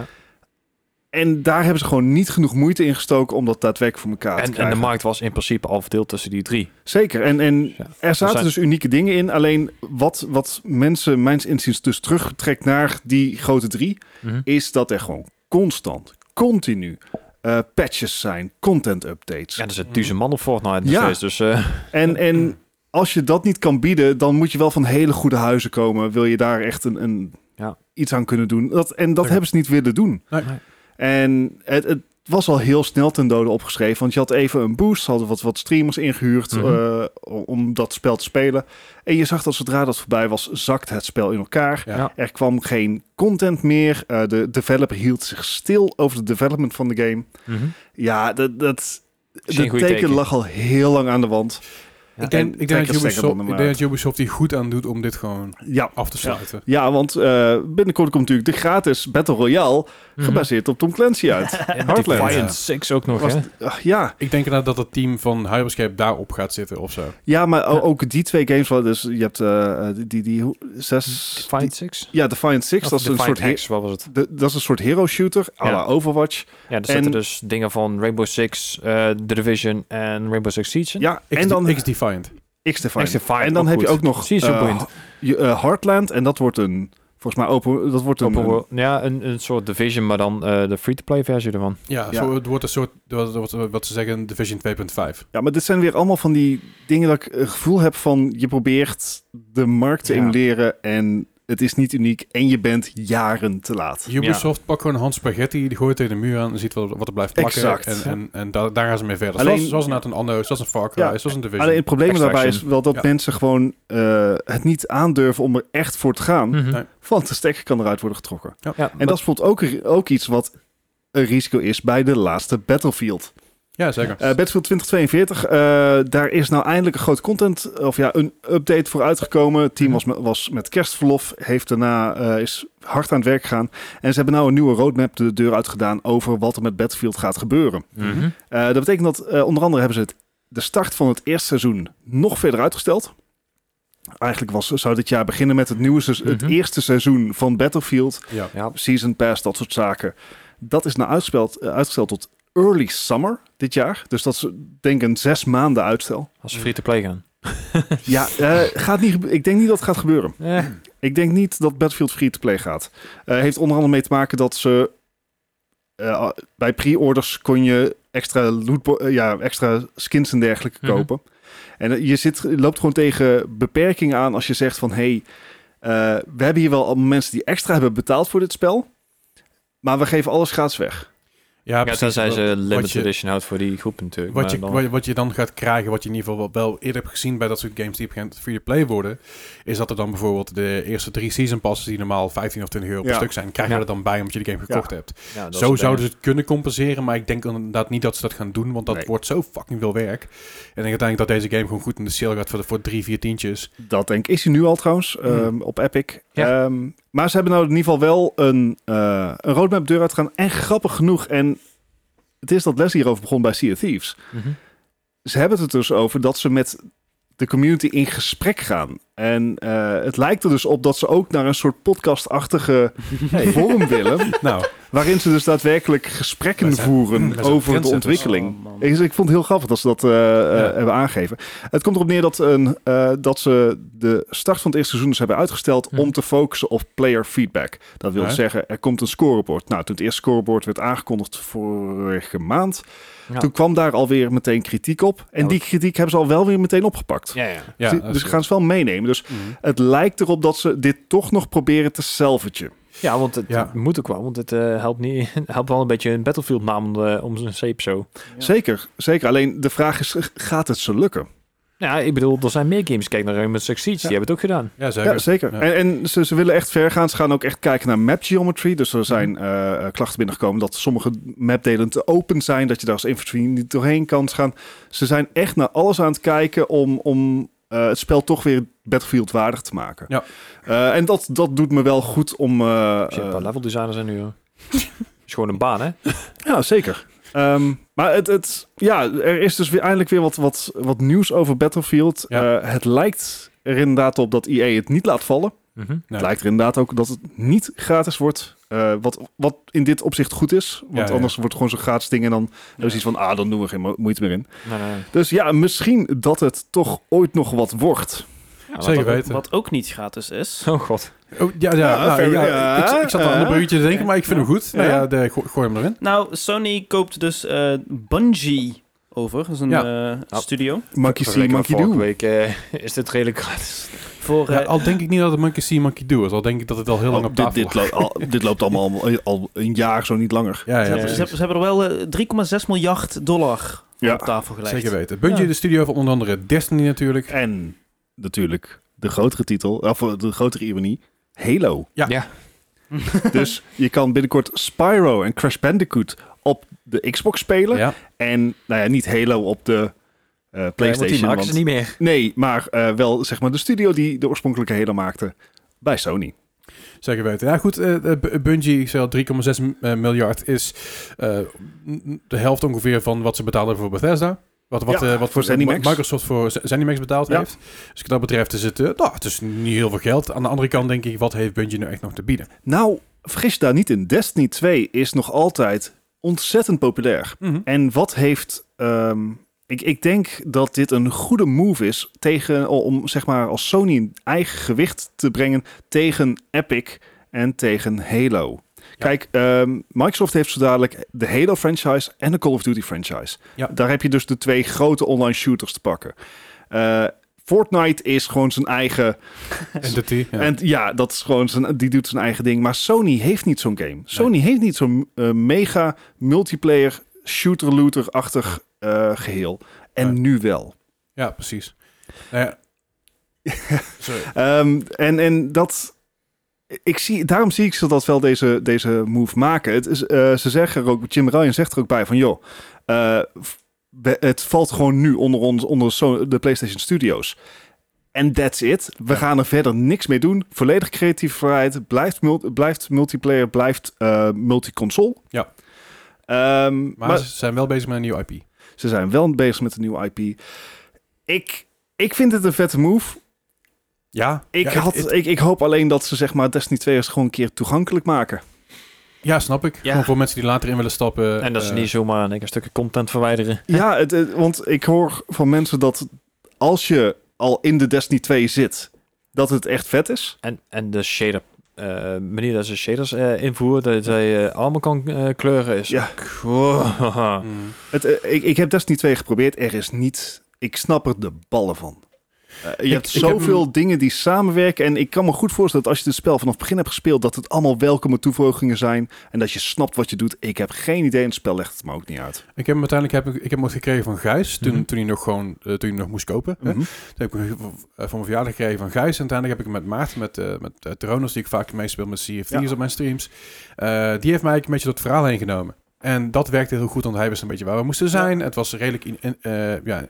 En daar hebben ze gewoon niet genoeg moeite in gestoken om dat daadwerkelijk voor elkaar te En, en krijgen. de markt was in principe al verdeeld tussen die drie. Zeker. En, en Ja. er zaten zijn- dus unieke dingen in. Alleen wat, wat mensen, mijns inziens, dus terugtrekt naar die grote drie, Mhm. is dat er gewoon constant, continu uh, patches zijn, content updates. Ja, er zit duizend man op Fortnite nog Ja. steeds. Dus uh, En, en als je dat niet kan bieden, dan moet je wel van hele goede huizen komen. Wil je daar echt een, een, Ja. iets aan kunnen doen. Dat, en dat Ja. hebben ze niet willen doen. Nee. Nee. En het, het was al heel snel ten dode opgeschreven. Want je had even een boost. Ze hadden wat, wat streamers ingehuurd Mhm. uh, om dat spel te spelen. En je zag dat zodra dat voorbij was, zakt het spel in elkaar. Ja. Ja. Er kwam geen content meer. Uh, de developer hield zich stil over de development van de game. mhm. Ja, dat... dat Geen de goede teken teken. lag al heel lang aan de wand. Ja. Ik denk, En ik denk, trek dat er stekker Ubisoft, van ik hem denk uit. dat Ubisoft die goed aan doet om dit gewoon Ja, af te sluiten. ja want uh, binnenkort komt natuurlijk de gratis Battle Royale, Mhm. gebaseerd op Tom Clancy uit. En Heartland. Defiant Six ook nog, Was- hè? uh, ja. Ik denk inderdaad dat het team van Hyperscape daarop gaat zitten of zo. ja, maar o- Ja. ook die twee games, wel, dus je hebt uh, die, die, die hoe- zes... Defiant die- Six? ja, Defiant Six, Of dat is een Defiant soort... X, wat was het? De, dat is een soort hero shooter, à la Ja. Overwatch. Ja, er zitten En- dus dingen van Rainbow Six, uh, The Division en Rainbow Six Siege in. Ja, X, en dan X-Defiant. X-Defiant. X-Defiant, En dan ook heb je goed. ook nog Zie je, zo uh, boeiend. je, uh, Heartland, en dat wordt een... Volgens mij open... Dat wordt een... Open een- world- ja, een, een soort Division, maar dan uh, de free-to-play versie ervan. Ja, Ja. Zo, het wordt een soort, wat, wat, wat ze zeggen, Division twee punt vijf. Ja, maar dit zijn weer allemaal van die dingen dat ik het gevoel heb van... Je probeert de markt te Ja. emuleren en het is niet uniek en je bent jaren te laat. Ubisoft pakt gewoon een hand spaghetti, die gooit tegen de muur aan en ziet wat, wat er blijft plakken. Exact. En, en, en daar, daar gaan ze mee verder. Alleen- zoals, zoals inderdaad een Anno, zoals een Far Cry, Ja. zoals een Division. Alleen het probleem daarbij is Extraction. wel dat Ja. mensen gewoon uh, het niet aandurven om er echt voor te gaan. Mhm. Nee. Want de stekker kan eruit worden getrokken. Ja, En maar- dat is bijvoorbeeld ook, ook iets wat een risico is bij de laatste Battlefield. Ja, zeker. Uh, Battlefield twintig tweeënveertig, uh, daar is nou eindelijk een grote content, of ja, een update voor uitgekomen. Het team was met, was met kerstverlof, heeft daarna uh, is hard aan het werk gegaan. En ze hebben nou een nieuwe roadmap de deur uitgedaan over wat er met Battlefield gaat gebeuren. Mhm. Uh, dat betekent dat uh, onder andere hebben ze het, de start van het eerste seizoen nog verder uitgesteld. Eigenlijk was, zou dit jaar beginnen met het nieuwe seizoen, het Mhm. eerste seizoen van Battlefield. Ja. Ja, Season Pass, dat soort zaken. Dat is nou uitgesteld, uh, uitgesteld tot early summer dit jaar. Dus dat is denk ik een zes maanden uitstel. als ze free-to-play gaan. Ja, uh, gaat niet, gebe- ik denk niet dat het gaat gebeuren. Eh. Ik denk niet dat Battlefield free-to-play gaat. Uh, heeft onder andere mee te maken dat ze... Uh, bij pre-orders kon je extra, lootbo- uh, ja, extra skins en dergelijke Mhm. kopen. En uh, je, zit, je loopt gewoon tegen beperkingen aan als je zegt van... hey, uh, we hebben hier wel allemaal mensen die extra hebben betaald voor dit spel... maar we geven alles gratis weg. Ja, Ja, precies. tenzij ze Wat limited je- edition houdt voor die groep natuurlijk. Wat maar je, dan- wat, je- wat je dan gaat krijgen, wat je in ieder geval wel, wel eerder hebt gezien bij dat soort games die op een gegeven moment free-to-play worden, is dat er dan bijvoorbeeld de eerste drie season passes die normaal vijftien of twintig euro per Ja. stuk zijn, krijg je Ja. er dan bij omdat je de game gekocht hebt. ja, dat Zo soort zouden dingen. ze het kunnen compenseren, maar ik denk inderdaad niet dat ze dat gaan doen, want dat Nee. wordt zo fucking veel werk. En ik denk uiteindelijk dat deze game gewoon goed in de sale gaat voor, de, voor drie, vier tientjes. Dat denk ik is hij nu al trouwens, Hmm. um, op Epic. Ja. Um, maar ze hebben nou in ieder geval wel een, uh, een roadmap deur uitgegaan. En grappig genoeg, en het is dat Les hierover begon bij Sea of Thieves. Mhm. Ze hebben het er dus over dat ze met de community in gesprek gaan. En uh, het lijkt er dus op dat ze ook naar een soort podcastachtige vorm willen. Nou, waarin ze dus daadwerkelijk gesprekken Wij zijn- voeren wij zijn over de trendsetters. ontwikkeling. Oh, man. Ik, ik vond het heel grappig dat ze dat eh, eh, hebben aangegeven. Het komt erop neer dat, een, eh, dat ze de start van het eerste seizoen dus hebben uitgesteld Hm. om te focussen op player feedback. Dat wil Ja. zeggen, er komt een scoreboard. Nou, toen het eerste scoreboard werd aangekondigd vorige maand, Ja. toen kwam daar alweer meteen kritiek op. En Ja, die kritiek hebben ze al wel weer meteen opgepakt. Ja, ja. Ja, dus dat is dus goed. gaan ze wel meenemen. Dus Mhm. het lijkt erop dat ze dit toch nog proberen te salvagen. Ja, want het Ja. moet ook wel, want het eh, helpt, niet, helpt wel een beetje een Battlefield naam om, de- om zijn zeep zo. Ja. Zeker, zeker. Alleen de vraag is, gaat het ze lukken? Ja, ik bedoel, er zijn meer games. Kijk naar Rainbow Six Siege, Ja. die hebben het ook gedaan. Ja, zeker. Ja, zeker. Ja. En, en ze, ze willen echt ver gaan. Ze gaan ook echt kijken naar map geometry. Dus er zijn eh, eh, klachten binnengekomen dat sommige mapdelen te open zijn. Dat je daar als infantry niet doorheen kan gaan. Ze zijn echt naar alles aan het kijken om, om uh, het spel toch weer Battlefield waardig te maken. Ja. Uh, en dat, dat doet me wel goed om... Uh, Als je een uh, paar level designers zijn nu, hoor. is gewoon een baan, hè? ja, zeker. Um, maar het, het, ja, er is dus weer eindelijk weer wat, wat, wat nieuws over Battlefield. Ja. Uh, het lijkt er inderdaad op dat E A het niet laat vallen. Mhm. Nee. Het lijkt er inderdaad ook dat het niet gratis wordt. Uh, wat, wat in dit opzicht goed is. Want Ja, ja. anders wordt het gewoon zo'n gratis ding. En dan Ja. is iets van, ah, dan doen we geen mo- moeite meer in. Nee, nee, nee. Dus ja, misschien dat het toch ooit nog wat wordt. Ja, Zeker wat- weten. Wat ook niet gratis is. Oh god. Oh, ja, ja, Ja, nou, fair- ja, ja, ik, ik zat al aan de ja. bruggetje te denken, maar ik vind hem goed. Nou Ja. ja, de, gooi, gooi hem erin. Nou, Sony koopt dus eh, Bungie over. Dat is een Ja. eh, Oh. studio. Monkey see, Vergeleken monkey met vorige do. week eh, is dit redelijk gratis. Voor, Ja, eh, al denk ik niet dat het Monkey See, Monkey Do is. Al denk ik dat het al heel lang Oh, op dit, tafel dit, lag. loopt al, dit loopt allemaal al, al een jaar, zo niet langer. Ja, ja, ze, hebben, precies. ze, hebben, ze hebben er wel eh, drie komma zes miljard dollar Ja. op tafel gelegd. Zeker weten. Bungie, Ja. de studio van onder andere Destiny natuurlijk. En natuurlijk de grotere titel, of de grotere ironie, Halo. Ja. Ja. Dus je kan binnenkort Spyro en Crash Bandicoot op de Xbox spelen. Ja. En nou ja, niet Halo op de uh, Nee, PlayStation. want die maken want- ze niet meer. Nee, maar uh, wel zeg maar de studio die de oorspronkelijke Halo maakte bij Sony. Zeker weten. Ja, goed. eh, eh, B- Bungie, ik zei al, drie komma zes eh, miljard is eh, n- de helft ongeveer van wat ze betalen voor Bethesda. Wat, wat, Ja, eh, wat voor ZeniMax. Microsoft voor Z- ZeniMax betaald Ja. heeft. Dus wat dat betreft is het, eh, nou, het is niet heel veel geld. Aan de andere kant denk ik, wat heeft Bungie nou echt nog te bieden? Nou, vergis je daar niet in. Destiny twee is nog altijd ontzettend populair. En wat heeft... Um, ik, ik denk dat dit een goede move is tegen, om zeg maar als Sony een eigen gewicht te brengen tegen Epic en tegen Halo. Kijk, um, Microsoft heeft zo dadelijk de Halo franchise en de Call of Duty franchise. Ja. Daar heb je dus de twee grote online shooters te pakken. Uh, Fortnite is gewoon zijn eigen... Entity. Ja. En ja, dat is gewoon zijn, die doet zijn eigen ding. Maar Sony heeft niet zo'n game. Sony heeft niet zo'n uh, mega multiplayer shooter-looter-achtig uh, geheel. En Nee. nu wel. ja, precies. Nou ja. Sorry. Um, en, en dat... Ik zie, daarom zie ik ze dat wel deze, deze move maken. Het is, uh, ze zeggen er ook, Jim Ryan zegt er ook bij van, joh, uh, we, het valt gewoon nu onder ons, onder so, de PlayStation Studios. En that's it. We Ja. gaan er verder niks mee doen. Volledig creatieve vrijheid. Blijft, mul- blijft multiplayer, blijft uh, multiconsole. Ja. Um, Maar, maar ze zijn wel bezig met een nieuw I P. ze zijn wel bezig met een nieuwe I P. Ik, ik vind het een vette move. Ja. Ik, ja, had, het- ik, ik hoop alleen dat ze zeg maar Destiny twee eens gewoon een keer toegankelijk maken. ja, snap ik. Ja. Gewoon voor mensen die later in willen stappen. En dat ze eh, niet zomaar in één keer stukken content verwijderen. Ja, het, het- want ik hoor van mensen dat als je al in de Destiny twee zit, dat het echt vet is. En, en de shader, uh, manier dat ze shaders uh, invoeren, dat je uh, allemaal kan uh, kleuren, is Ja. ook- Wow. mm. Het, eh, ik, ik heb Destiny twee geprobeerd. Er is niet... Ik snap er de ballen van. Uh, je Ik- hebt ik heb zoveel hem- dingen die samenwerken. En ik kan me goed voorstellen dat als je het spel vanaf het begin hebt gespeeld, dat het allemaal welkome toevoegingen zijn. En dat je snapt wat je doet. Ik heb geen idee en het spel legt het me ook niet uit. Ik heb hem uiteindelijk heb ik, ik heb hem ook gekregen van Gijs. Toen, Mhm. toen hij nog gewoon uh, toen hij nog moest kopen. Hè? Mhm. Toen heb ik hem uh, voor mijn verjaardag gekregen van Gijs. En uiteindelijk heb ik hem met Maarten, met, uh, met uh, Tronos, die ik vaak meespeel met C F T's Ja. op mijn streams. Uh, die heeft mij eigenlijk een beetje door het verhaal heen genomen. En dat werkte heel goed, want hij wist een beetje waar we moesten zijn. Het was redelijk in, in, uh, ja,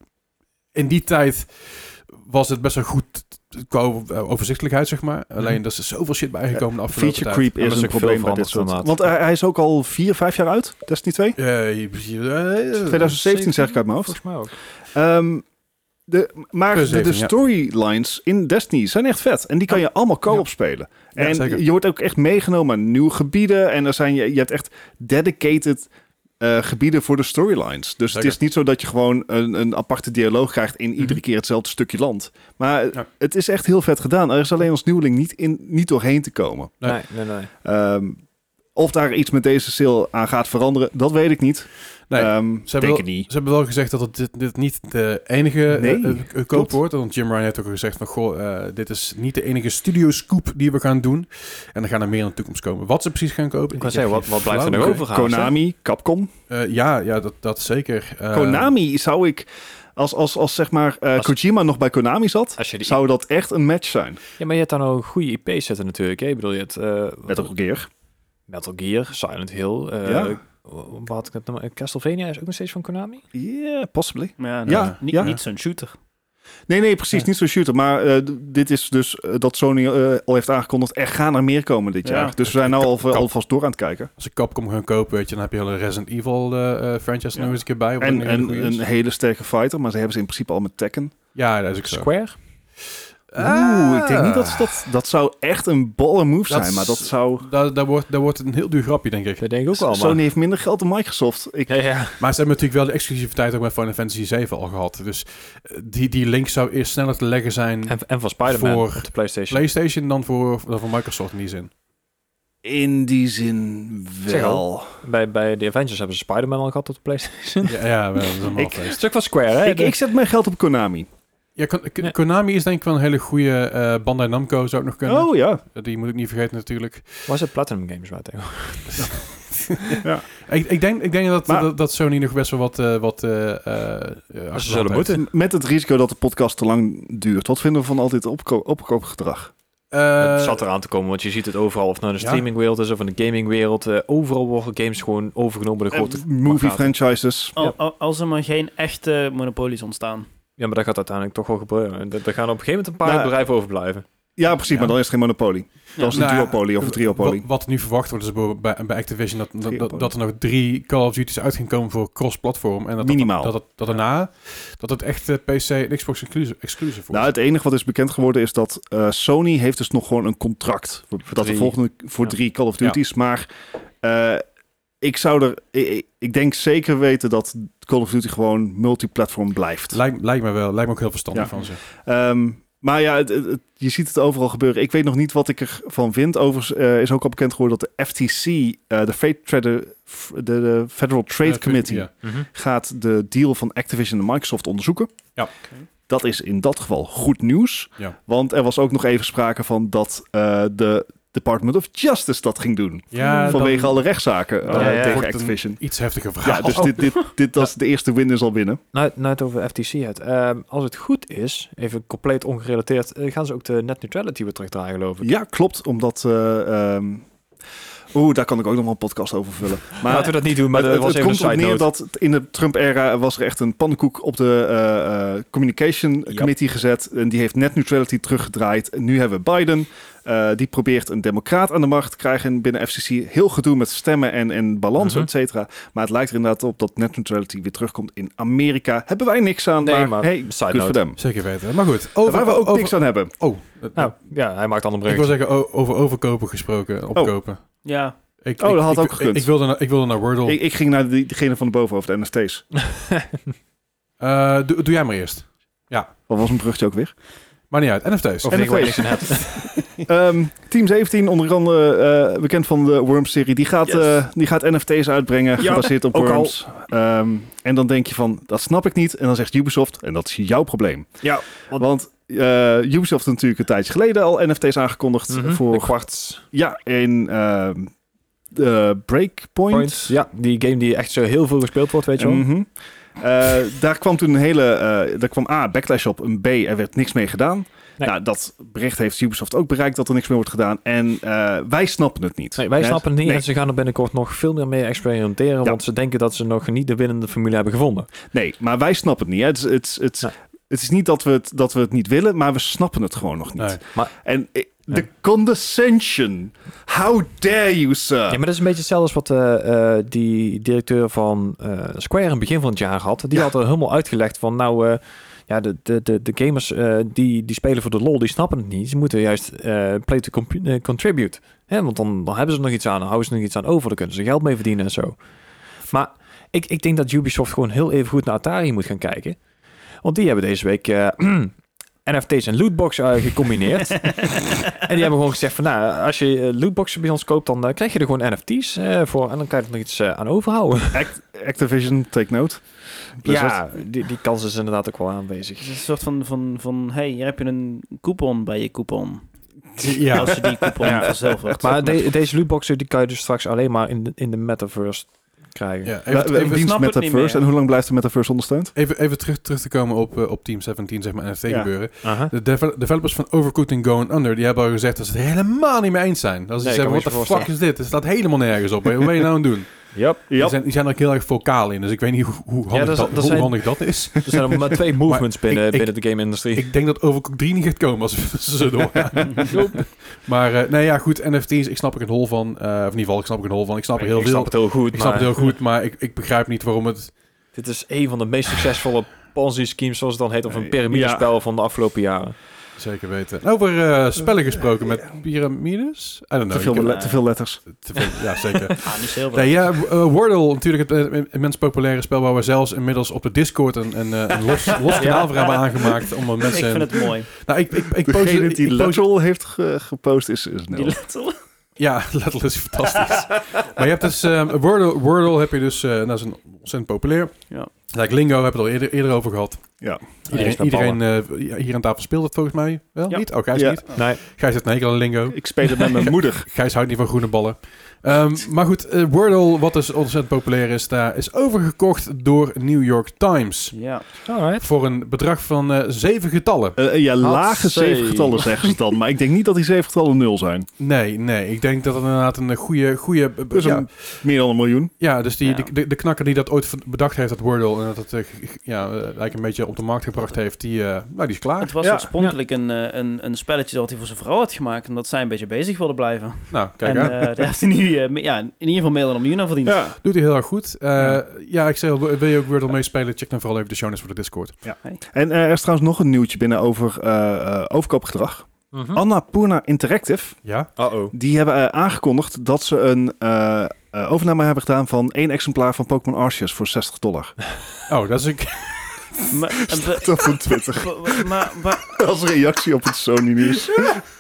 in die tijd was het best wel goed qua overzichtelijkheid, zeg maar. Alleen, er is er zoveel shit bijgekomen de afgelopen Feature tijd. creep Ja, is dat een is ook probleem veel bij dit soort. veranderd, Want hij, hij is ook al vier, vijf jaar uit, Destiny twee. Uh, je- je- uh, twintig zeventien zeg ik uit mijn hoofd. Volgens mij ook. Um, De, maar Plus de, de even, ja. storylines in Destiny zijn echt vet. En die kan je allemaal co-op Ja. spelen. Ja, En zeker. je wordt ook echt meegenomen naar nieuwe gebieden. En er zijn, je, je hebt echt dedicated uh, gebieden voor de storylines. Dus Zeker. het is niet zo dat je gewoon een, een aparte dialoog krijgt in iedere Mhm. keer hetzelfde stukje land. Maar Ja. het is echt heel vet gedaan. Er is alleen als nieuweling niet, in, niet doorheen te komen. Nee. Nee, nee, nee. Um, of daar iets met deze sale aan gaat veranderen, dat weet ik niet. Nee, Um, Ze hebben, denk wel, het niet. ze hebben wel gezegd dat het dit, dit niet de enige Nee, eh, eh, koop klopt. wordt. Want Jim Ryan heeft ook gezegd van, goh, uh, dit is niet de enige studio scoop die we gaan doen. En er gaan er meer in de toekomst komen. Wat ze precies gaan kopen. Ik kan heb zeggen, wat, geen wat blijft er nog flauw over gaan? Konami, Capcom. idee. Uh, ja, ja, dat, dat zeker. Uh, Konami zou ik, als, als, als zeg maar uh, Als- Kojima nog bij Konami zat, Als je die... zou dat echt een match zijn. Ja, maar je hebt daar nou goede I P's zitten natuurlijk. Hè? Ik bedoel, je hebt uh, Metal Gear. Metal Gear, Silent Hill. Uh, Ja. Wat had ik het nou? Castlevania is ook nog steeds van Konami? Yeah, possibly. Maar ja, Ja, nee, niet, ja. niet zo'n shooter. Nee, nee, precies. Ja. Niet zo'n shooter. Maar uh, d- dit is dus uh, dat Sony uh, al heeft aangekondigd. Er gaan er meer komen dit Ja. jaar. Dus we zijn nou al, alvast door aan het kijken. Als ik Capcom gaan kopen, weet je, dan heb je hele Resident Evil uh, uh, franchise Ja. nog eens een keer bij. wat En, een hele en goeie is. een hele sterke fighter. Maar ze hebben ze in principe al met Tekken. Ja, dat is ook zo. Square? Oeh, ik denk niet dat Ah. ze dat... Dat zou echt een baller move Dat zijn. Maar dat is- zou... Daar, daar, wordt, daar wordt een heel duur grapje, denk ik. Dat denk ik ook wel, Sony maar... heeft minder geld dan Microsoft. Ik, Ja, ja. Maar ze hebben natuurlijk wel de exclusiviteit ook met Final Fantasy zeven al gehad. Dus uh, die, die link zou eerst sneller te leggen zijn En, en van Spider-Man Voor op de PlayStation. PlayStation dan voor, dan voor Microsoft in die zin. in die zin Zeg wel. bij, bij de Avengers hebben ze Spider-Man al gehad op de PlayStation. Ja, ja wel, dat is een Ik- halfeest. Het is ook van Square, hè? Ik, De- ik zet mijn geld op Konami. Ja, Kon- K- Ja. Konami is denk ik wel een hele goede uh, Bandai Namco zou ook nog kunnen. Oh ja. Die moet ik niet vergeten natuurlijk. Was het Platinum Games waar tegenwoordig? ja. Ik, ik, denk, ik denk dat, Maar- dat, dat Sony nog best wel wat... Uh, wat uh, uh, achterstand zullen heeft. moeten. Met het risico dat de podcast te lang duurt. Wat vinden we van altijd opko- opkoopgedrag? Uh, het zat eraan te komen, want je ziet het overal. Of nou de ja. streamingwereld is of in de gamingwereld. Uh, overal worden games gewoon overgenomen door de grote... Uh, movie magaten. franchises. Al, Ja. al- als er maar geen echte monopolies ontstaan. Ja, maar dat gaat uiteindelijk toch wel gebeuren. En Er gaan op een gegeven moment een paar Nou, bedrijven overblijven. Ja, precies. Ja. Maar dan is het geen monopolie. Dan is het Nou een ja, duopolie of een triopolie. Wat, wat nu verwacht wordt is bij, bij Activision dat, dat, dat, Triopolie. dat er nog drie Call of Duty's uit gaan komen voor cross-platform. En dat, Minimaal. Dat, dat, dat, dat daarna dat het echt uh, P C en Xbox exclusive, exclusive wordt. Nou, het enige wat is bekend geworden is dat uh, Sony heeft dus nog gewoon een contract. Voor dat de drie. volgende voor Ja. drie Call of Duty's. Maar uh, ik zou er... Ik, ik denk zeker weten dat Call of Duty gewoon multiplatform blijft. Lijkt, lijkt me wel. Lijkt me ook heel verstandig Ja. van ze. Um, maar ja, het, het, het, je ziet het overal gebeuren. Ik weet nog niet wat ik ervan vind. Overigens uh, is ook al bekend geworden dat de F T C, uh, de, Fed- de, de Federal Trade Uh, Committee, ja. Mm-hmm. gaat de deal van Activision en Microsoft onderzoeken. Ja. Dat is in dat geval goed nieuws. Ja. Want er was ook nog even sprake van dat uh, de Department of Justice dat ging doen. Ja, vanwege dan- alle rechtszaken uh, dan Ja, ja. tegen wordt het Activision. een iets heftiger verhaal. Ja, dus dit, dit, dit was de eerste win is al binnen. Nou, nou het over F T C het. Um, als het goed is, even compleet ongerelateerd, uh, gaan ze ook de net neutrality weer terugdraaien, geloof ik. Ja, klopt. Omdat... Uh, um, Oeh, daar kan ik ook nog wel een podcast over vullen. Maar Laten we dat niet doen, maar het, dat het, was het even een komt op side neer note. dat in de Trump-era was er echt een pannenkoek op de uh, uh, Communication Yep. Committee gezet. En die heeft net neutrality teruggedraaid. En nu hebben we Biden. Uh, die probeert een democraat aan de macht te krijgen binnen F C C. Heel gedoe met stemmen en, en balans, Mhm. et cetera. Maar het lijkt er inderdaad op dat net neutrality weer terugkomt in Amerika. Hebben wij niks aan, Nee, maar, maar hey, side good note. for them. Zeker weten. Maar goed. Over, Waar we ook over, niks aan hebben. Oh, uh, Nou, ja, hij maakt al een ik wil brug. zeggen o- over overkopen gesproken. Opkopen. Ja, Ik, Oh, ik- dat had ik, ook gekund. Ik, ik, wilde naar, ik wilde naar Wordle. Ik, ik ging naar die, diegene van de boven over de N F T's. Uh, doe, doe jij maar eerst. Wat was mijn brugje ook weer? Maar niet uit. N F T's. Of En ik de waar face. niks aan heb. Um, Team zeventien, onder andere uh, bekend van de Worms-serie, die gaat, Yes. uh, die gaat N F T's uitbrengen, Ja, gebaseerd op ook al. Worms. Um, en dan denk je van, dat snap ik niet. En dan zegt Ubisoft, en dat is jouw probleem. Ja, want- Want uh, Ubisoft heeft natuurlijk een tijdje geleden al N F T's aangekondigd Mhm, de voor, kwarts ja, in uh, uh, Breakpoint. points. Ja, die game die echt zo heel veel gespeeld wordt, weet je wel. Mhm. Uh, daar kwam toen een hele, uh, daar kwam A, backlash op, een B, er werd niks mee gedaan. Nee. Nou, dat bericht heeft Ubisoft ook bereikt dat er niks meer wordt gedaan. En uh, wij snappen het niet. Nee, wij Hè? snappen het niet Nee. en ze gaan er binnenkort nog veel meer mee experimenteren, Ja. want ze denken dat ze nog niet de winnende formule hebben gevonden. Nee, maar wij snappen het niet. Hè. Het, is- het, is- het, is- Nee. het is niet dat we het, dat we het niet willen, maar we snappen het gewoon nog niet. Nee. Maar- En ik, The condescension. How dare you, sir? Ja, maar dat is een beetje hetzelfde als wat uh, uh, die directeur van uh, Square in het begin van het jaar had. Die ja. had er helemaal uitgelegd van, nou, uh, ja, de, de, de, de gamers uh, die, die spelen voor de lol, die snappen het niet. Ze moeten juist uh, play to comp- uh, contribute. Hè? Want dan, dan hebben ze nog iets aan, dan houden ze nog iets aan over, dan kunnen ze geld mee verdienen en zo. Maar ik, ik denk dat Ubisoft gewoon heel even goed naar Atari moet gaan kijken. Want die hebben deze week uh, N F T's en lootboxen uh, gecombineerd. En die hebben gewoon gezegd van, nou, als je uh, lootboxen bij ons koopt, dan uh, krijg je er gewoon N F T's uh, voor. En dan kan je er nog iets uh, aan overhouden. Act- Activision, take note. Blizzard. Ja, die, die kans is inderdaad ook wel aanwezig. Het is een soort van, van, van hey, hier heb je een coupon bij je coupon. Ja. Als je die coupon Ja. verzilvert. Maar de, deze lootboxen, die kan je dus straks alleen maar in de, in de metaverse krijgen. Ja, Even, even, even, even, dienst snap het niet Metaverse. meer. En hoe lang blijft de Metaverse ondersteund? even, even terug, terug te komen op, uh, op Team zeventien, zeg maar, N F T Ja. gebeuren. Aha. De devel- developers van Overcooked en Going Under, die hebben al gezegd dat ze het helemaal niet mee eens zijn. Dat ze Nee, zeggen, kan what me the zo fuck is dit? Het staat helemaal nergens op. Hè? Wat ben je nou aan het doen? Yep. Die, zijn, die zijn er ook heel erg vocaal in, dus ik weet niet hoe, hoe handig, dat is- dat, dat hoe zijn- handig dat is. Er zijn er maar twee movements binnen, ik- ik- binnen de game-industrie. Ik denk dat Overcooked drie niet gaat komen als we zo doorgaan. Maar uh, nee, ja, goed, N F T's, ik snap er een hol van. Uh, of in ieder geval, ik snap er een hol van. Ik snap er heel ik veel. snap het heel goed. Ik snap maar het heel goed, maar ik, ik begrijp niet waarom het... Dit is een van de meest succesvolle Ponzi-schemes, zoals het dan heet, of een Nee. piramidespel van de afgelopen jaren. Zeker weten. Over uh, spellen gesproken met piramides? I don't know. Te veel, Ik- le- te veel letters. te veel, ja, zeker. Ah, niet zo heel veel. Nee, ja, uh, Wordle, natuurlijk het uh, immens populaire spel waar we zelfs inmiddels op de Discord een, een, uh, een los, los kanaal voor hebben aangemaakt. Om Ik mensen... vind het mooi. Nou, ik, ik, ik post, Degene ik, die ik post- Lateral heeft ge- gepost is, is Die nul. letter. Ja, Letterlijk is fantastisch. Maar je hebt dus... Um, Wordle, Wordle heb je dus... Uh, dat is een ontzettend populair. Ja. Like Lingo hebben we het al eerder, eerder over gehad. Ja. Iedereen, Ja, iedereen uh, hier aan tafel speelt het volgens mij wel Ja. niet? Oh, Gijs Ja. niet. Nee, Gijs heeft een hekel aan Lingo. Ik speel het met mijn moeder. Gijs houdt niet van groene ballen. Um, maar goed, uh, Wordle, wat dus ontzettend populair is, daar is overgekocht door New York Times. Ja. alright. Voor een bedrag van uh, zeven getallen. Uh, ja, lage Hatsé. zeven getallen zeggen ze dan. Maar ik denk niet dat die zeven getallen nul zijn. Nee, nee. Ik denk dat het inderdaad een goede... goede Dus ja, een, meer dan een miljoen. ja, dus die, Ja. De, de, de knakker die dat ooit bedacht heeft, dat Wordle, en dat het uh, g- ja, uh, eigenlijk een beetje op de markt gebracht heeft, die, uh, nou, die is klaar. Het was Ja. oorspronkelijk een, eh, een, een spelletje dat hij voor zijn vrouw had gemaakt. En dat zij een beetje bezig wilde blijven. Nou, kijk en aan. eh, daar heeft hij nu eh, me- ja, in ieder geval meer dan een miljoen aan verdiend. Ja. Doet hij heel erg goed. Uh, ja. Ja. ik zei al, wil je ook Wordle meespelen? Check dan vooral even de show notes voor de Discord. En uh, er is trouwens nog een nieuwtje binnen over uh, uh, overkoopgedrag. Mhm. Annapurna Interactive, Ja? Uh-oh. die hebben uh, aangekondigd dat ze een uh, uh, overname hebben gedaan van één exemplaar van Pokémon Arceus voor zestig dollar. Oh, dat is ik. Maar, en be- Dat op Twitter. maar, maar Als reactie op het Sony nieuws.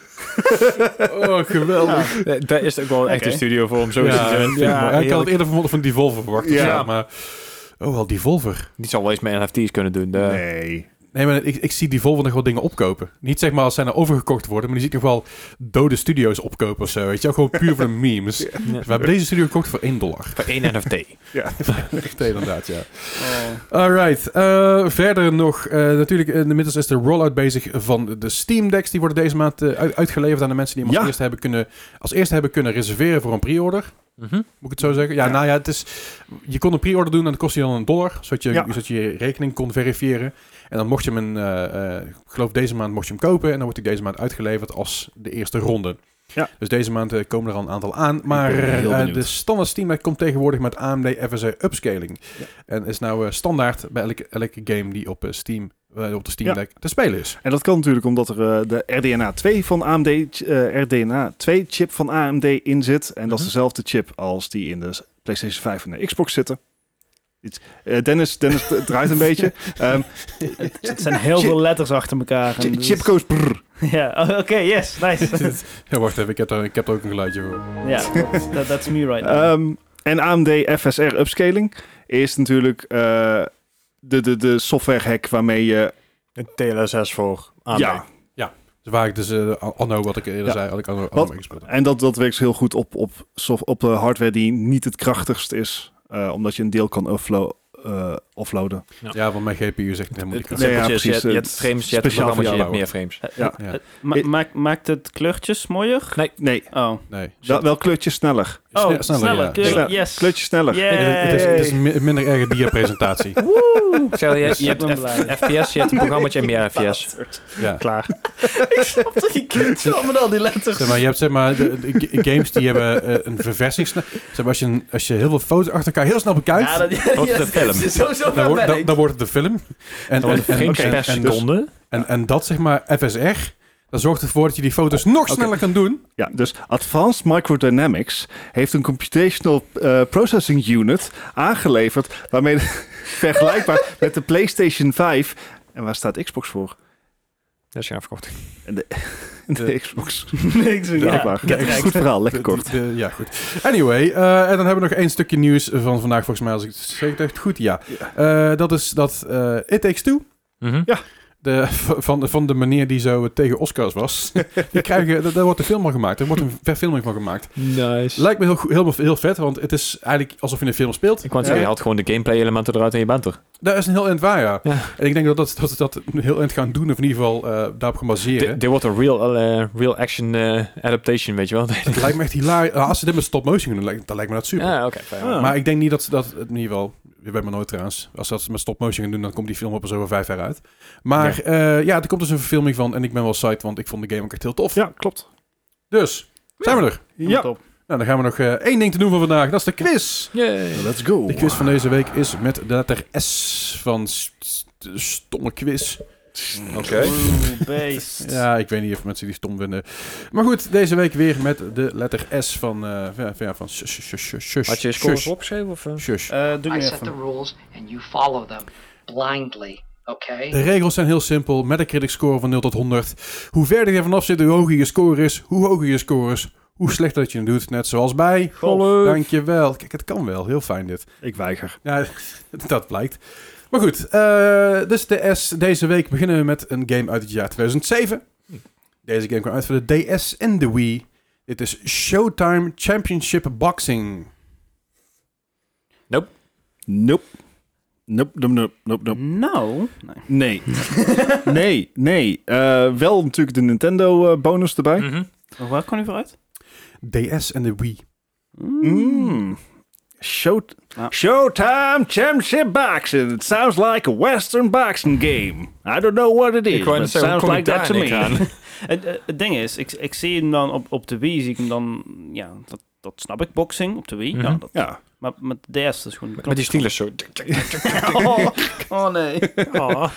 Oh, geweldig. Ja, daar is ook wel echt Oké. een studio voor om zo te Ja, doen. ja, ja, ik had het heerlijk. eerder van, van Devolver verwacht. Ja. Ja. Maar, oh, wel Devolver. Die zal wel eens met N F T's kunnen doen. De, Nee. Nee, maar ik, ik zie Devolver nog wel dingen opkopen. Niet zeg maar als zij nou overgekocht worden, maar die zie ik nog wel dode studio's opkopen of zo. Weet je wel, gewoon puur voor de memes. Ja. We hebben deze studio gekocht voor één dollar. Voor één N F T. Echt inderdaad, ja. oh, Alright. Uh, verder nog, uh, natuurlijk, uh, inmiddels is de rollout bezig van de Steam Decks. Die worden deze maand uh, uit- uitgeleverd aan de mensen die hem als, Ja. eerste hebben kunnen, als eerste hebben kunnen reserveren voor een pre-order. Mhm. Moet ik het zo zeggen? Ja, Ja. nou ja, het is... Je kon een pre-order doen en dat kostte je dan een dollar. Zodat je, Ja. zodat je je rekening kon verifiëren. En dan mocht je hem, een, uh, uh, ik geloof deze maand mocht je hem kopen. En dan wordt hij deze maand uitgeleverd als de eerste ronde. Ja. Dus deze maand uh, komen er al een aantal aan. Maar ben heel uh, benieuwd. de standaard Steam Deck komt tegenwoordig met A M D F S R upscaling. Ja. En is nou uh, standaard bij elke, elke game die op, uh, Steam, uh, op de Steam Ja. Deck te spelen is. En dat kan natuurlijk omdat er uh, de R D N A twee van A M D, uh, R D N A twee chip van A M D in zit. En dat is Mhm. dezelfde chip als die in de PlayStation vijf en de Xbox zitten. Iets, uh, Dennis, Dennis d- draait een beetje. Um, het zijn heel Chip- veel letters achter elkaar. en ch- dus- chip goes brrr. Ja, oh, oké, yes, nice. Ja, wacht even, ik heb, er, ik heb er ook een geluidje voor. Ja, that, that's me right now. Um, en A M D F S R upscaling is natuurlijk uh, de, de, de software hack waarmee je... Een T L S S voor A M D. Ja, Dus waar ik dus uh, anno, wat ik eerder Ja. zei, had ik anno, anno Wat? meegespeeld. en dat, dat werkt heel goed op, op, soft, op de hardware die niet het krachtigst is. Uh, omdat je een deel kan offlo- uh, offloaden. Ja, want mijn G P U zegt helemaal niet. Het Nee, ja, simpeltje is, je, precies, je eh, hebt frames, je hebt speciaal voor programma's, je jou, hebt meer frames. Eh, Ja. eh, Ja. ma- Ik- maakt, maakt het kleurtjes mooier? Nee. Nee, Oh, Nee. wel, wel kleurtjes sneller. oh Sne- sneller, ja. kleur- Snel- yes. Kleurtjes sneller. Yay. Het is, het is een mi- minder erge dia-presentatie. Stel, je, je hebt Ik ben F- blij. F P S, je hebt een programmaatje en meer F P S. Ja. Klaar. Ik snap dat je kind zo met al die letters. Zeg maar, je hebt zeg maar, de, de g- games die hebben uh, een verversingssnel. Zeg maar, als je, een, als je heel veel foto's achter elkaar heel snel bekijkt, Ja, dat Wordt het een film. Zo, zo dan, ver wordt, ben dan, ik. dan wordt het de film. En, Dan wordt het en, frames en, per en, dus- seconde. en, en dat zeg maar F S R, dat zorgt ervoor dat je die foto's nog sneller kan doen. Ja, dus Advanced Microdynamics heeft een Computational uh, Processing Unit aangeleverd waarmee de- vergelijkbaar met de PlayStation vijf. En waar staat Xbox voor? Dat is geen afkorting. En de, de Xbox. Niks meer. Ja, maar. get Goed verhaal, lekker De- kort. de- de- ja, goed. Anyway, uh, en dan hebben we nog één stukje nieuws van vandaag, volgens mij, als ik het zeker echt goed. Ja. Uh, dat is dat uh, It Takes Two. Mhm. De, van, de, van de meneer die zo tegen Oscars was. Die krijgen, daar wordt een film van gemaakt. Er wordt een verfilming van gemaakt. Nice. Lijkt me heel, goed- heel, heel vet, want het is eigenlijk alsof je een film speelt. Ik wou zeggen, je had gewoon de gameplay elementen eruit en je bent er. Dat is een heel eind waar, ja. Ja. En ik denk dat dat, dat, dat een heel eind gaan doen, of in ieder geval uh, daarop gaan baseren. Dit dit wordt een real, uh, real action uh, adaptation, weet je wel. Het lijkt me echt hilarisch. Als ze dit met stop motion doen, dan lijkt, dan lijkt me dat super. Ja, oké. fijn. Ah. Maar ik denk niet dat ze dat, in ieder geval, we hebben nooit trouwens, als ze dat met stop motion gaan doen, dan komt die film op er zo over vijf jaar uit. Maar ja. Uh, ja, er komt dus een verfilming van en ik ben wel psyched, want ik vond de game ook echt heel tof. Ja, klopt. Dus, zijn we er? Ja. Top. Nou, dan gaan we nog uh, één ding te doen voor vandaag. Dat is de quiz. Yay. Let's go. De quiz van deze week is met de letter S van st- st- stomme quiz. Oké. Oeh, beest. Ja, ik weet niet of mensen die stom vinden. Maar goed, deze week weer met de letter S van... Uh, ja, ja, van shush, shush, shush, shush. Had je je scores opgeschreven? Of, uh? Shush. Uh, doe I me set even. the rules and you follow them blindly, okay? De regels zijn heel simpel. Met een critic score van nul tot honderd. Hoe verder je vanaf zit, hoe hoger je score is. Hoe hoger je score is, hoe slechter dat je het doet. Net zoals bij... Golf. Dankjewel. Kijk, het kan wel. Heel fijn dit. Ik weiger. Ja, dat blijkt. Maar goed, uh, dus de S. Deze week beginnen we met een game uit het jaar tweeduizend zeven. Deze game kwam uit voor de D S en de Wii. Dit is Showtime Championship Boxing. Nope. Nope, nope, nope, nope, nope. Nou, nee. Nee. nee, nee. Uh, wel natuurlijk de Nintendo uh, bonus erbij. Mhm. Waar kwam u vooruit? D S en de Wii. Mm. Show Ja. Showtime Championship Boxing. It sounds like a Western boxing game. I don't know what it is, Ik wou but net it zeggen, sounds hoe kom like ik that to daar in één me. keer Het, uh, het ding is, ik, ik zie hem dan op, op de Wii, zie ik hem dan, ja, dat, dat snap ik, boxing op de Wii. Mhm. Ja, dat, Ja. maar met de D S is gewoon... Met die Steelers zo. oh, oh nee. Oh.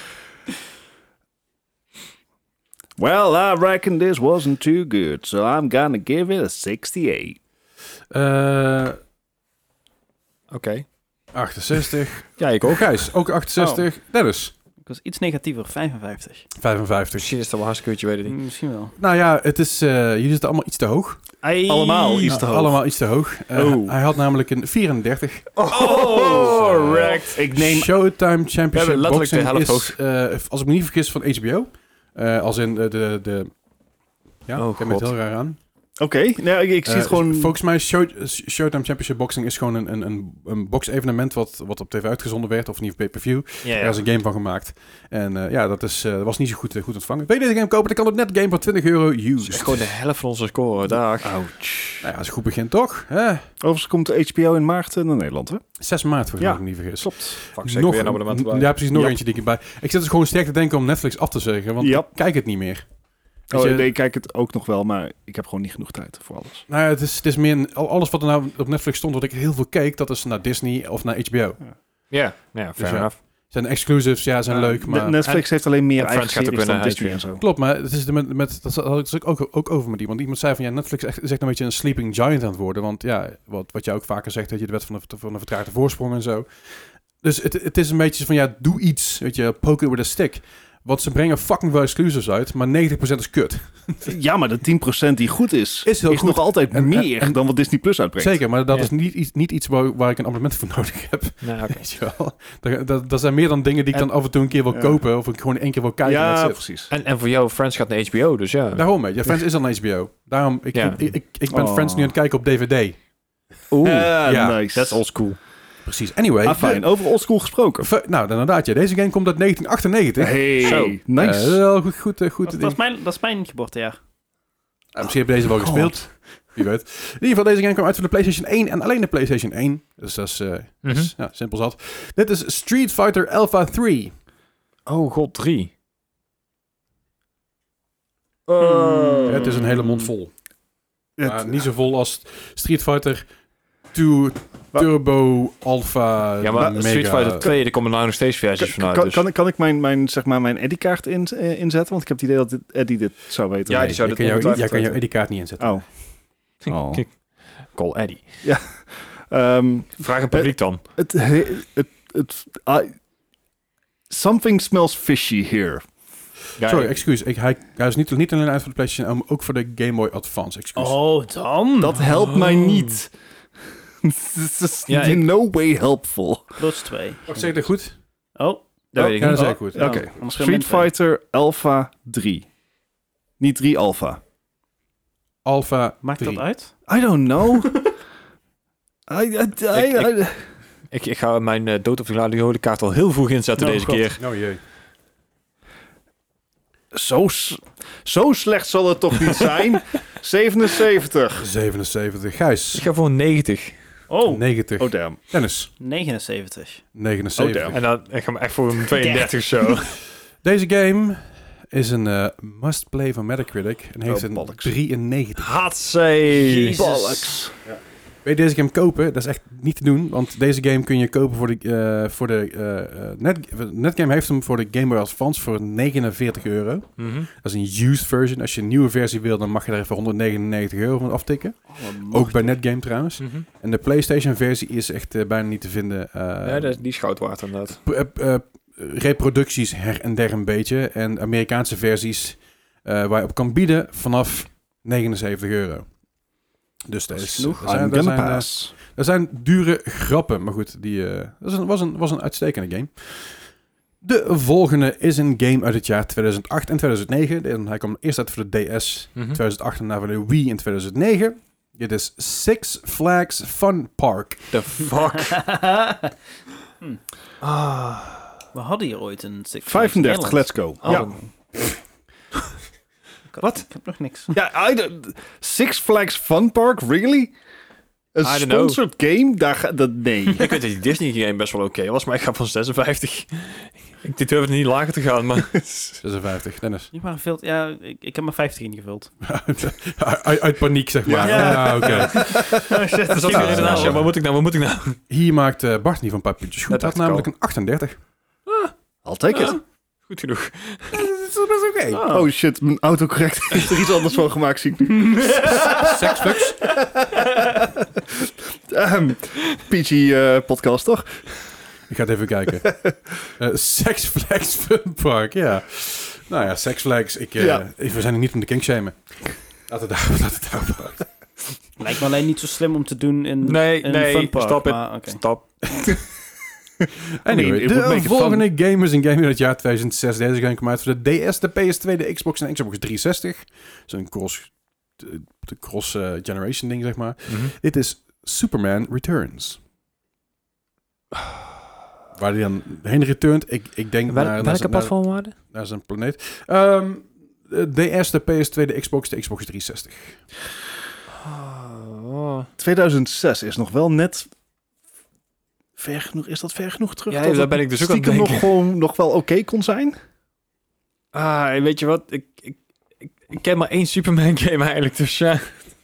Well, I reckon this wasn't too good, so I'm gonna give it a sixty-eight. Uh, Oké. achtenzestig. Ja, ik Oh, ook. Gijs, ook achtenzestig. Dennis, Ik was iets negatiever, vijfenvijftig. vijfenvijftig. Misschien is dat wel hartstikke goed, je weet het niet. Misschien wel. Nou ja, het is, uh, jullie zitten allemaal iets te hoog. Allemaal iets te Ja, hoog. Allemaal iets te hoog. Uh, Oh. Hij had namelijk een vierendertig. Oh, wrecked. Ik neem... Showtime We Championship hebben letterlijk de Boxing helft is, uh, als ik me niet vergis, van H B O. Uh, als in de... de, de ja, Oh, ik heb het God. heel raar aan. Oké, nou, ik, ik zie Uh, het gewoon... Volgens mij is Show, Showtime Championship Boxing is gewoon een, een, een, een box-evenement wat, wat op tv uitgezonden werd, of niet op pay-per-view. Ja, Daar is een game van gemaakt. En uh, ja, dat, is, uh, dat was niet zo goed, uh, goed ontvangen. Wil je deze game kopen? Dan kan op Netgame voor twintig euro Dat is used. gewoon de helft van onze score. Dag. Ouch. Nou ja, als het goed begint toch? Hè? Overigens komt de H B O in maart uh, naar Nederland, hè? zes maart, volgens mij, Ja. als ik me niet vergis. Klopt. Fuck, zeker weer een abonnement erbij. Ja, precies, nog Ja. eentje die ik erbij. Ik zit dus gewoon sterk te denken om Netflix af te zeggen, want Ja. ik kijk het niet meer. Weet Oh, je- nee, ik kijk het ook nog wel, maar ik heb gewoon niet genoeg tijd voor alles. Nou ja, het is, het is meer een- al- alles wat er nou op Netflix stond, wat ik heel veel keek, dat is naar Disney of naar H B O. Ja, ja, fair ja. enough. Zijn exclusives, ja, zijn Uh, leuk, maar... Netflix heeft alleen meer en eigen Friends gaat ook series weer dan naar Disney en zo. Klopt, maar het is de met, met, dat had ik dus ook, ook over met iemand. Iemand zei van, ja, Netflix is echt, is echt een beetje een sleeping giant aan het worden. Want ja, wat, wat je ook vaker zegt, dat je de wet van de, van de vertraagde voorsprong en zo. Dus het, het is een beetje van, ja, doe iets, weet je, poke it with a stick. Want ze brengen fucking veel exclusives uit, maar negentig procent is kut. Ja, maar de tien procent die goed is, Is heel goed. nog altijd En- meer en- dan wat Disney Plus uitbrengt. Zeker, maar dat Ja. is niet, iets- niet iets waar, waar ik een abonnement voor nodig heb. Nou, oké. Weet je wel. Dat, dat, dat zijn meer dan dingen die ik En- dan af en toe een keer wil Ja. kopen. Of ik gewoon één keer wil kijken. en Ja, that's it. precies. En, en voor jou, Friends gaat naar H B O, dus ja. Daarom, weet je. Friends is al een H B O. Daarom, ik, Ja. ik, ik, ik ben Oh. Friends nu aan het kijken op D V D. Oeh, Ah, ja, nice. that's old school. Precies. Anyway. Ah, fijn. Over oldschool gesproken. V- nou, inderdaad. Ja. Deze game komt uit negentien achtennegentig. Hey, Zo. nice. Eh, wel goed, goed, uh, goed Dat, ding. dat, is mijn, dat is mijn geboortejaar. Ah, misschien heb je deze wel God. gespeeld. Wie weet. In ieder geval, deze game kwam uit voor de PlayStation één en alleen de PlayStation één. Dus dat is, uh, Mhm. is, ja, simpel zat. Dit is Street Fighter Alpha drie. Oh god, drie. Hmm. Ja, het is een hele mond vol. Het- Maar niet zo vol als Street Fighter twee Turbo Alpha Ja, maar Mega. Street Fighter twee, er komen nou nog steeds versies Kan, vanuit. kan, Dus. kan, ik- kan ik mijn, mijn, zeg maar, mijn Eddie-kaart in, eh, inzetten? Want ik heb het idee dat dit, Eddie dit zou weten. Ja, Nee, die zou je dit kan jou, ongetwijfeld jij kan jouw weten. Eddie-kaart niet inzetten. Oh. Oh. Kijk, Call Eddie. Ehm, Vraag het publiek dan. het, he- het, het, I- something smells fishy here. Ja, Sorry, ik- excuus. Ik, hij, hij is niet, niet alleen uit voor de PlayStation, maar ook voor de Game Boy Advance. Excuus. Oh, dan. Dat helpt mij niet. This is Ja, in ik- no way helpful. Plus twee. Wacht, zeg ik dat goed? Oh. dat Oh, weet ik ja, niet. dat zeg ik goed. Ja, Oké. anders veel Street minder. Fighter Alpha drie. Niet drie Alpha. Alpha Maakt drie. dat uit? I don't know. I, I, I, Ik- I- Ik, ik ga mijn uh, dood of de kaart al heel vroeg inzetten Oh, deze God. keer. Oh jee. Zo, s- zo slecht zal het toch niet zijn? zevenenzeventig. zevenenzeventig. Ik Gijs. ga voor negentig. Oh. negentig. Oh damn. Dennis. negenenzeventig. negenenzeventig. Oh, En dan ik ga ik echt voor een tweeëndertig zo. Deze game is een eh, must-play van Metacritic en heeft Oh, een bollocks. drieënnegentig. Hatsé. Jezus. Bollocks. Wil je deze game kopen? Dat is echt niet te doen, want deze game kun je kopen voor de, eh, voor de eh, eh, net, Netgame heeft hem voor de Game Boy Advance voor negenenveertig euro. Mhm. Dat is een used version. Als je een nieuwe versie wil, dan mag je daar even honderdnegenennegentig euro van aftikken. Ook bij Netgame trouwens. Mhm. En de PlayStation versie is echt eh, bijna niet te vinden. eh, Ja, dat, die is goud waard inderdaad. p- eh, eh, reproducties her en der een beetje. En Amerikaanse versies eh, waar je op kan bieden vanaf negenenzeventig euro. Dus dat is Genoeg. er zijn, I'm er gonna zijn, eh, pass. er zijn dure grappen, maar goed, die eh, dat is een, was, een, was een uitstekende game. De volgende is een game uit het jaar tweeduizend acht en tweeduizend negen. En hij kwam eerst uit voor de D S Mhm. tweeduizend acht en daarna voor de Wii in tweeduizend negen. Dit is Six Flags Fun Park. The fuck? Hm. Ah. We hadden hier ooit een Six vijfendertig, Flags let's go. Oh. Ja. Ik had- Wat? Ik heb nog niks. Ja, I don't- Six Flags Fun Park, really? Een I don't know. sponsored game? Daar ga, dat, nee. Ik weet dat die Disney game best wel oké was, maar ik ga van zesenvijftig. Ik durfde niet lager te gaan, maar... zesenvijftig, Dennis. Niet maar gevuld. Ja, ik, ik heb maar vijftig ingevuld. uit, uit paniek, zeg maar. Ja. Ja, oké. Oh shit, Er zat Ja, weer in naast, ja, wat moet ik nou, wat moet ik nou? Hier maakt eh, Bart niet van een paar puntjes goed. Dat Dat dacht ik namelijk een achtendertig. I'll take it. Ah, goed genoeg. Dat is best oké. Oh shit, mijn autocorrect heeft er iets anders van gemaakt, zie ik nu. Sexflux. Ehm, P G eh, podcast, toch? Ik ga het even kijken. Eh Sex Flags Fun Park, ja. Nou ja, Sex Flags. Ik, eh, Ja. ik- we zijn er niet om de kink shamen. Laat het daar, laat het daar houden. Lijkt me alleen niet zo slim om te doen in Nee, een nee, funpark, stop het. maar oké. Stop. Anyway, it would make de it volgende game is een game uit het jaar tweeduizend zes. Deze game kwam uit voor de D S, de P S twee, de Xbox en de Xbox driehonderdzestig. Zo'n cross, de, de cross eh, generation ding, zeg maar. Mhm. Dit is Superman Returns. Waar hij dan heen returnt. Ik, ik denk Wel- naar, naar, Welke zijn- platform waren? naar zijn planeet. Ehm, de D S, de P S twee, de Xbox, de Xbox driehonderdzestig. Oh. tweeduizend zes is nog wel net ver genoeg. Is dat ver genoeg terug? Ja, dat daar het ben ik dus ook aan het stiekem nog denken. gewoon nog wel oké kon zijn? Ah, weet je wat? Ik, ik, ik, ik ken maar één Superman game eigenlijk, dus ja.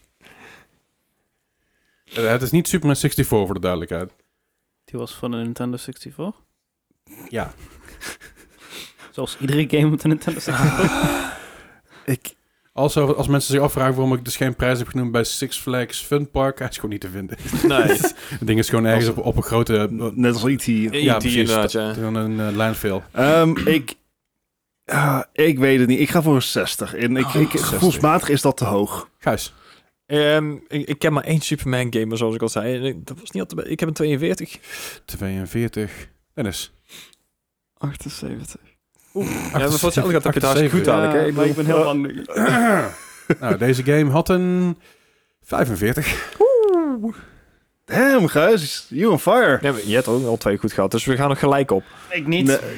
Eh, het is niet Superman vierenzestig voor de duidelijkheid. Die was van de Nintendo zesenzestig. Ja. Zoals iedere game op de Nintendo zesenzestig. Ik, Also, als mensen zich afvragen waarom ik dus geen prijs heb genoemd bij Six Flags Fun Park, hij is gewoon niet te vinden. Nee. Het ding is gewoon ergens op, op een grote... net als E T. Ja, precies. inderdaad, ja. Gewoon een uh, landfill. Ehm, ik, ah, ik weet het niet. Ik ga voor een zestig. En ik, Oh, ik, zestig. gevoelsmatig is dat te hoog. Gijs. Ehm, ik, ik ken maar één Superman game, zoals ik al zei. En ik- Dat was niet altijd, ik heb een tweeënveertig. tweeënveertig. Dennis. achtenzeventig. Oeh, Ja, maar voor hetzelfde gaat heb je het hartstikke goed achtenzeventig. dadelijk. hè? maar ik ben heel bang nu. Nou, deze game had een vijfenveertig. Damn, guys. You on fire. Ja, je hebt ook al twee goed gehad, dus we gaan nog gelijk op. Ik niet. Nee.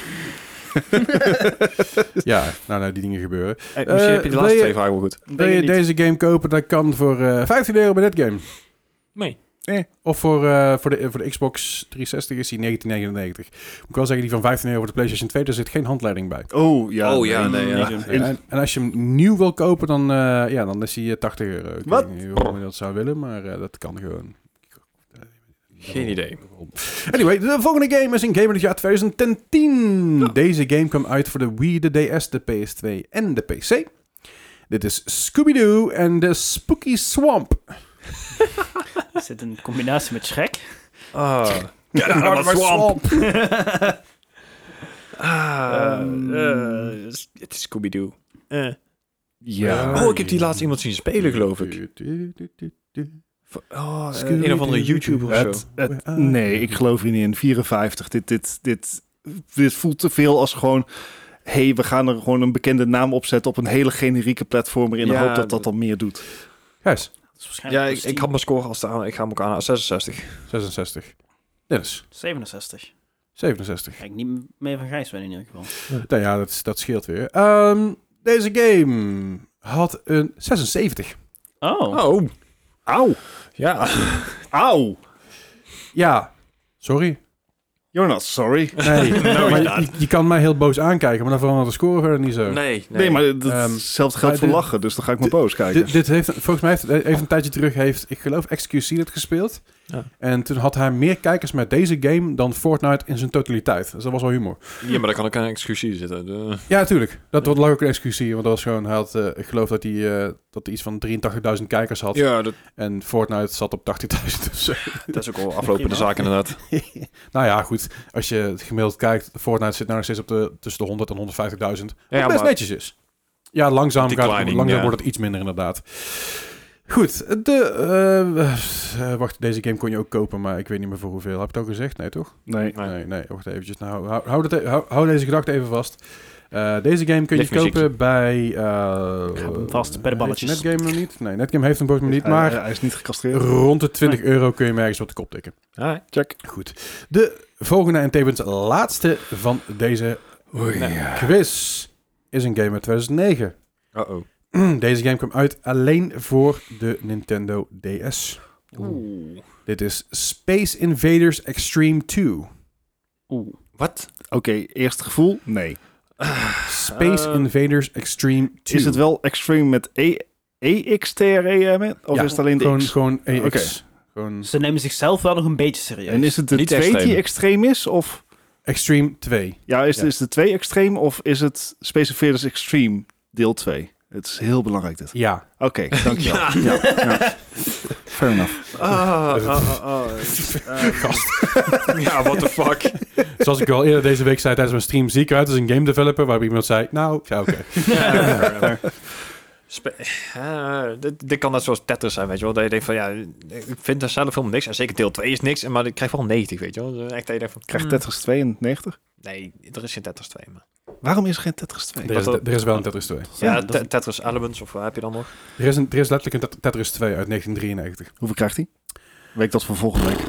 Ja, nou, nou, die dingen gebeuren. Hey, misschien Eh, heb je de wil laatste je- twee vragen wel goed. Wil je deze game kopen, dat kan voor uh, vijftien euro bij Netgame. Nee. Eh. Of voor, uh, voor, de, voor de Xbox driehonderdzestig is die negentien negenennegentig. Moet ik wel zeggen, die van vijftien euro voor de PlayStation twee, daar zit geen handleiding bij. Oh, ja. Oh, ja, nee, ja. niet doen. En, en als je hem nieuw wil kopen, dan, uh, ja, dan is hij uh, tachtig euro. Ik Wat? weet niet waarom je dat zou willen, maar uh, dat kan gewoon. Geen idee. Anyway, de volgende game is een game uit het jaar twintig tien. Ja. Deze game kwam uit voor de Wii, de D S, de P S twee en de P C. Dit is Scooby-Doo en de Spooky Swamp. Is dit een combinatie met Shrek? Ah. Get out of my swamp. ah, uh, het is Scooby-Doo. Uh. Ja. Oh, ik heb die laatst iemand zien spelen, geloof ik. Oh, uh, een of andere YouTuber of zo. Het, het, nee, ik geloof hier niet in. vierenvijftig. Dit, dit, dit, dit voelt te veel als gewoon... hey, we gaan er gewoon een bekende naam op zetten op een hele generieke platformer in de Ja, hoop dat dat dan meer doet. Gijs, Ja, ik, ik had mijn score al staan. Ik ga hem ook aan zesenzestig. zesenzestig. Dennis, zevenenzestig. zevenenzestig. Ga ik niet meer van Gijs winnen in ieder geval. Nou ja, dat, dat scheelt weer. Um, deze game had een zesenzeventig. Oh. Oh. Auw. Ja. Auw. Ja, sorry. You're not sorry. Nee, No, maar you're je, je kan mij heel boos aankijken, maar dan verandert de score verder niet zo. Nee, nee. Nee, maar dat, Ehm, hetzelfde geldt maar voor dit- lachen, dus dan ga ik maar boos kijken. Dit, dit heeft, volgens mij heeft even een tijdje terug, heeft, ik geloof, X Q C dit gespeeld. Ja. En toen had hij meer kijkers met deze game dan Fortnite in zijn totaliteit. Dus dat was wel humor. Ja, maar daar kan ook een excuus zitten. De... Ja, natuurlijk. Dat ja. lag ook een X Q C, want dat was gewoon, hij had, uh, ik geloof dat hij, uh, dat hij iets van drieëntachtigduizend kijkers had. Ja, dat, En Fortnite zat op tachtigduizend of zo. dat is ook al aflopende zaak inderdaad. Nou ja, goed. Als je het gemiddeld kijkt, Fortnite zit nou nog steeds op de, tussen de honderd en honderdvijftigduizend. Wat Ja, best maar- netjes is. Ja, langzaam, gaat het, Declining, langzaam ja. wordt het iets minder inderdaad. Goed, de, uh, uh, wacht, deze game kon je ook kopen, maar ik weet niet meer voor hoeveel. Heb ik het al gezegd? Nee, toch? Nee. Nee. Nee, nee, wacht eventjes. Nou, hou, hou, dat, hou, hou deze gedachte even vast. Uh, deze game kun je Lichtmuziek. kopen bij... Uh, Ga hem vast bij de balletjes. heeft Netgame nog niet? Nee, Netgame heeft hem volgens mij niet, maar Hij, hij is niet gecastreerd. rond de twintig euro kun je hem ergens op de kop tikken. Alright. Check. Goed. De volgende en tevens laatste van deze quiz is een game uit tweeduizend negen. Uh-oh. Deze game kwam uit alleen voor de Nintendo D S. Oeh. Dit is Space Invaders Extreme twee. Oeh. Wat? Oké, eerste gevoel? Nee. Space Uh, Invaders Extreme twee. Is het wel extreme met E- E X T R E M? Of Ja, is het alleen de gewoon, X? gewoon E X. Oké. Gewoon Ze nemen zichzelf wel nog een beetje serieus. En is het de Niet twee extreem. die extreem is? Of Extreme twee. ja, is, Ja. is de twee extreem of is het Space Invaders Extreme deel twee? Het is heel belangrijk dit. Ja. Oké, dankjewel. Ja. Ja. Ja. Fair enough. Ah, ah, ah, ah. Gast. Ja, what the fuck. Zoals ik al eerder deze week zei tijdens mijn stream, zie ik eruit als een game developer waar iemand zei, nou, ja, oké. Ja. Spe- uh, dit, dit kan net zoals Tetris zijn, weet je wel. Dat je denkt van, ja, ik vind er zelf helemaal niks. En zeker deel twee is niks, maar ik krijg wel negentig, weet je wel. Echt dat je denkt van, Krijgt Tetris tweeënnegentig? nee, er is geen Tetris twee, maar... Waarom is er geen Tetris twee? Er is, er is wel een Tetris twee. Ja, Ja, dat- Te- Tetris Elements, of wat heb je dan nog? Er is, een, er is letterlijk een Tet- Tetris twee uit negentien drieënnegentig. Hoeveel krijgt hij? Weet ik dat voor volgende week?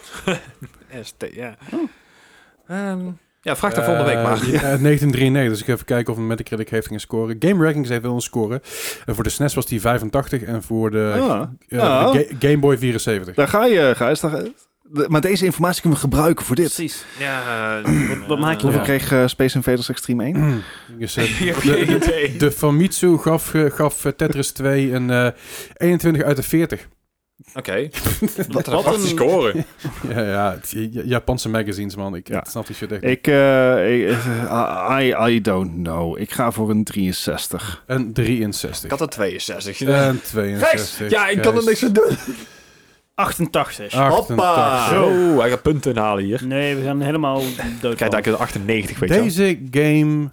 S T, ja. Ehm, ja, vraag daar volgende week maar. Uh, ja, uit negentien drieënnegentig, dus ik ga even kijken of een Metacritic heeft gaan scoren. Game Rankings heeft wel een score. En voor de S N E S was die vijfentachtig en voor de, Ah, uh, ja. de Ga- Game Boy vierenzeventig. Daar ga je, Gijs. Daar ga je. De- maar deze informatie kunnen we gebruiken voor dit. Precies. Ja, Wat- wat maak je Hoeveel Ja. kreeg uh, Space Invaders Extreme één? Dus, uh, Ik heb de, geen de, idee. de Famitsu gaf, uh, gaf uh, Tetris twee een uh, eenentwintig uit de veertig. Oké. Wat Wat een- een scoren. Ja, ja, het- J- Japanse magazines, man. Ik Ja. snap die shit echt niet. Ik, uh, ik uh, I, I don't know. Ik ga voor een drieënzestig. En drieënzestig. Ik had er tweeënzestig. En tweeënzestig. Ja, ik kan er niks aan doen. achtentachtig. achtentachtig. Zo, hij gaat punten inhalen hier. Nee, we gaan helemaal dood. Kijk, daar is achtennegentig, weet je wel. Deze game,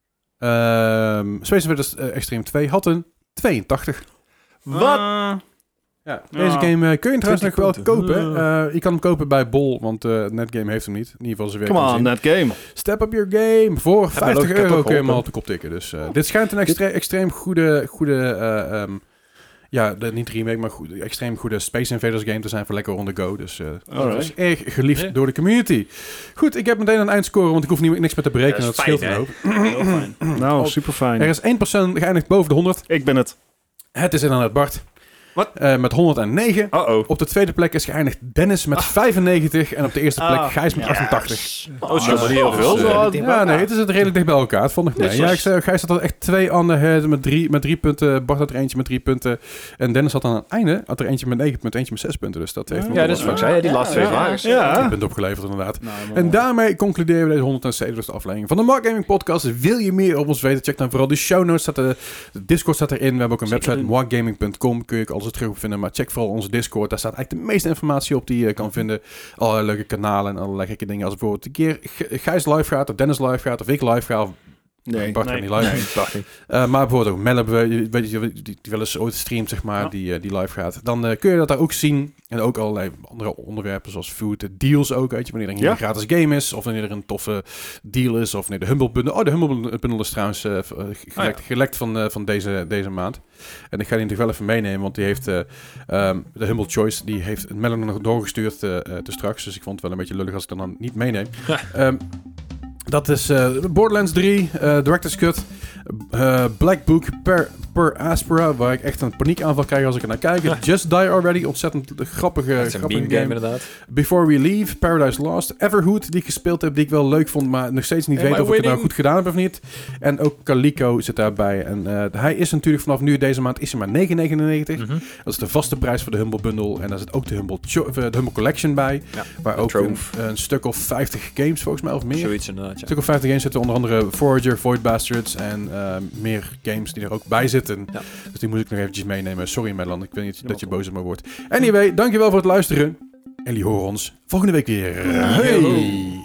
ehm Space Invaders uh, Extreme twee, had een tweeëntachtig. Wat? Ja, deze Ja. game uh, kun je trouwens nog wel punten. kopen. Uh, je kan hem kopen bij Bol, want uh, Netgame heeft hem niet. In ieder geval zijn werk. Come on, gezien. net game. Step up your game. Voor vijftig logica euro toch kun je hem geholpen. al op de kop tikken. Dus uh, dit schijnt een extre extreem goede, goede uh, um, Ja, de, niet remake, maar goed, extreem goede Space Invaders game te zijn voor lekker on the go. Dus uh, dat Alright. is erg geliefd Nee. door de community. Goed, ik heb meteen een eindscore, want ik hoef niet, niks meer te berekenen. Ja, dat dat is scheelt een fijn, hoop. Heel fijn. Nou, Oh. super fijn. Er is één persoon geëindigd boven de honderd. Ik ben het. Het is inderdaad Bart. Wat? Uh, met honderdnegen. Uh-oh. Op de tweede plek is geëindigd Dennis met vijfennegentig. En op de eerste plek Ah. Gijs met achtentachtig. Oh, is maar heel Dus, veel. uh, Zo. ja, nee, het is het redelijk dicht bij elkaar. Het vond ik mee. Ja, ik zei, Gijs had er echt twee on the head met drie, met drie punten. Bart had er eentje met drie punten. En Dennis had aan het einde had er eentje met negen punten, eentje met zes punten. Dus dat heeft Ja, dat is wat ik zei. Die laatste twee vragen. Ja. Ik ben opgeleverd inderdaad. Nou, En daarmee concluderen we deze honderdzeventigste aflevering van de Mark Gaming Podcast. Wil je meer op ons weten? Check dan vooral de show notes. Staat de, de Discord staat erin. We hebben ook een Zeker website, doen. mark gaming punt com. Kun je ook alles terug op vinden. Maar check vooral onze Discord. Daar staat eigenlijk de meeste informatie op die je kan vinden. Allerlei leuke kanalen en allerlei gekke dingen. Als bijvoorbeeld een keer G- Gijs live gaat, of Dennis live gaat, of ik live ga. Of Nee. Bart gaat Nee. niet live. Nee, dacht ik. Uh, maar bijvoorbeeld ook Mel hebben we, weet je, die, die wel eens ooit streamt, zeg maar, Ja. die, uh, die live gaat. Dan uh, kun je dat daar ook zien. En ook allerlei andere onderwerpen, zoals food, uh, deals ook, weet je. Wanneer er een Ja. gratis game is, of wanneer er een toffe deal is, of wanneer de Humble Bundle... Oh, de Humble Bundle is trouwens uh, gelekt, Oh, ja. gelekt van, uh, van deze, deze maand. En ik ga die natuurlijk wel even meenemen, want die heeft uh, um, de Humble Choice, die heeft Mel nog doorgestuurd uh, uh, te straks. Dus ik vond het wel een beetje lullig als ik dan, dan niet meeneem. um, Dat is uh, Borderlands drie, uh, Director's Cut, uh, Black Book, Per, per Aspera, waar ik echt een paniekaanval krijg als ik er naar kijk. Ja. Just Die Already, ontzettend grappige, Dat is een grappige meme game. game inderdaad. Before We Leave, Paradise Lost, Everhood, die ik gespeeld heb, die ik wel leuk vond, maar nog steeds niet Am weet I of ik het nou winning? goed gedaan heb of niet. En ook Calico zit daarbij. En uh, hij is natuurlijk vanaf nu, deze maand, is hij maar negen negenennegentig. Mhm. Dat is de vaste prijs voor de Humble Bundle. En daar zit ook de Humble, Cho- of, uh, de Humble Collection bij. Ja, waar de ook een, Trove. een stuk of vijftig games volgens mij, of meer. Zoiets inderdaad, Een ja. stuk of vijftig games zitten, onder andere Forager, Void Bastards en uh, meer games die er ook bij zitten. Ja. Dus die moet ik nog eventjes meenemen. Sorry Melon, ik weet niet dat je boos op me wordt. Anyway, dankjewel voor het luisteren. En jullie horen ons volgende week weer. Hey!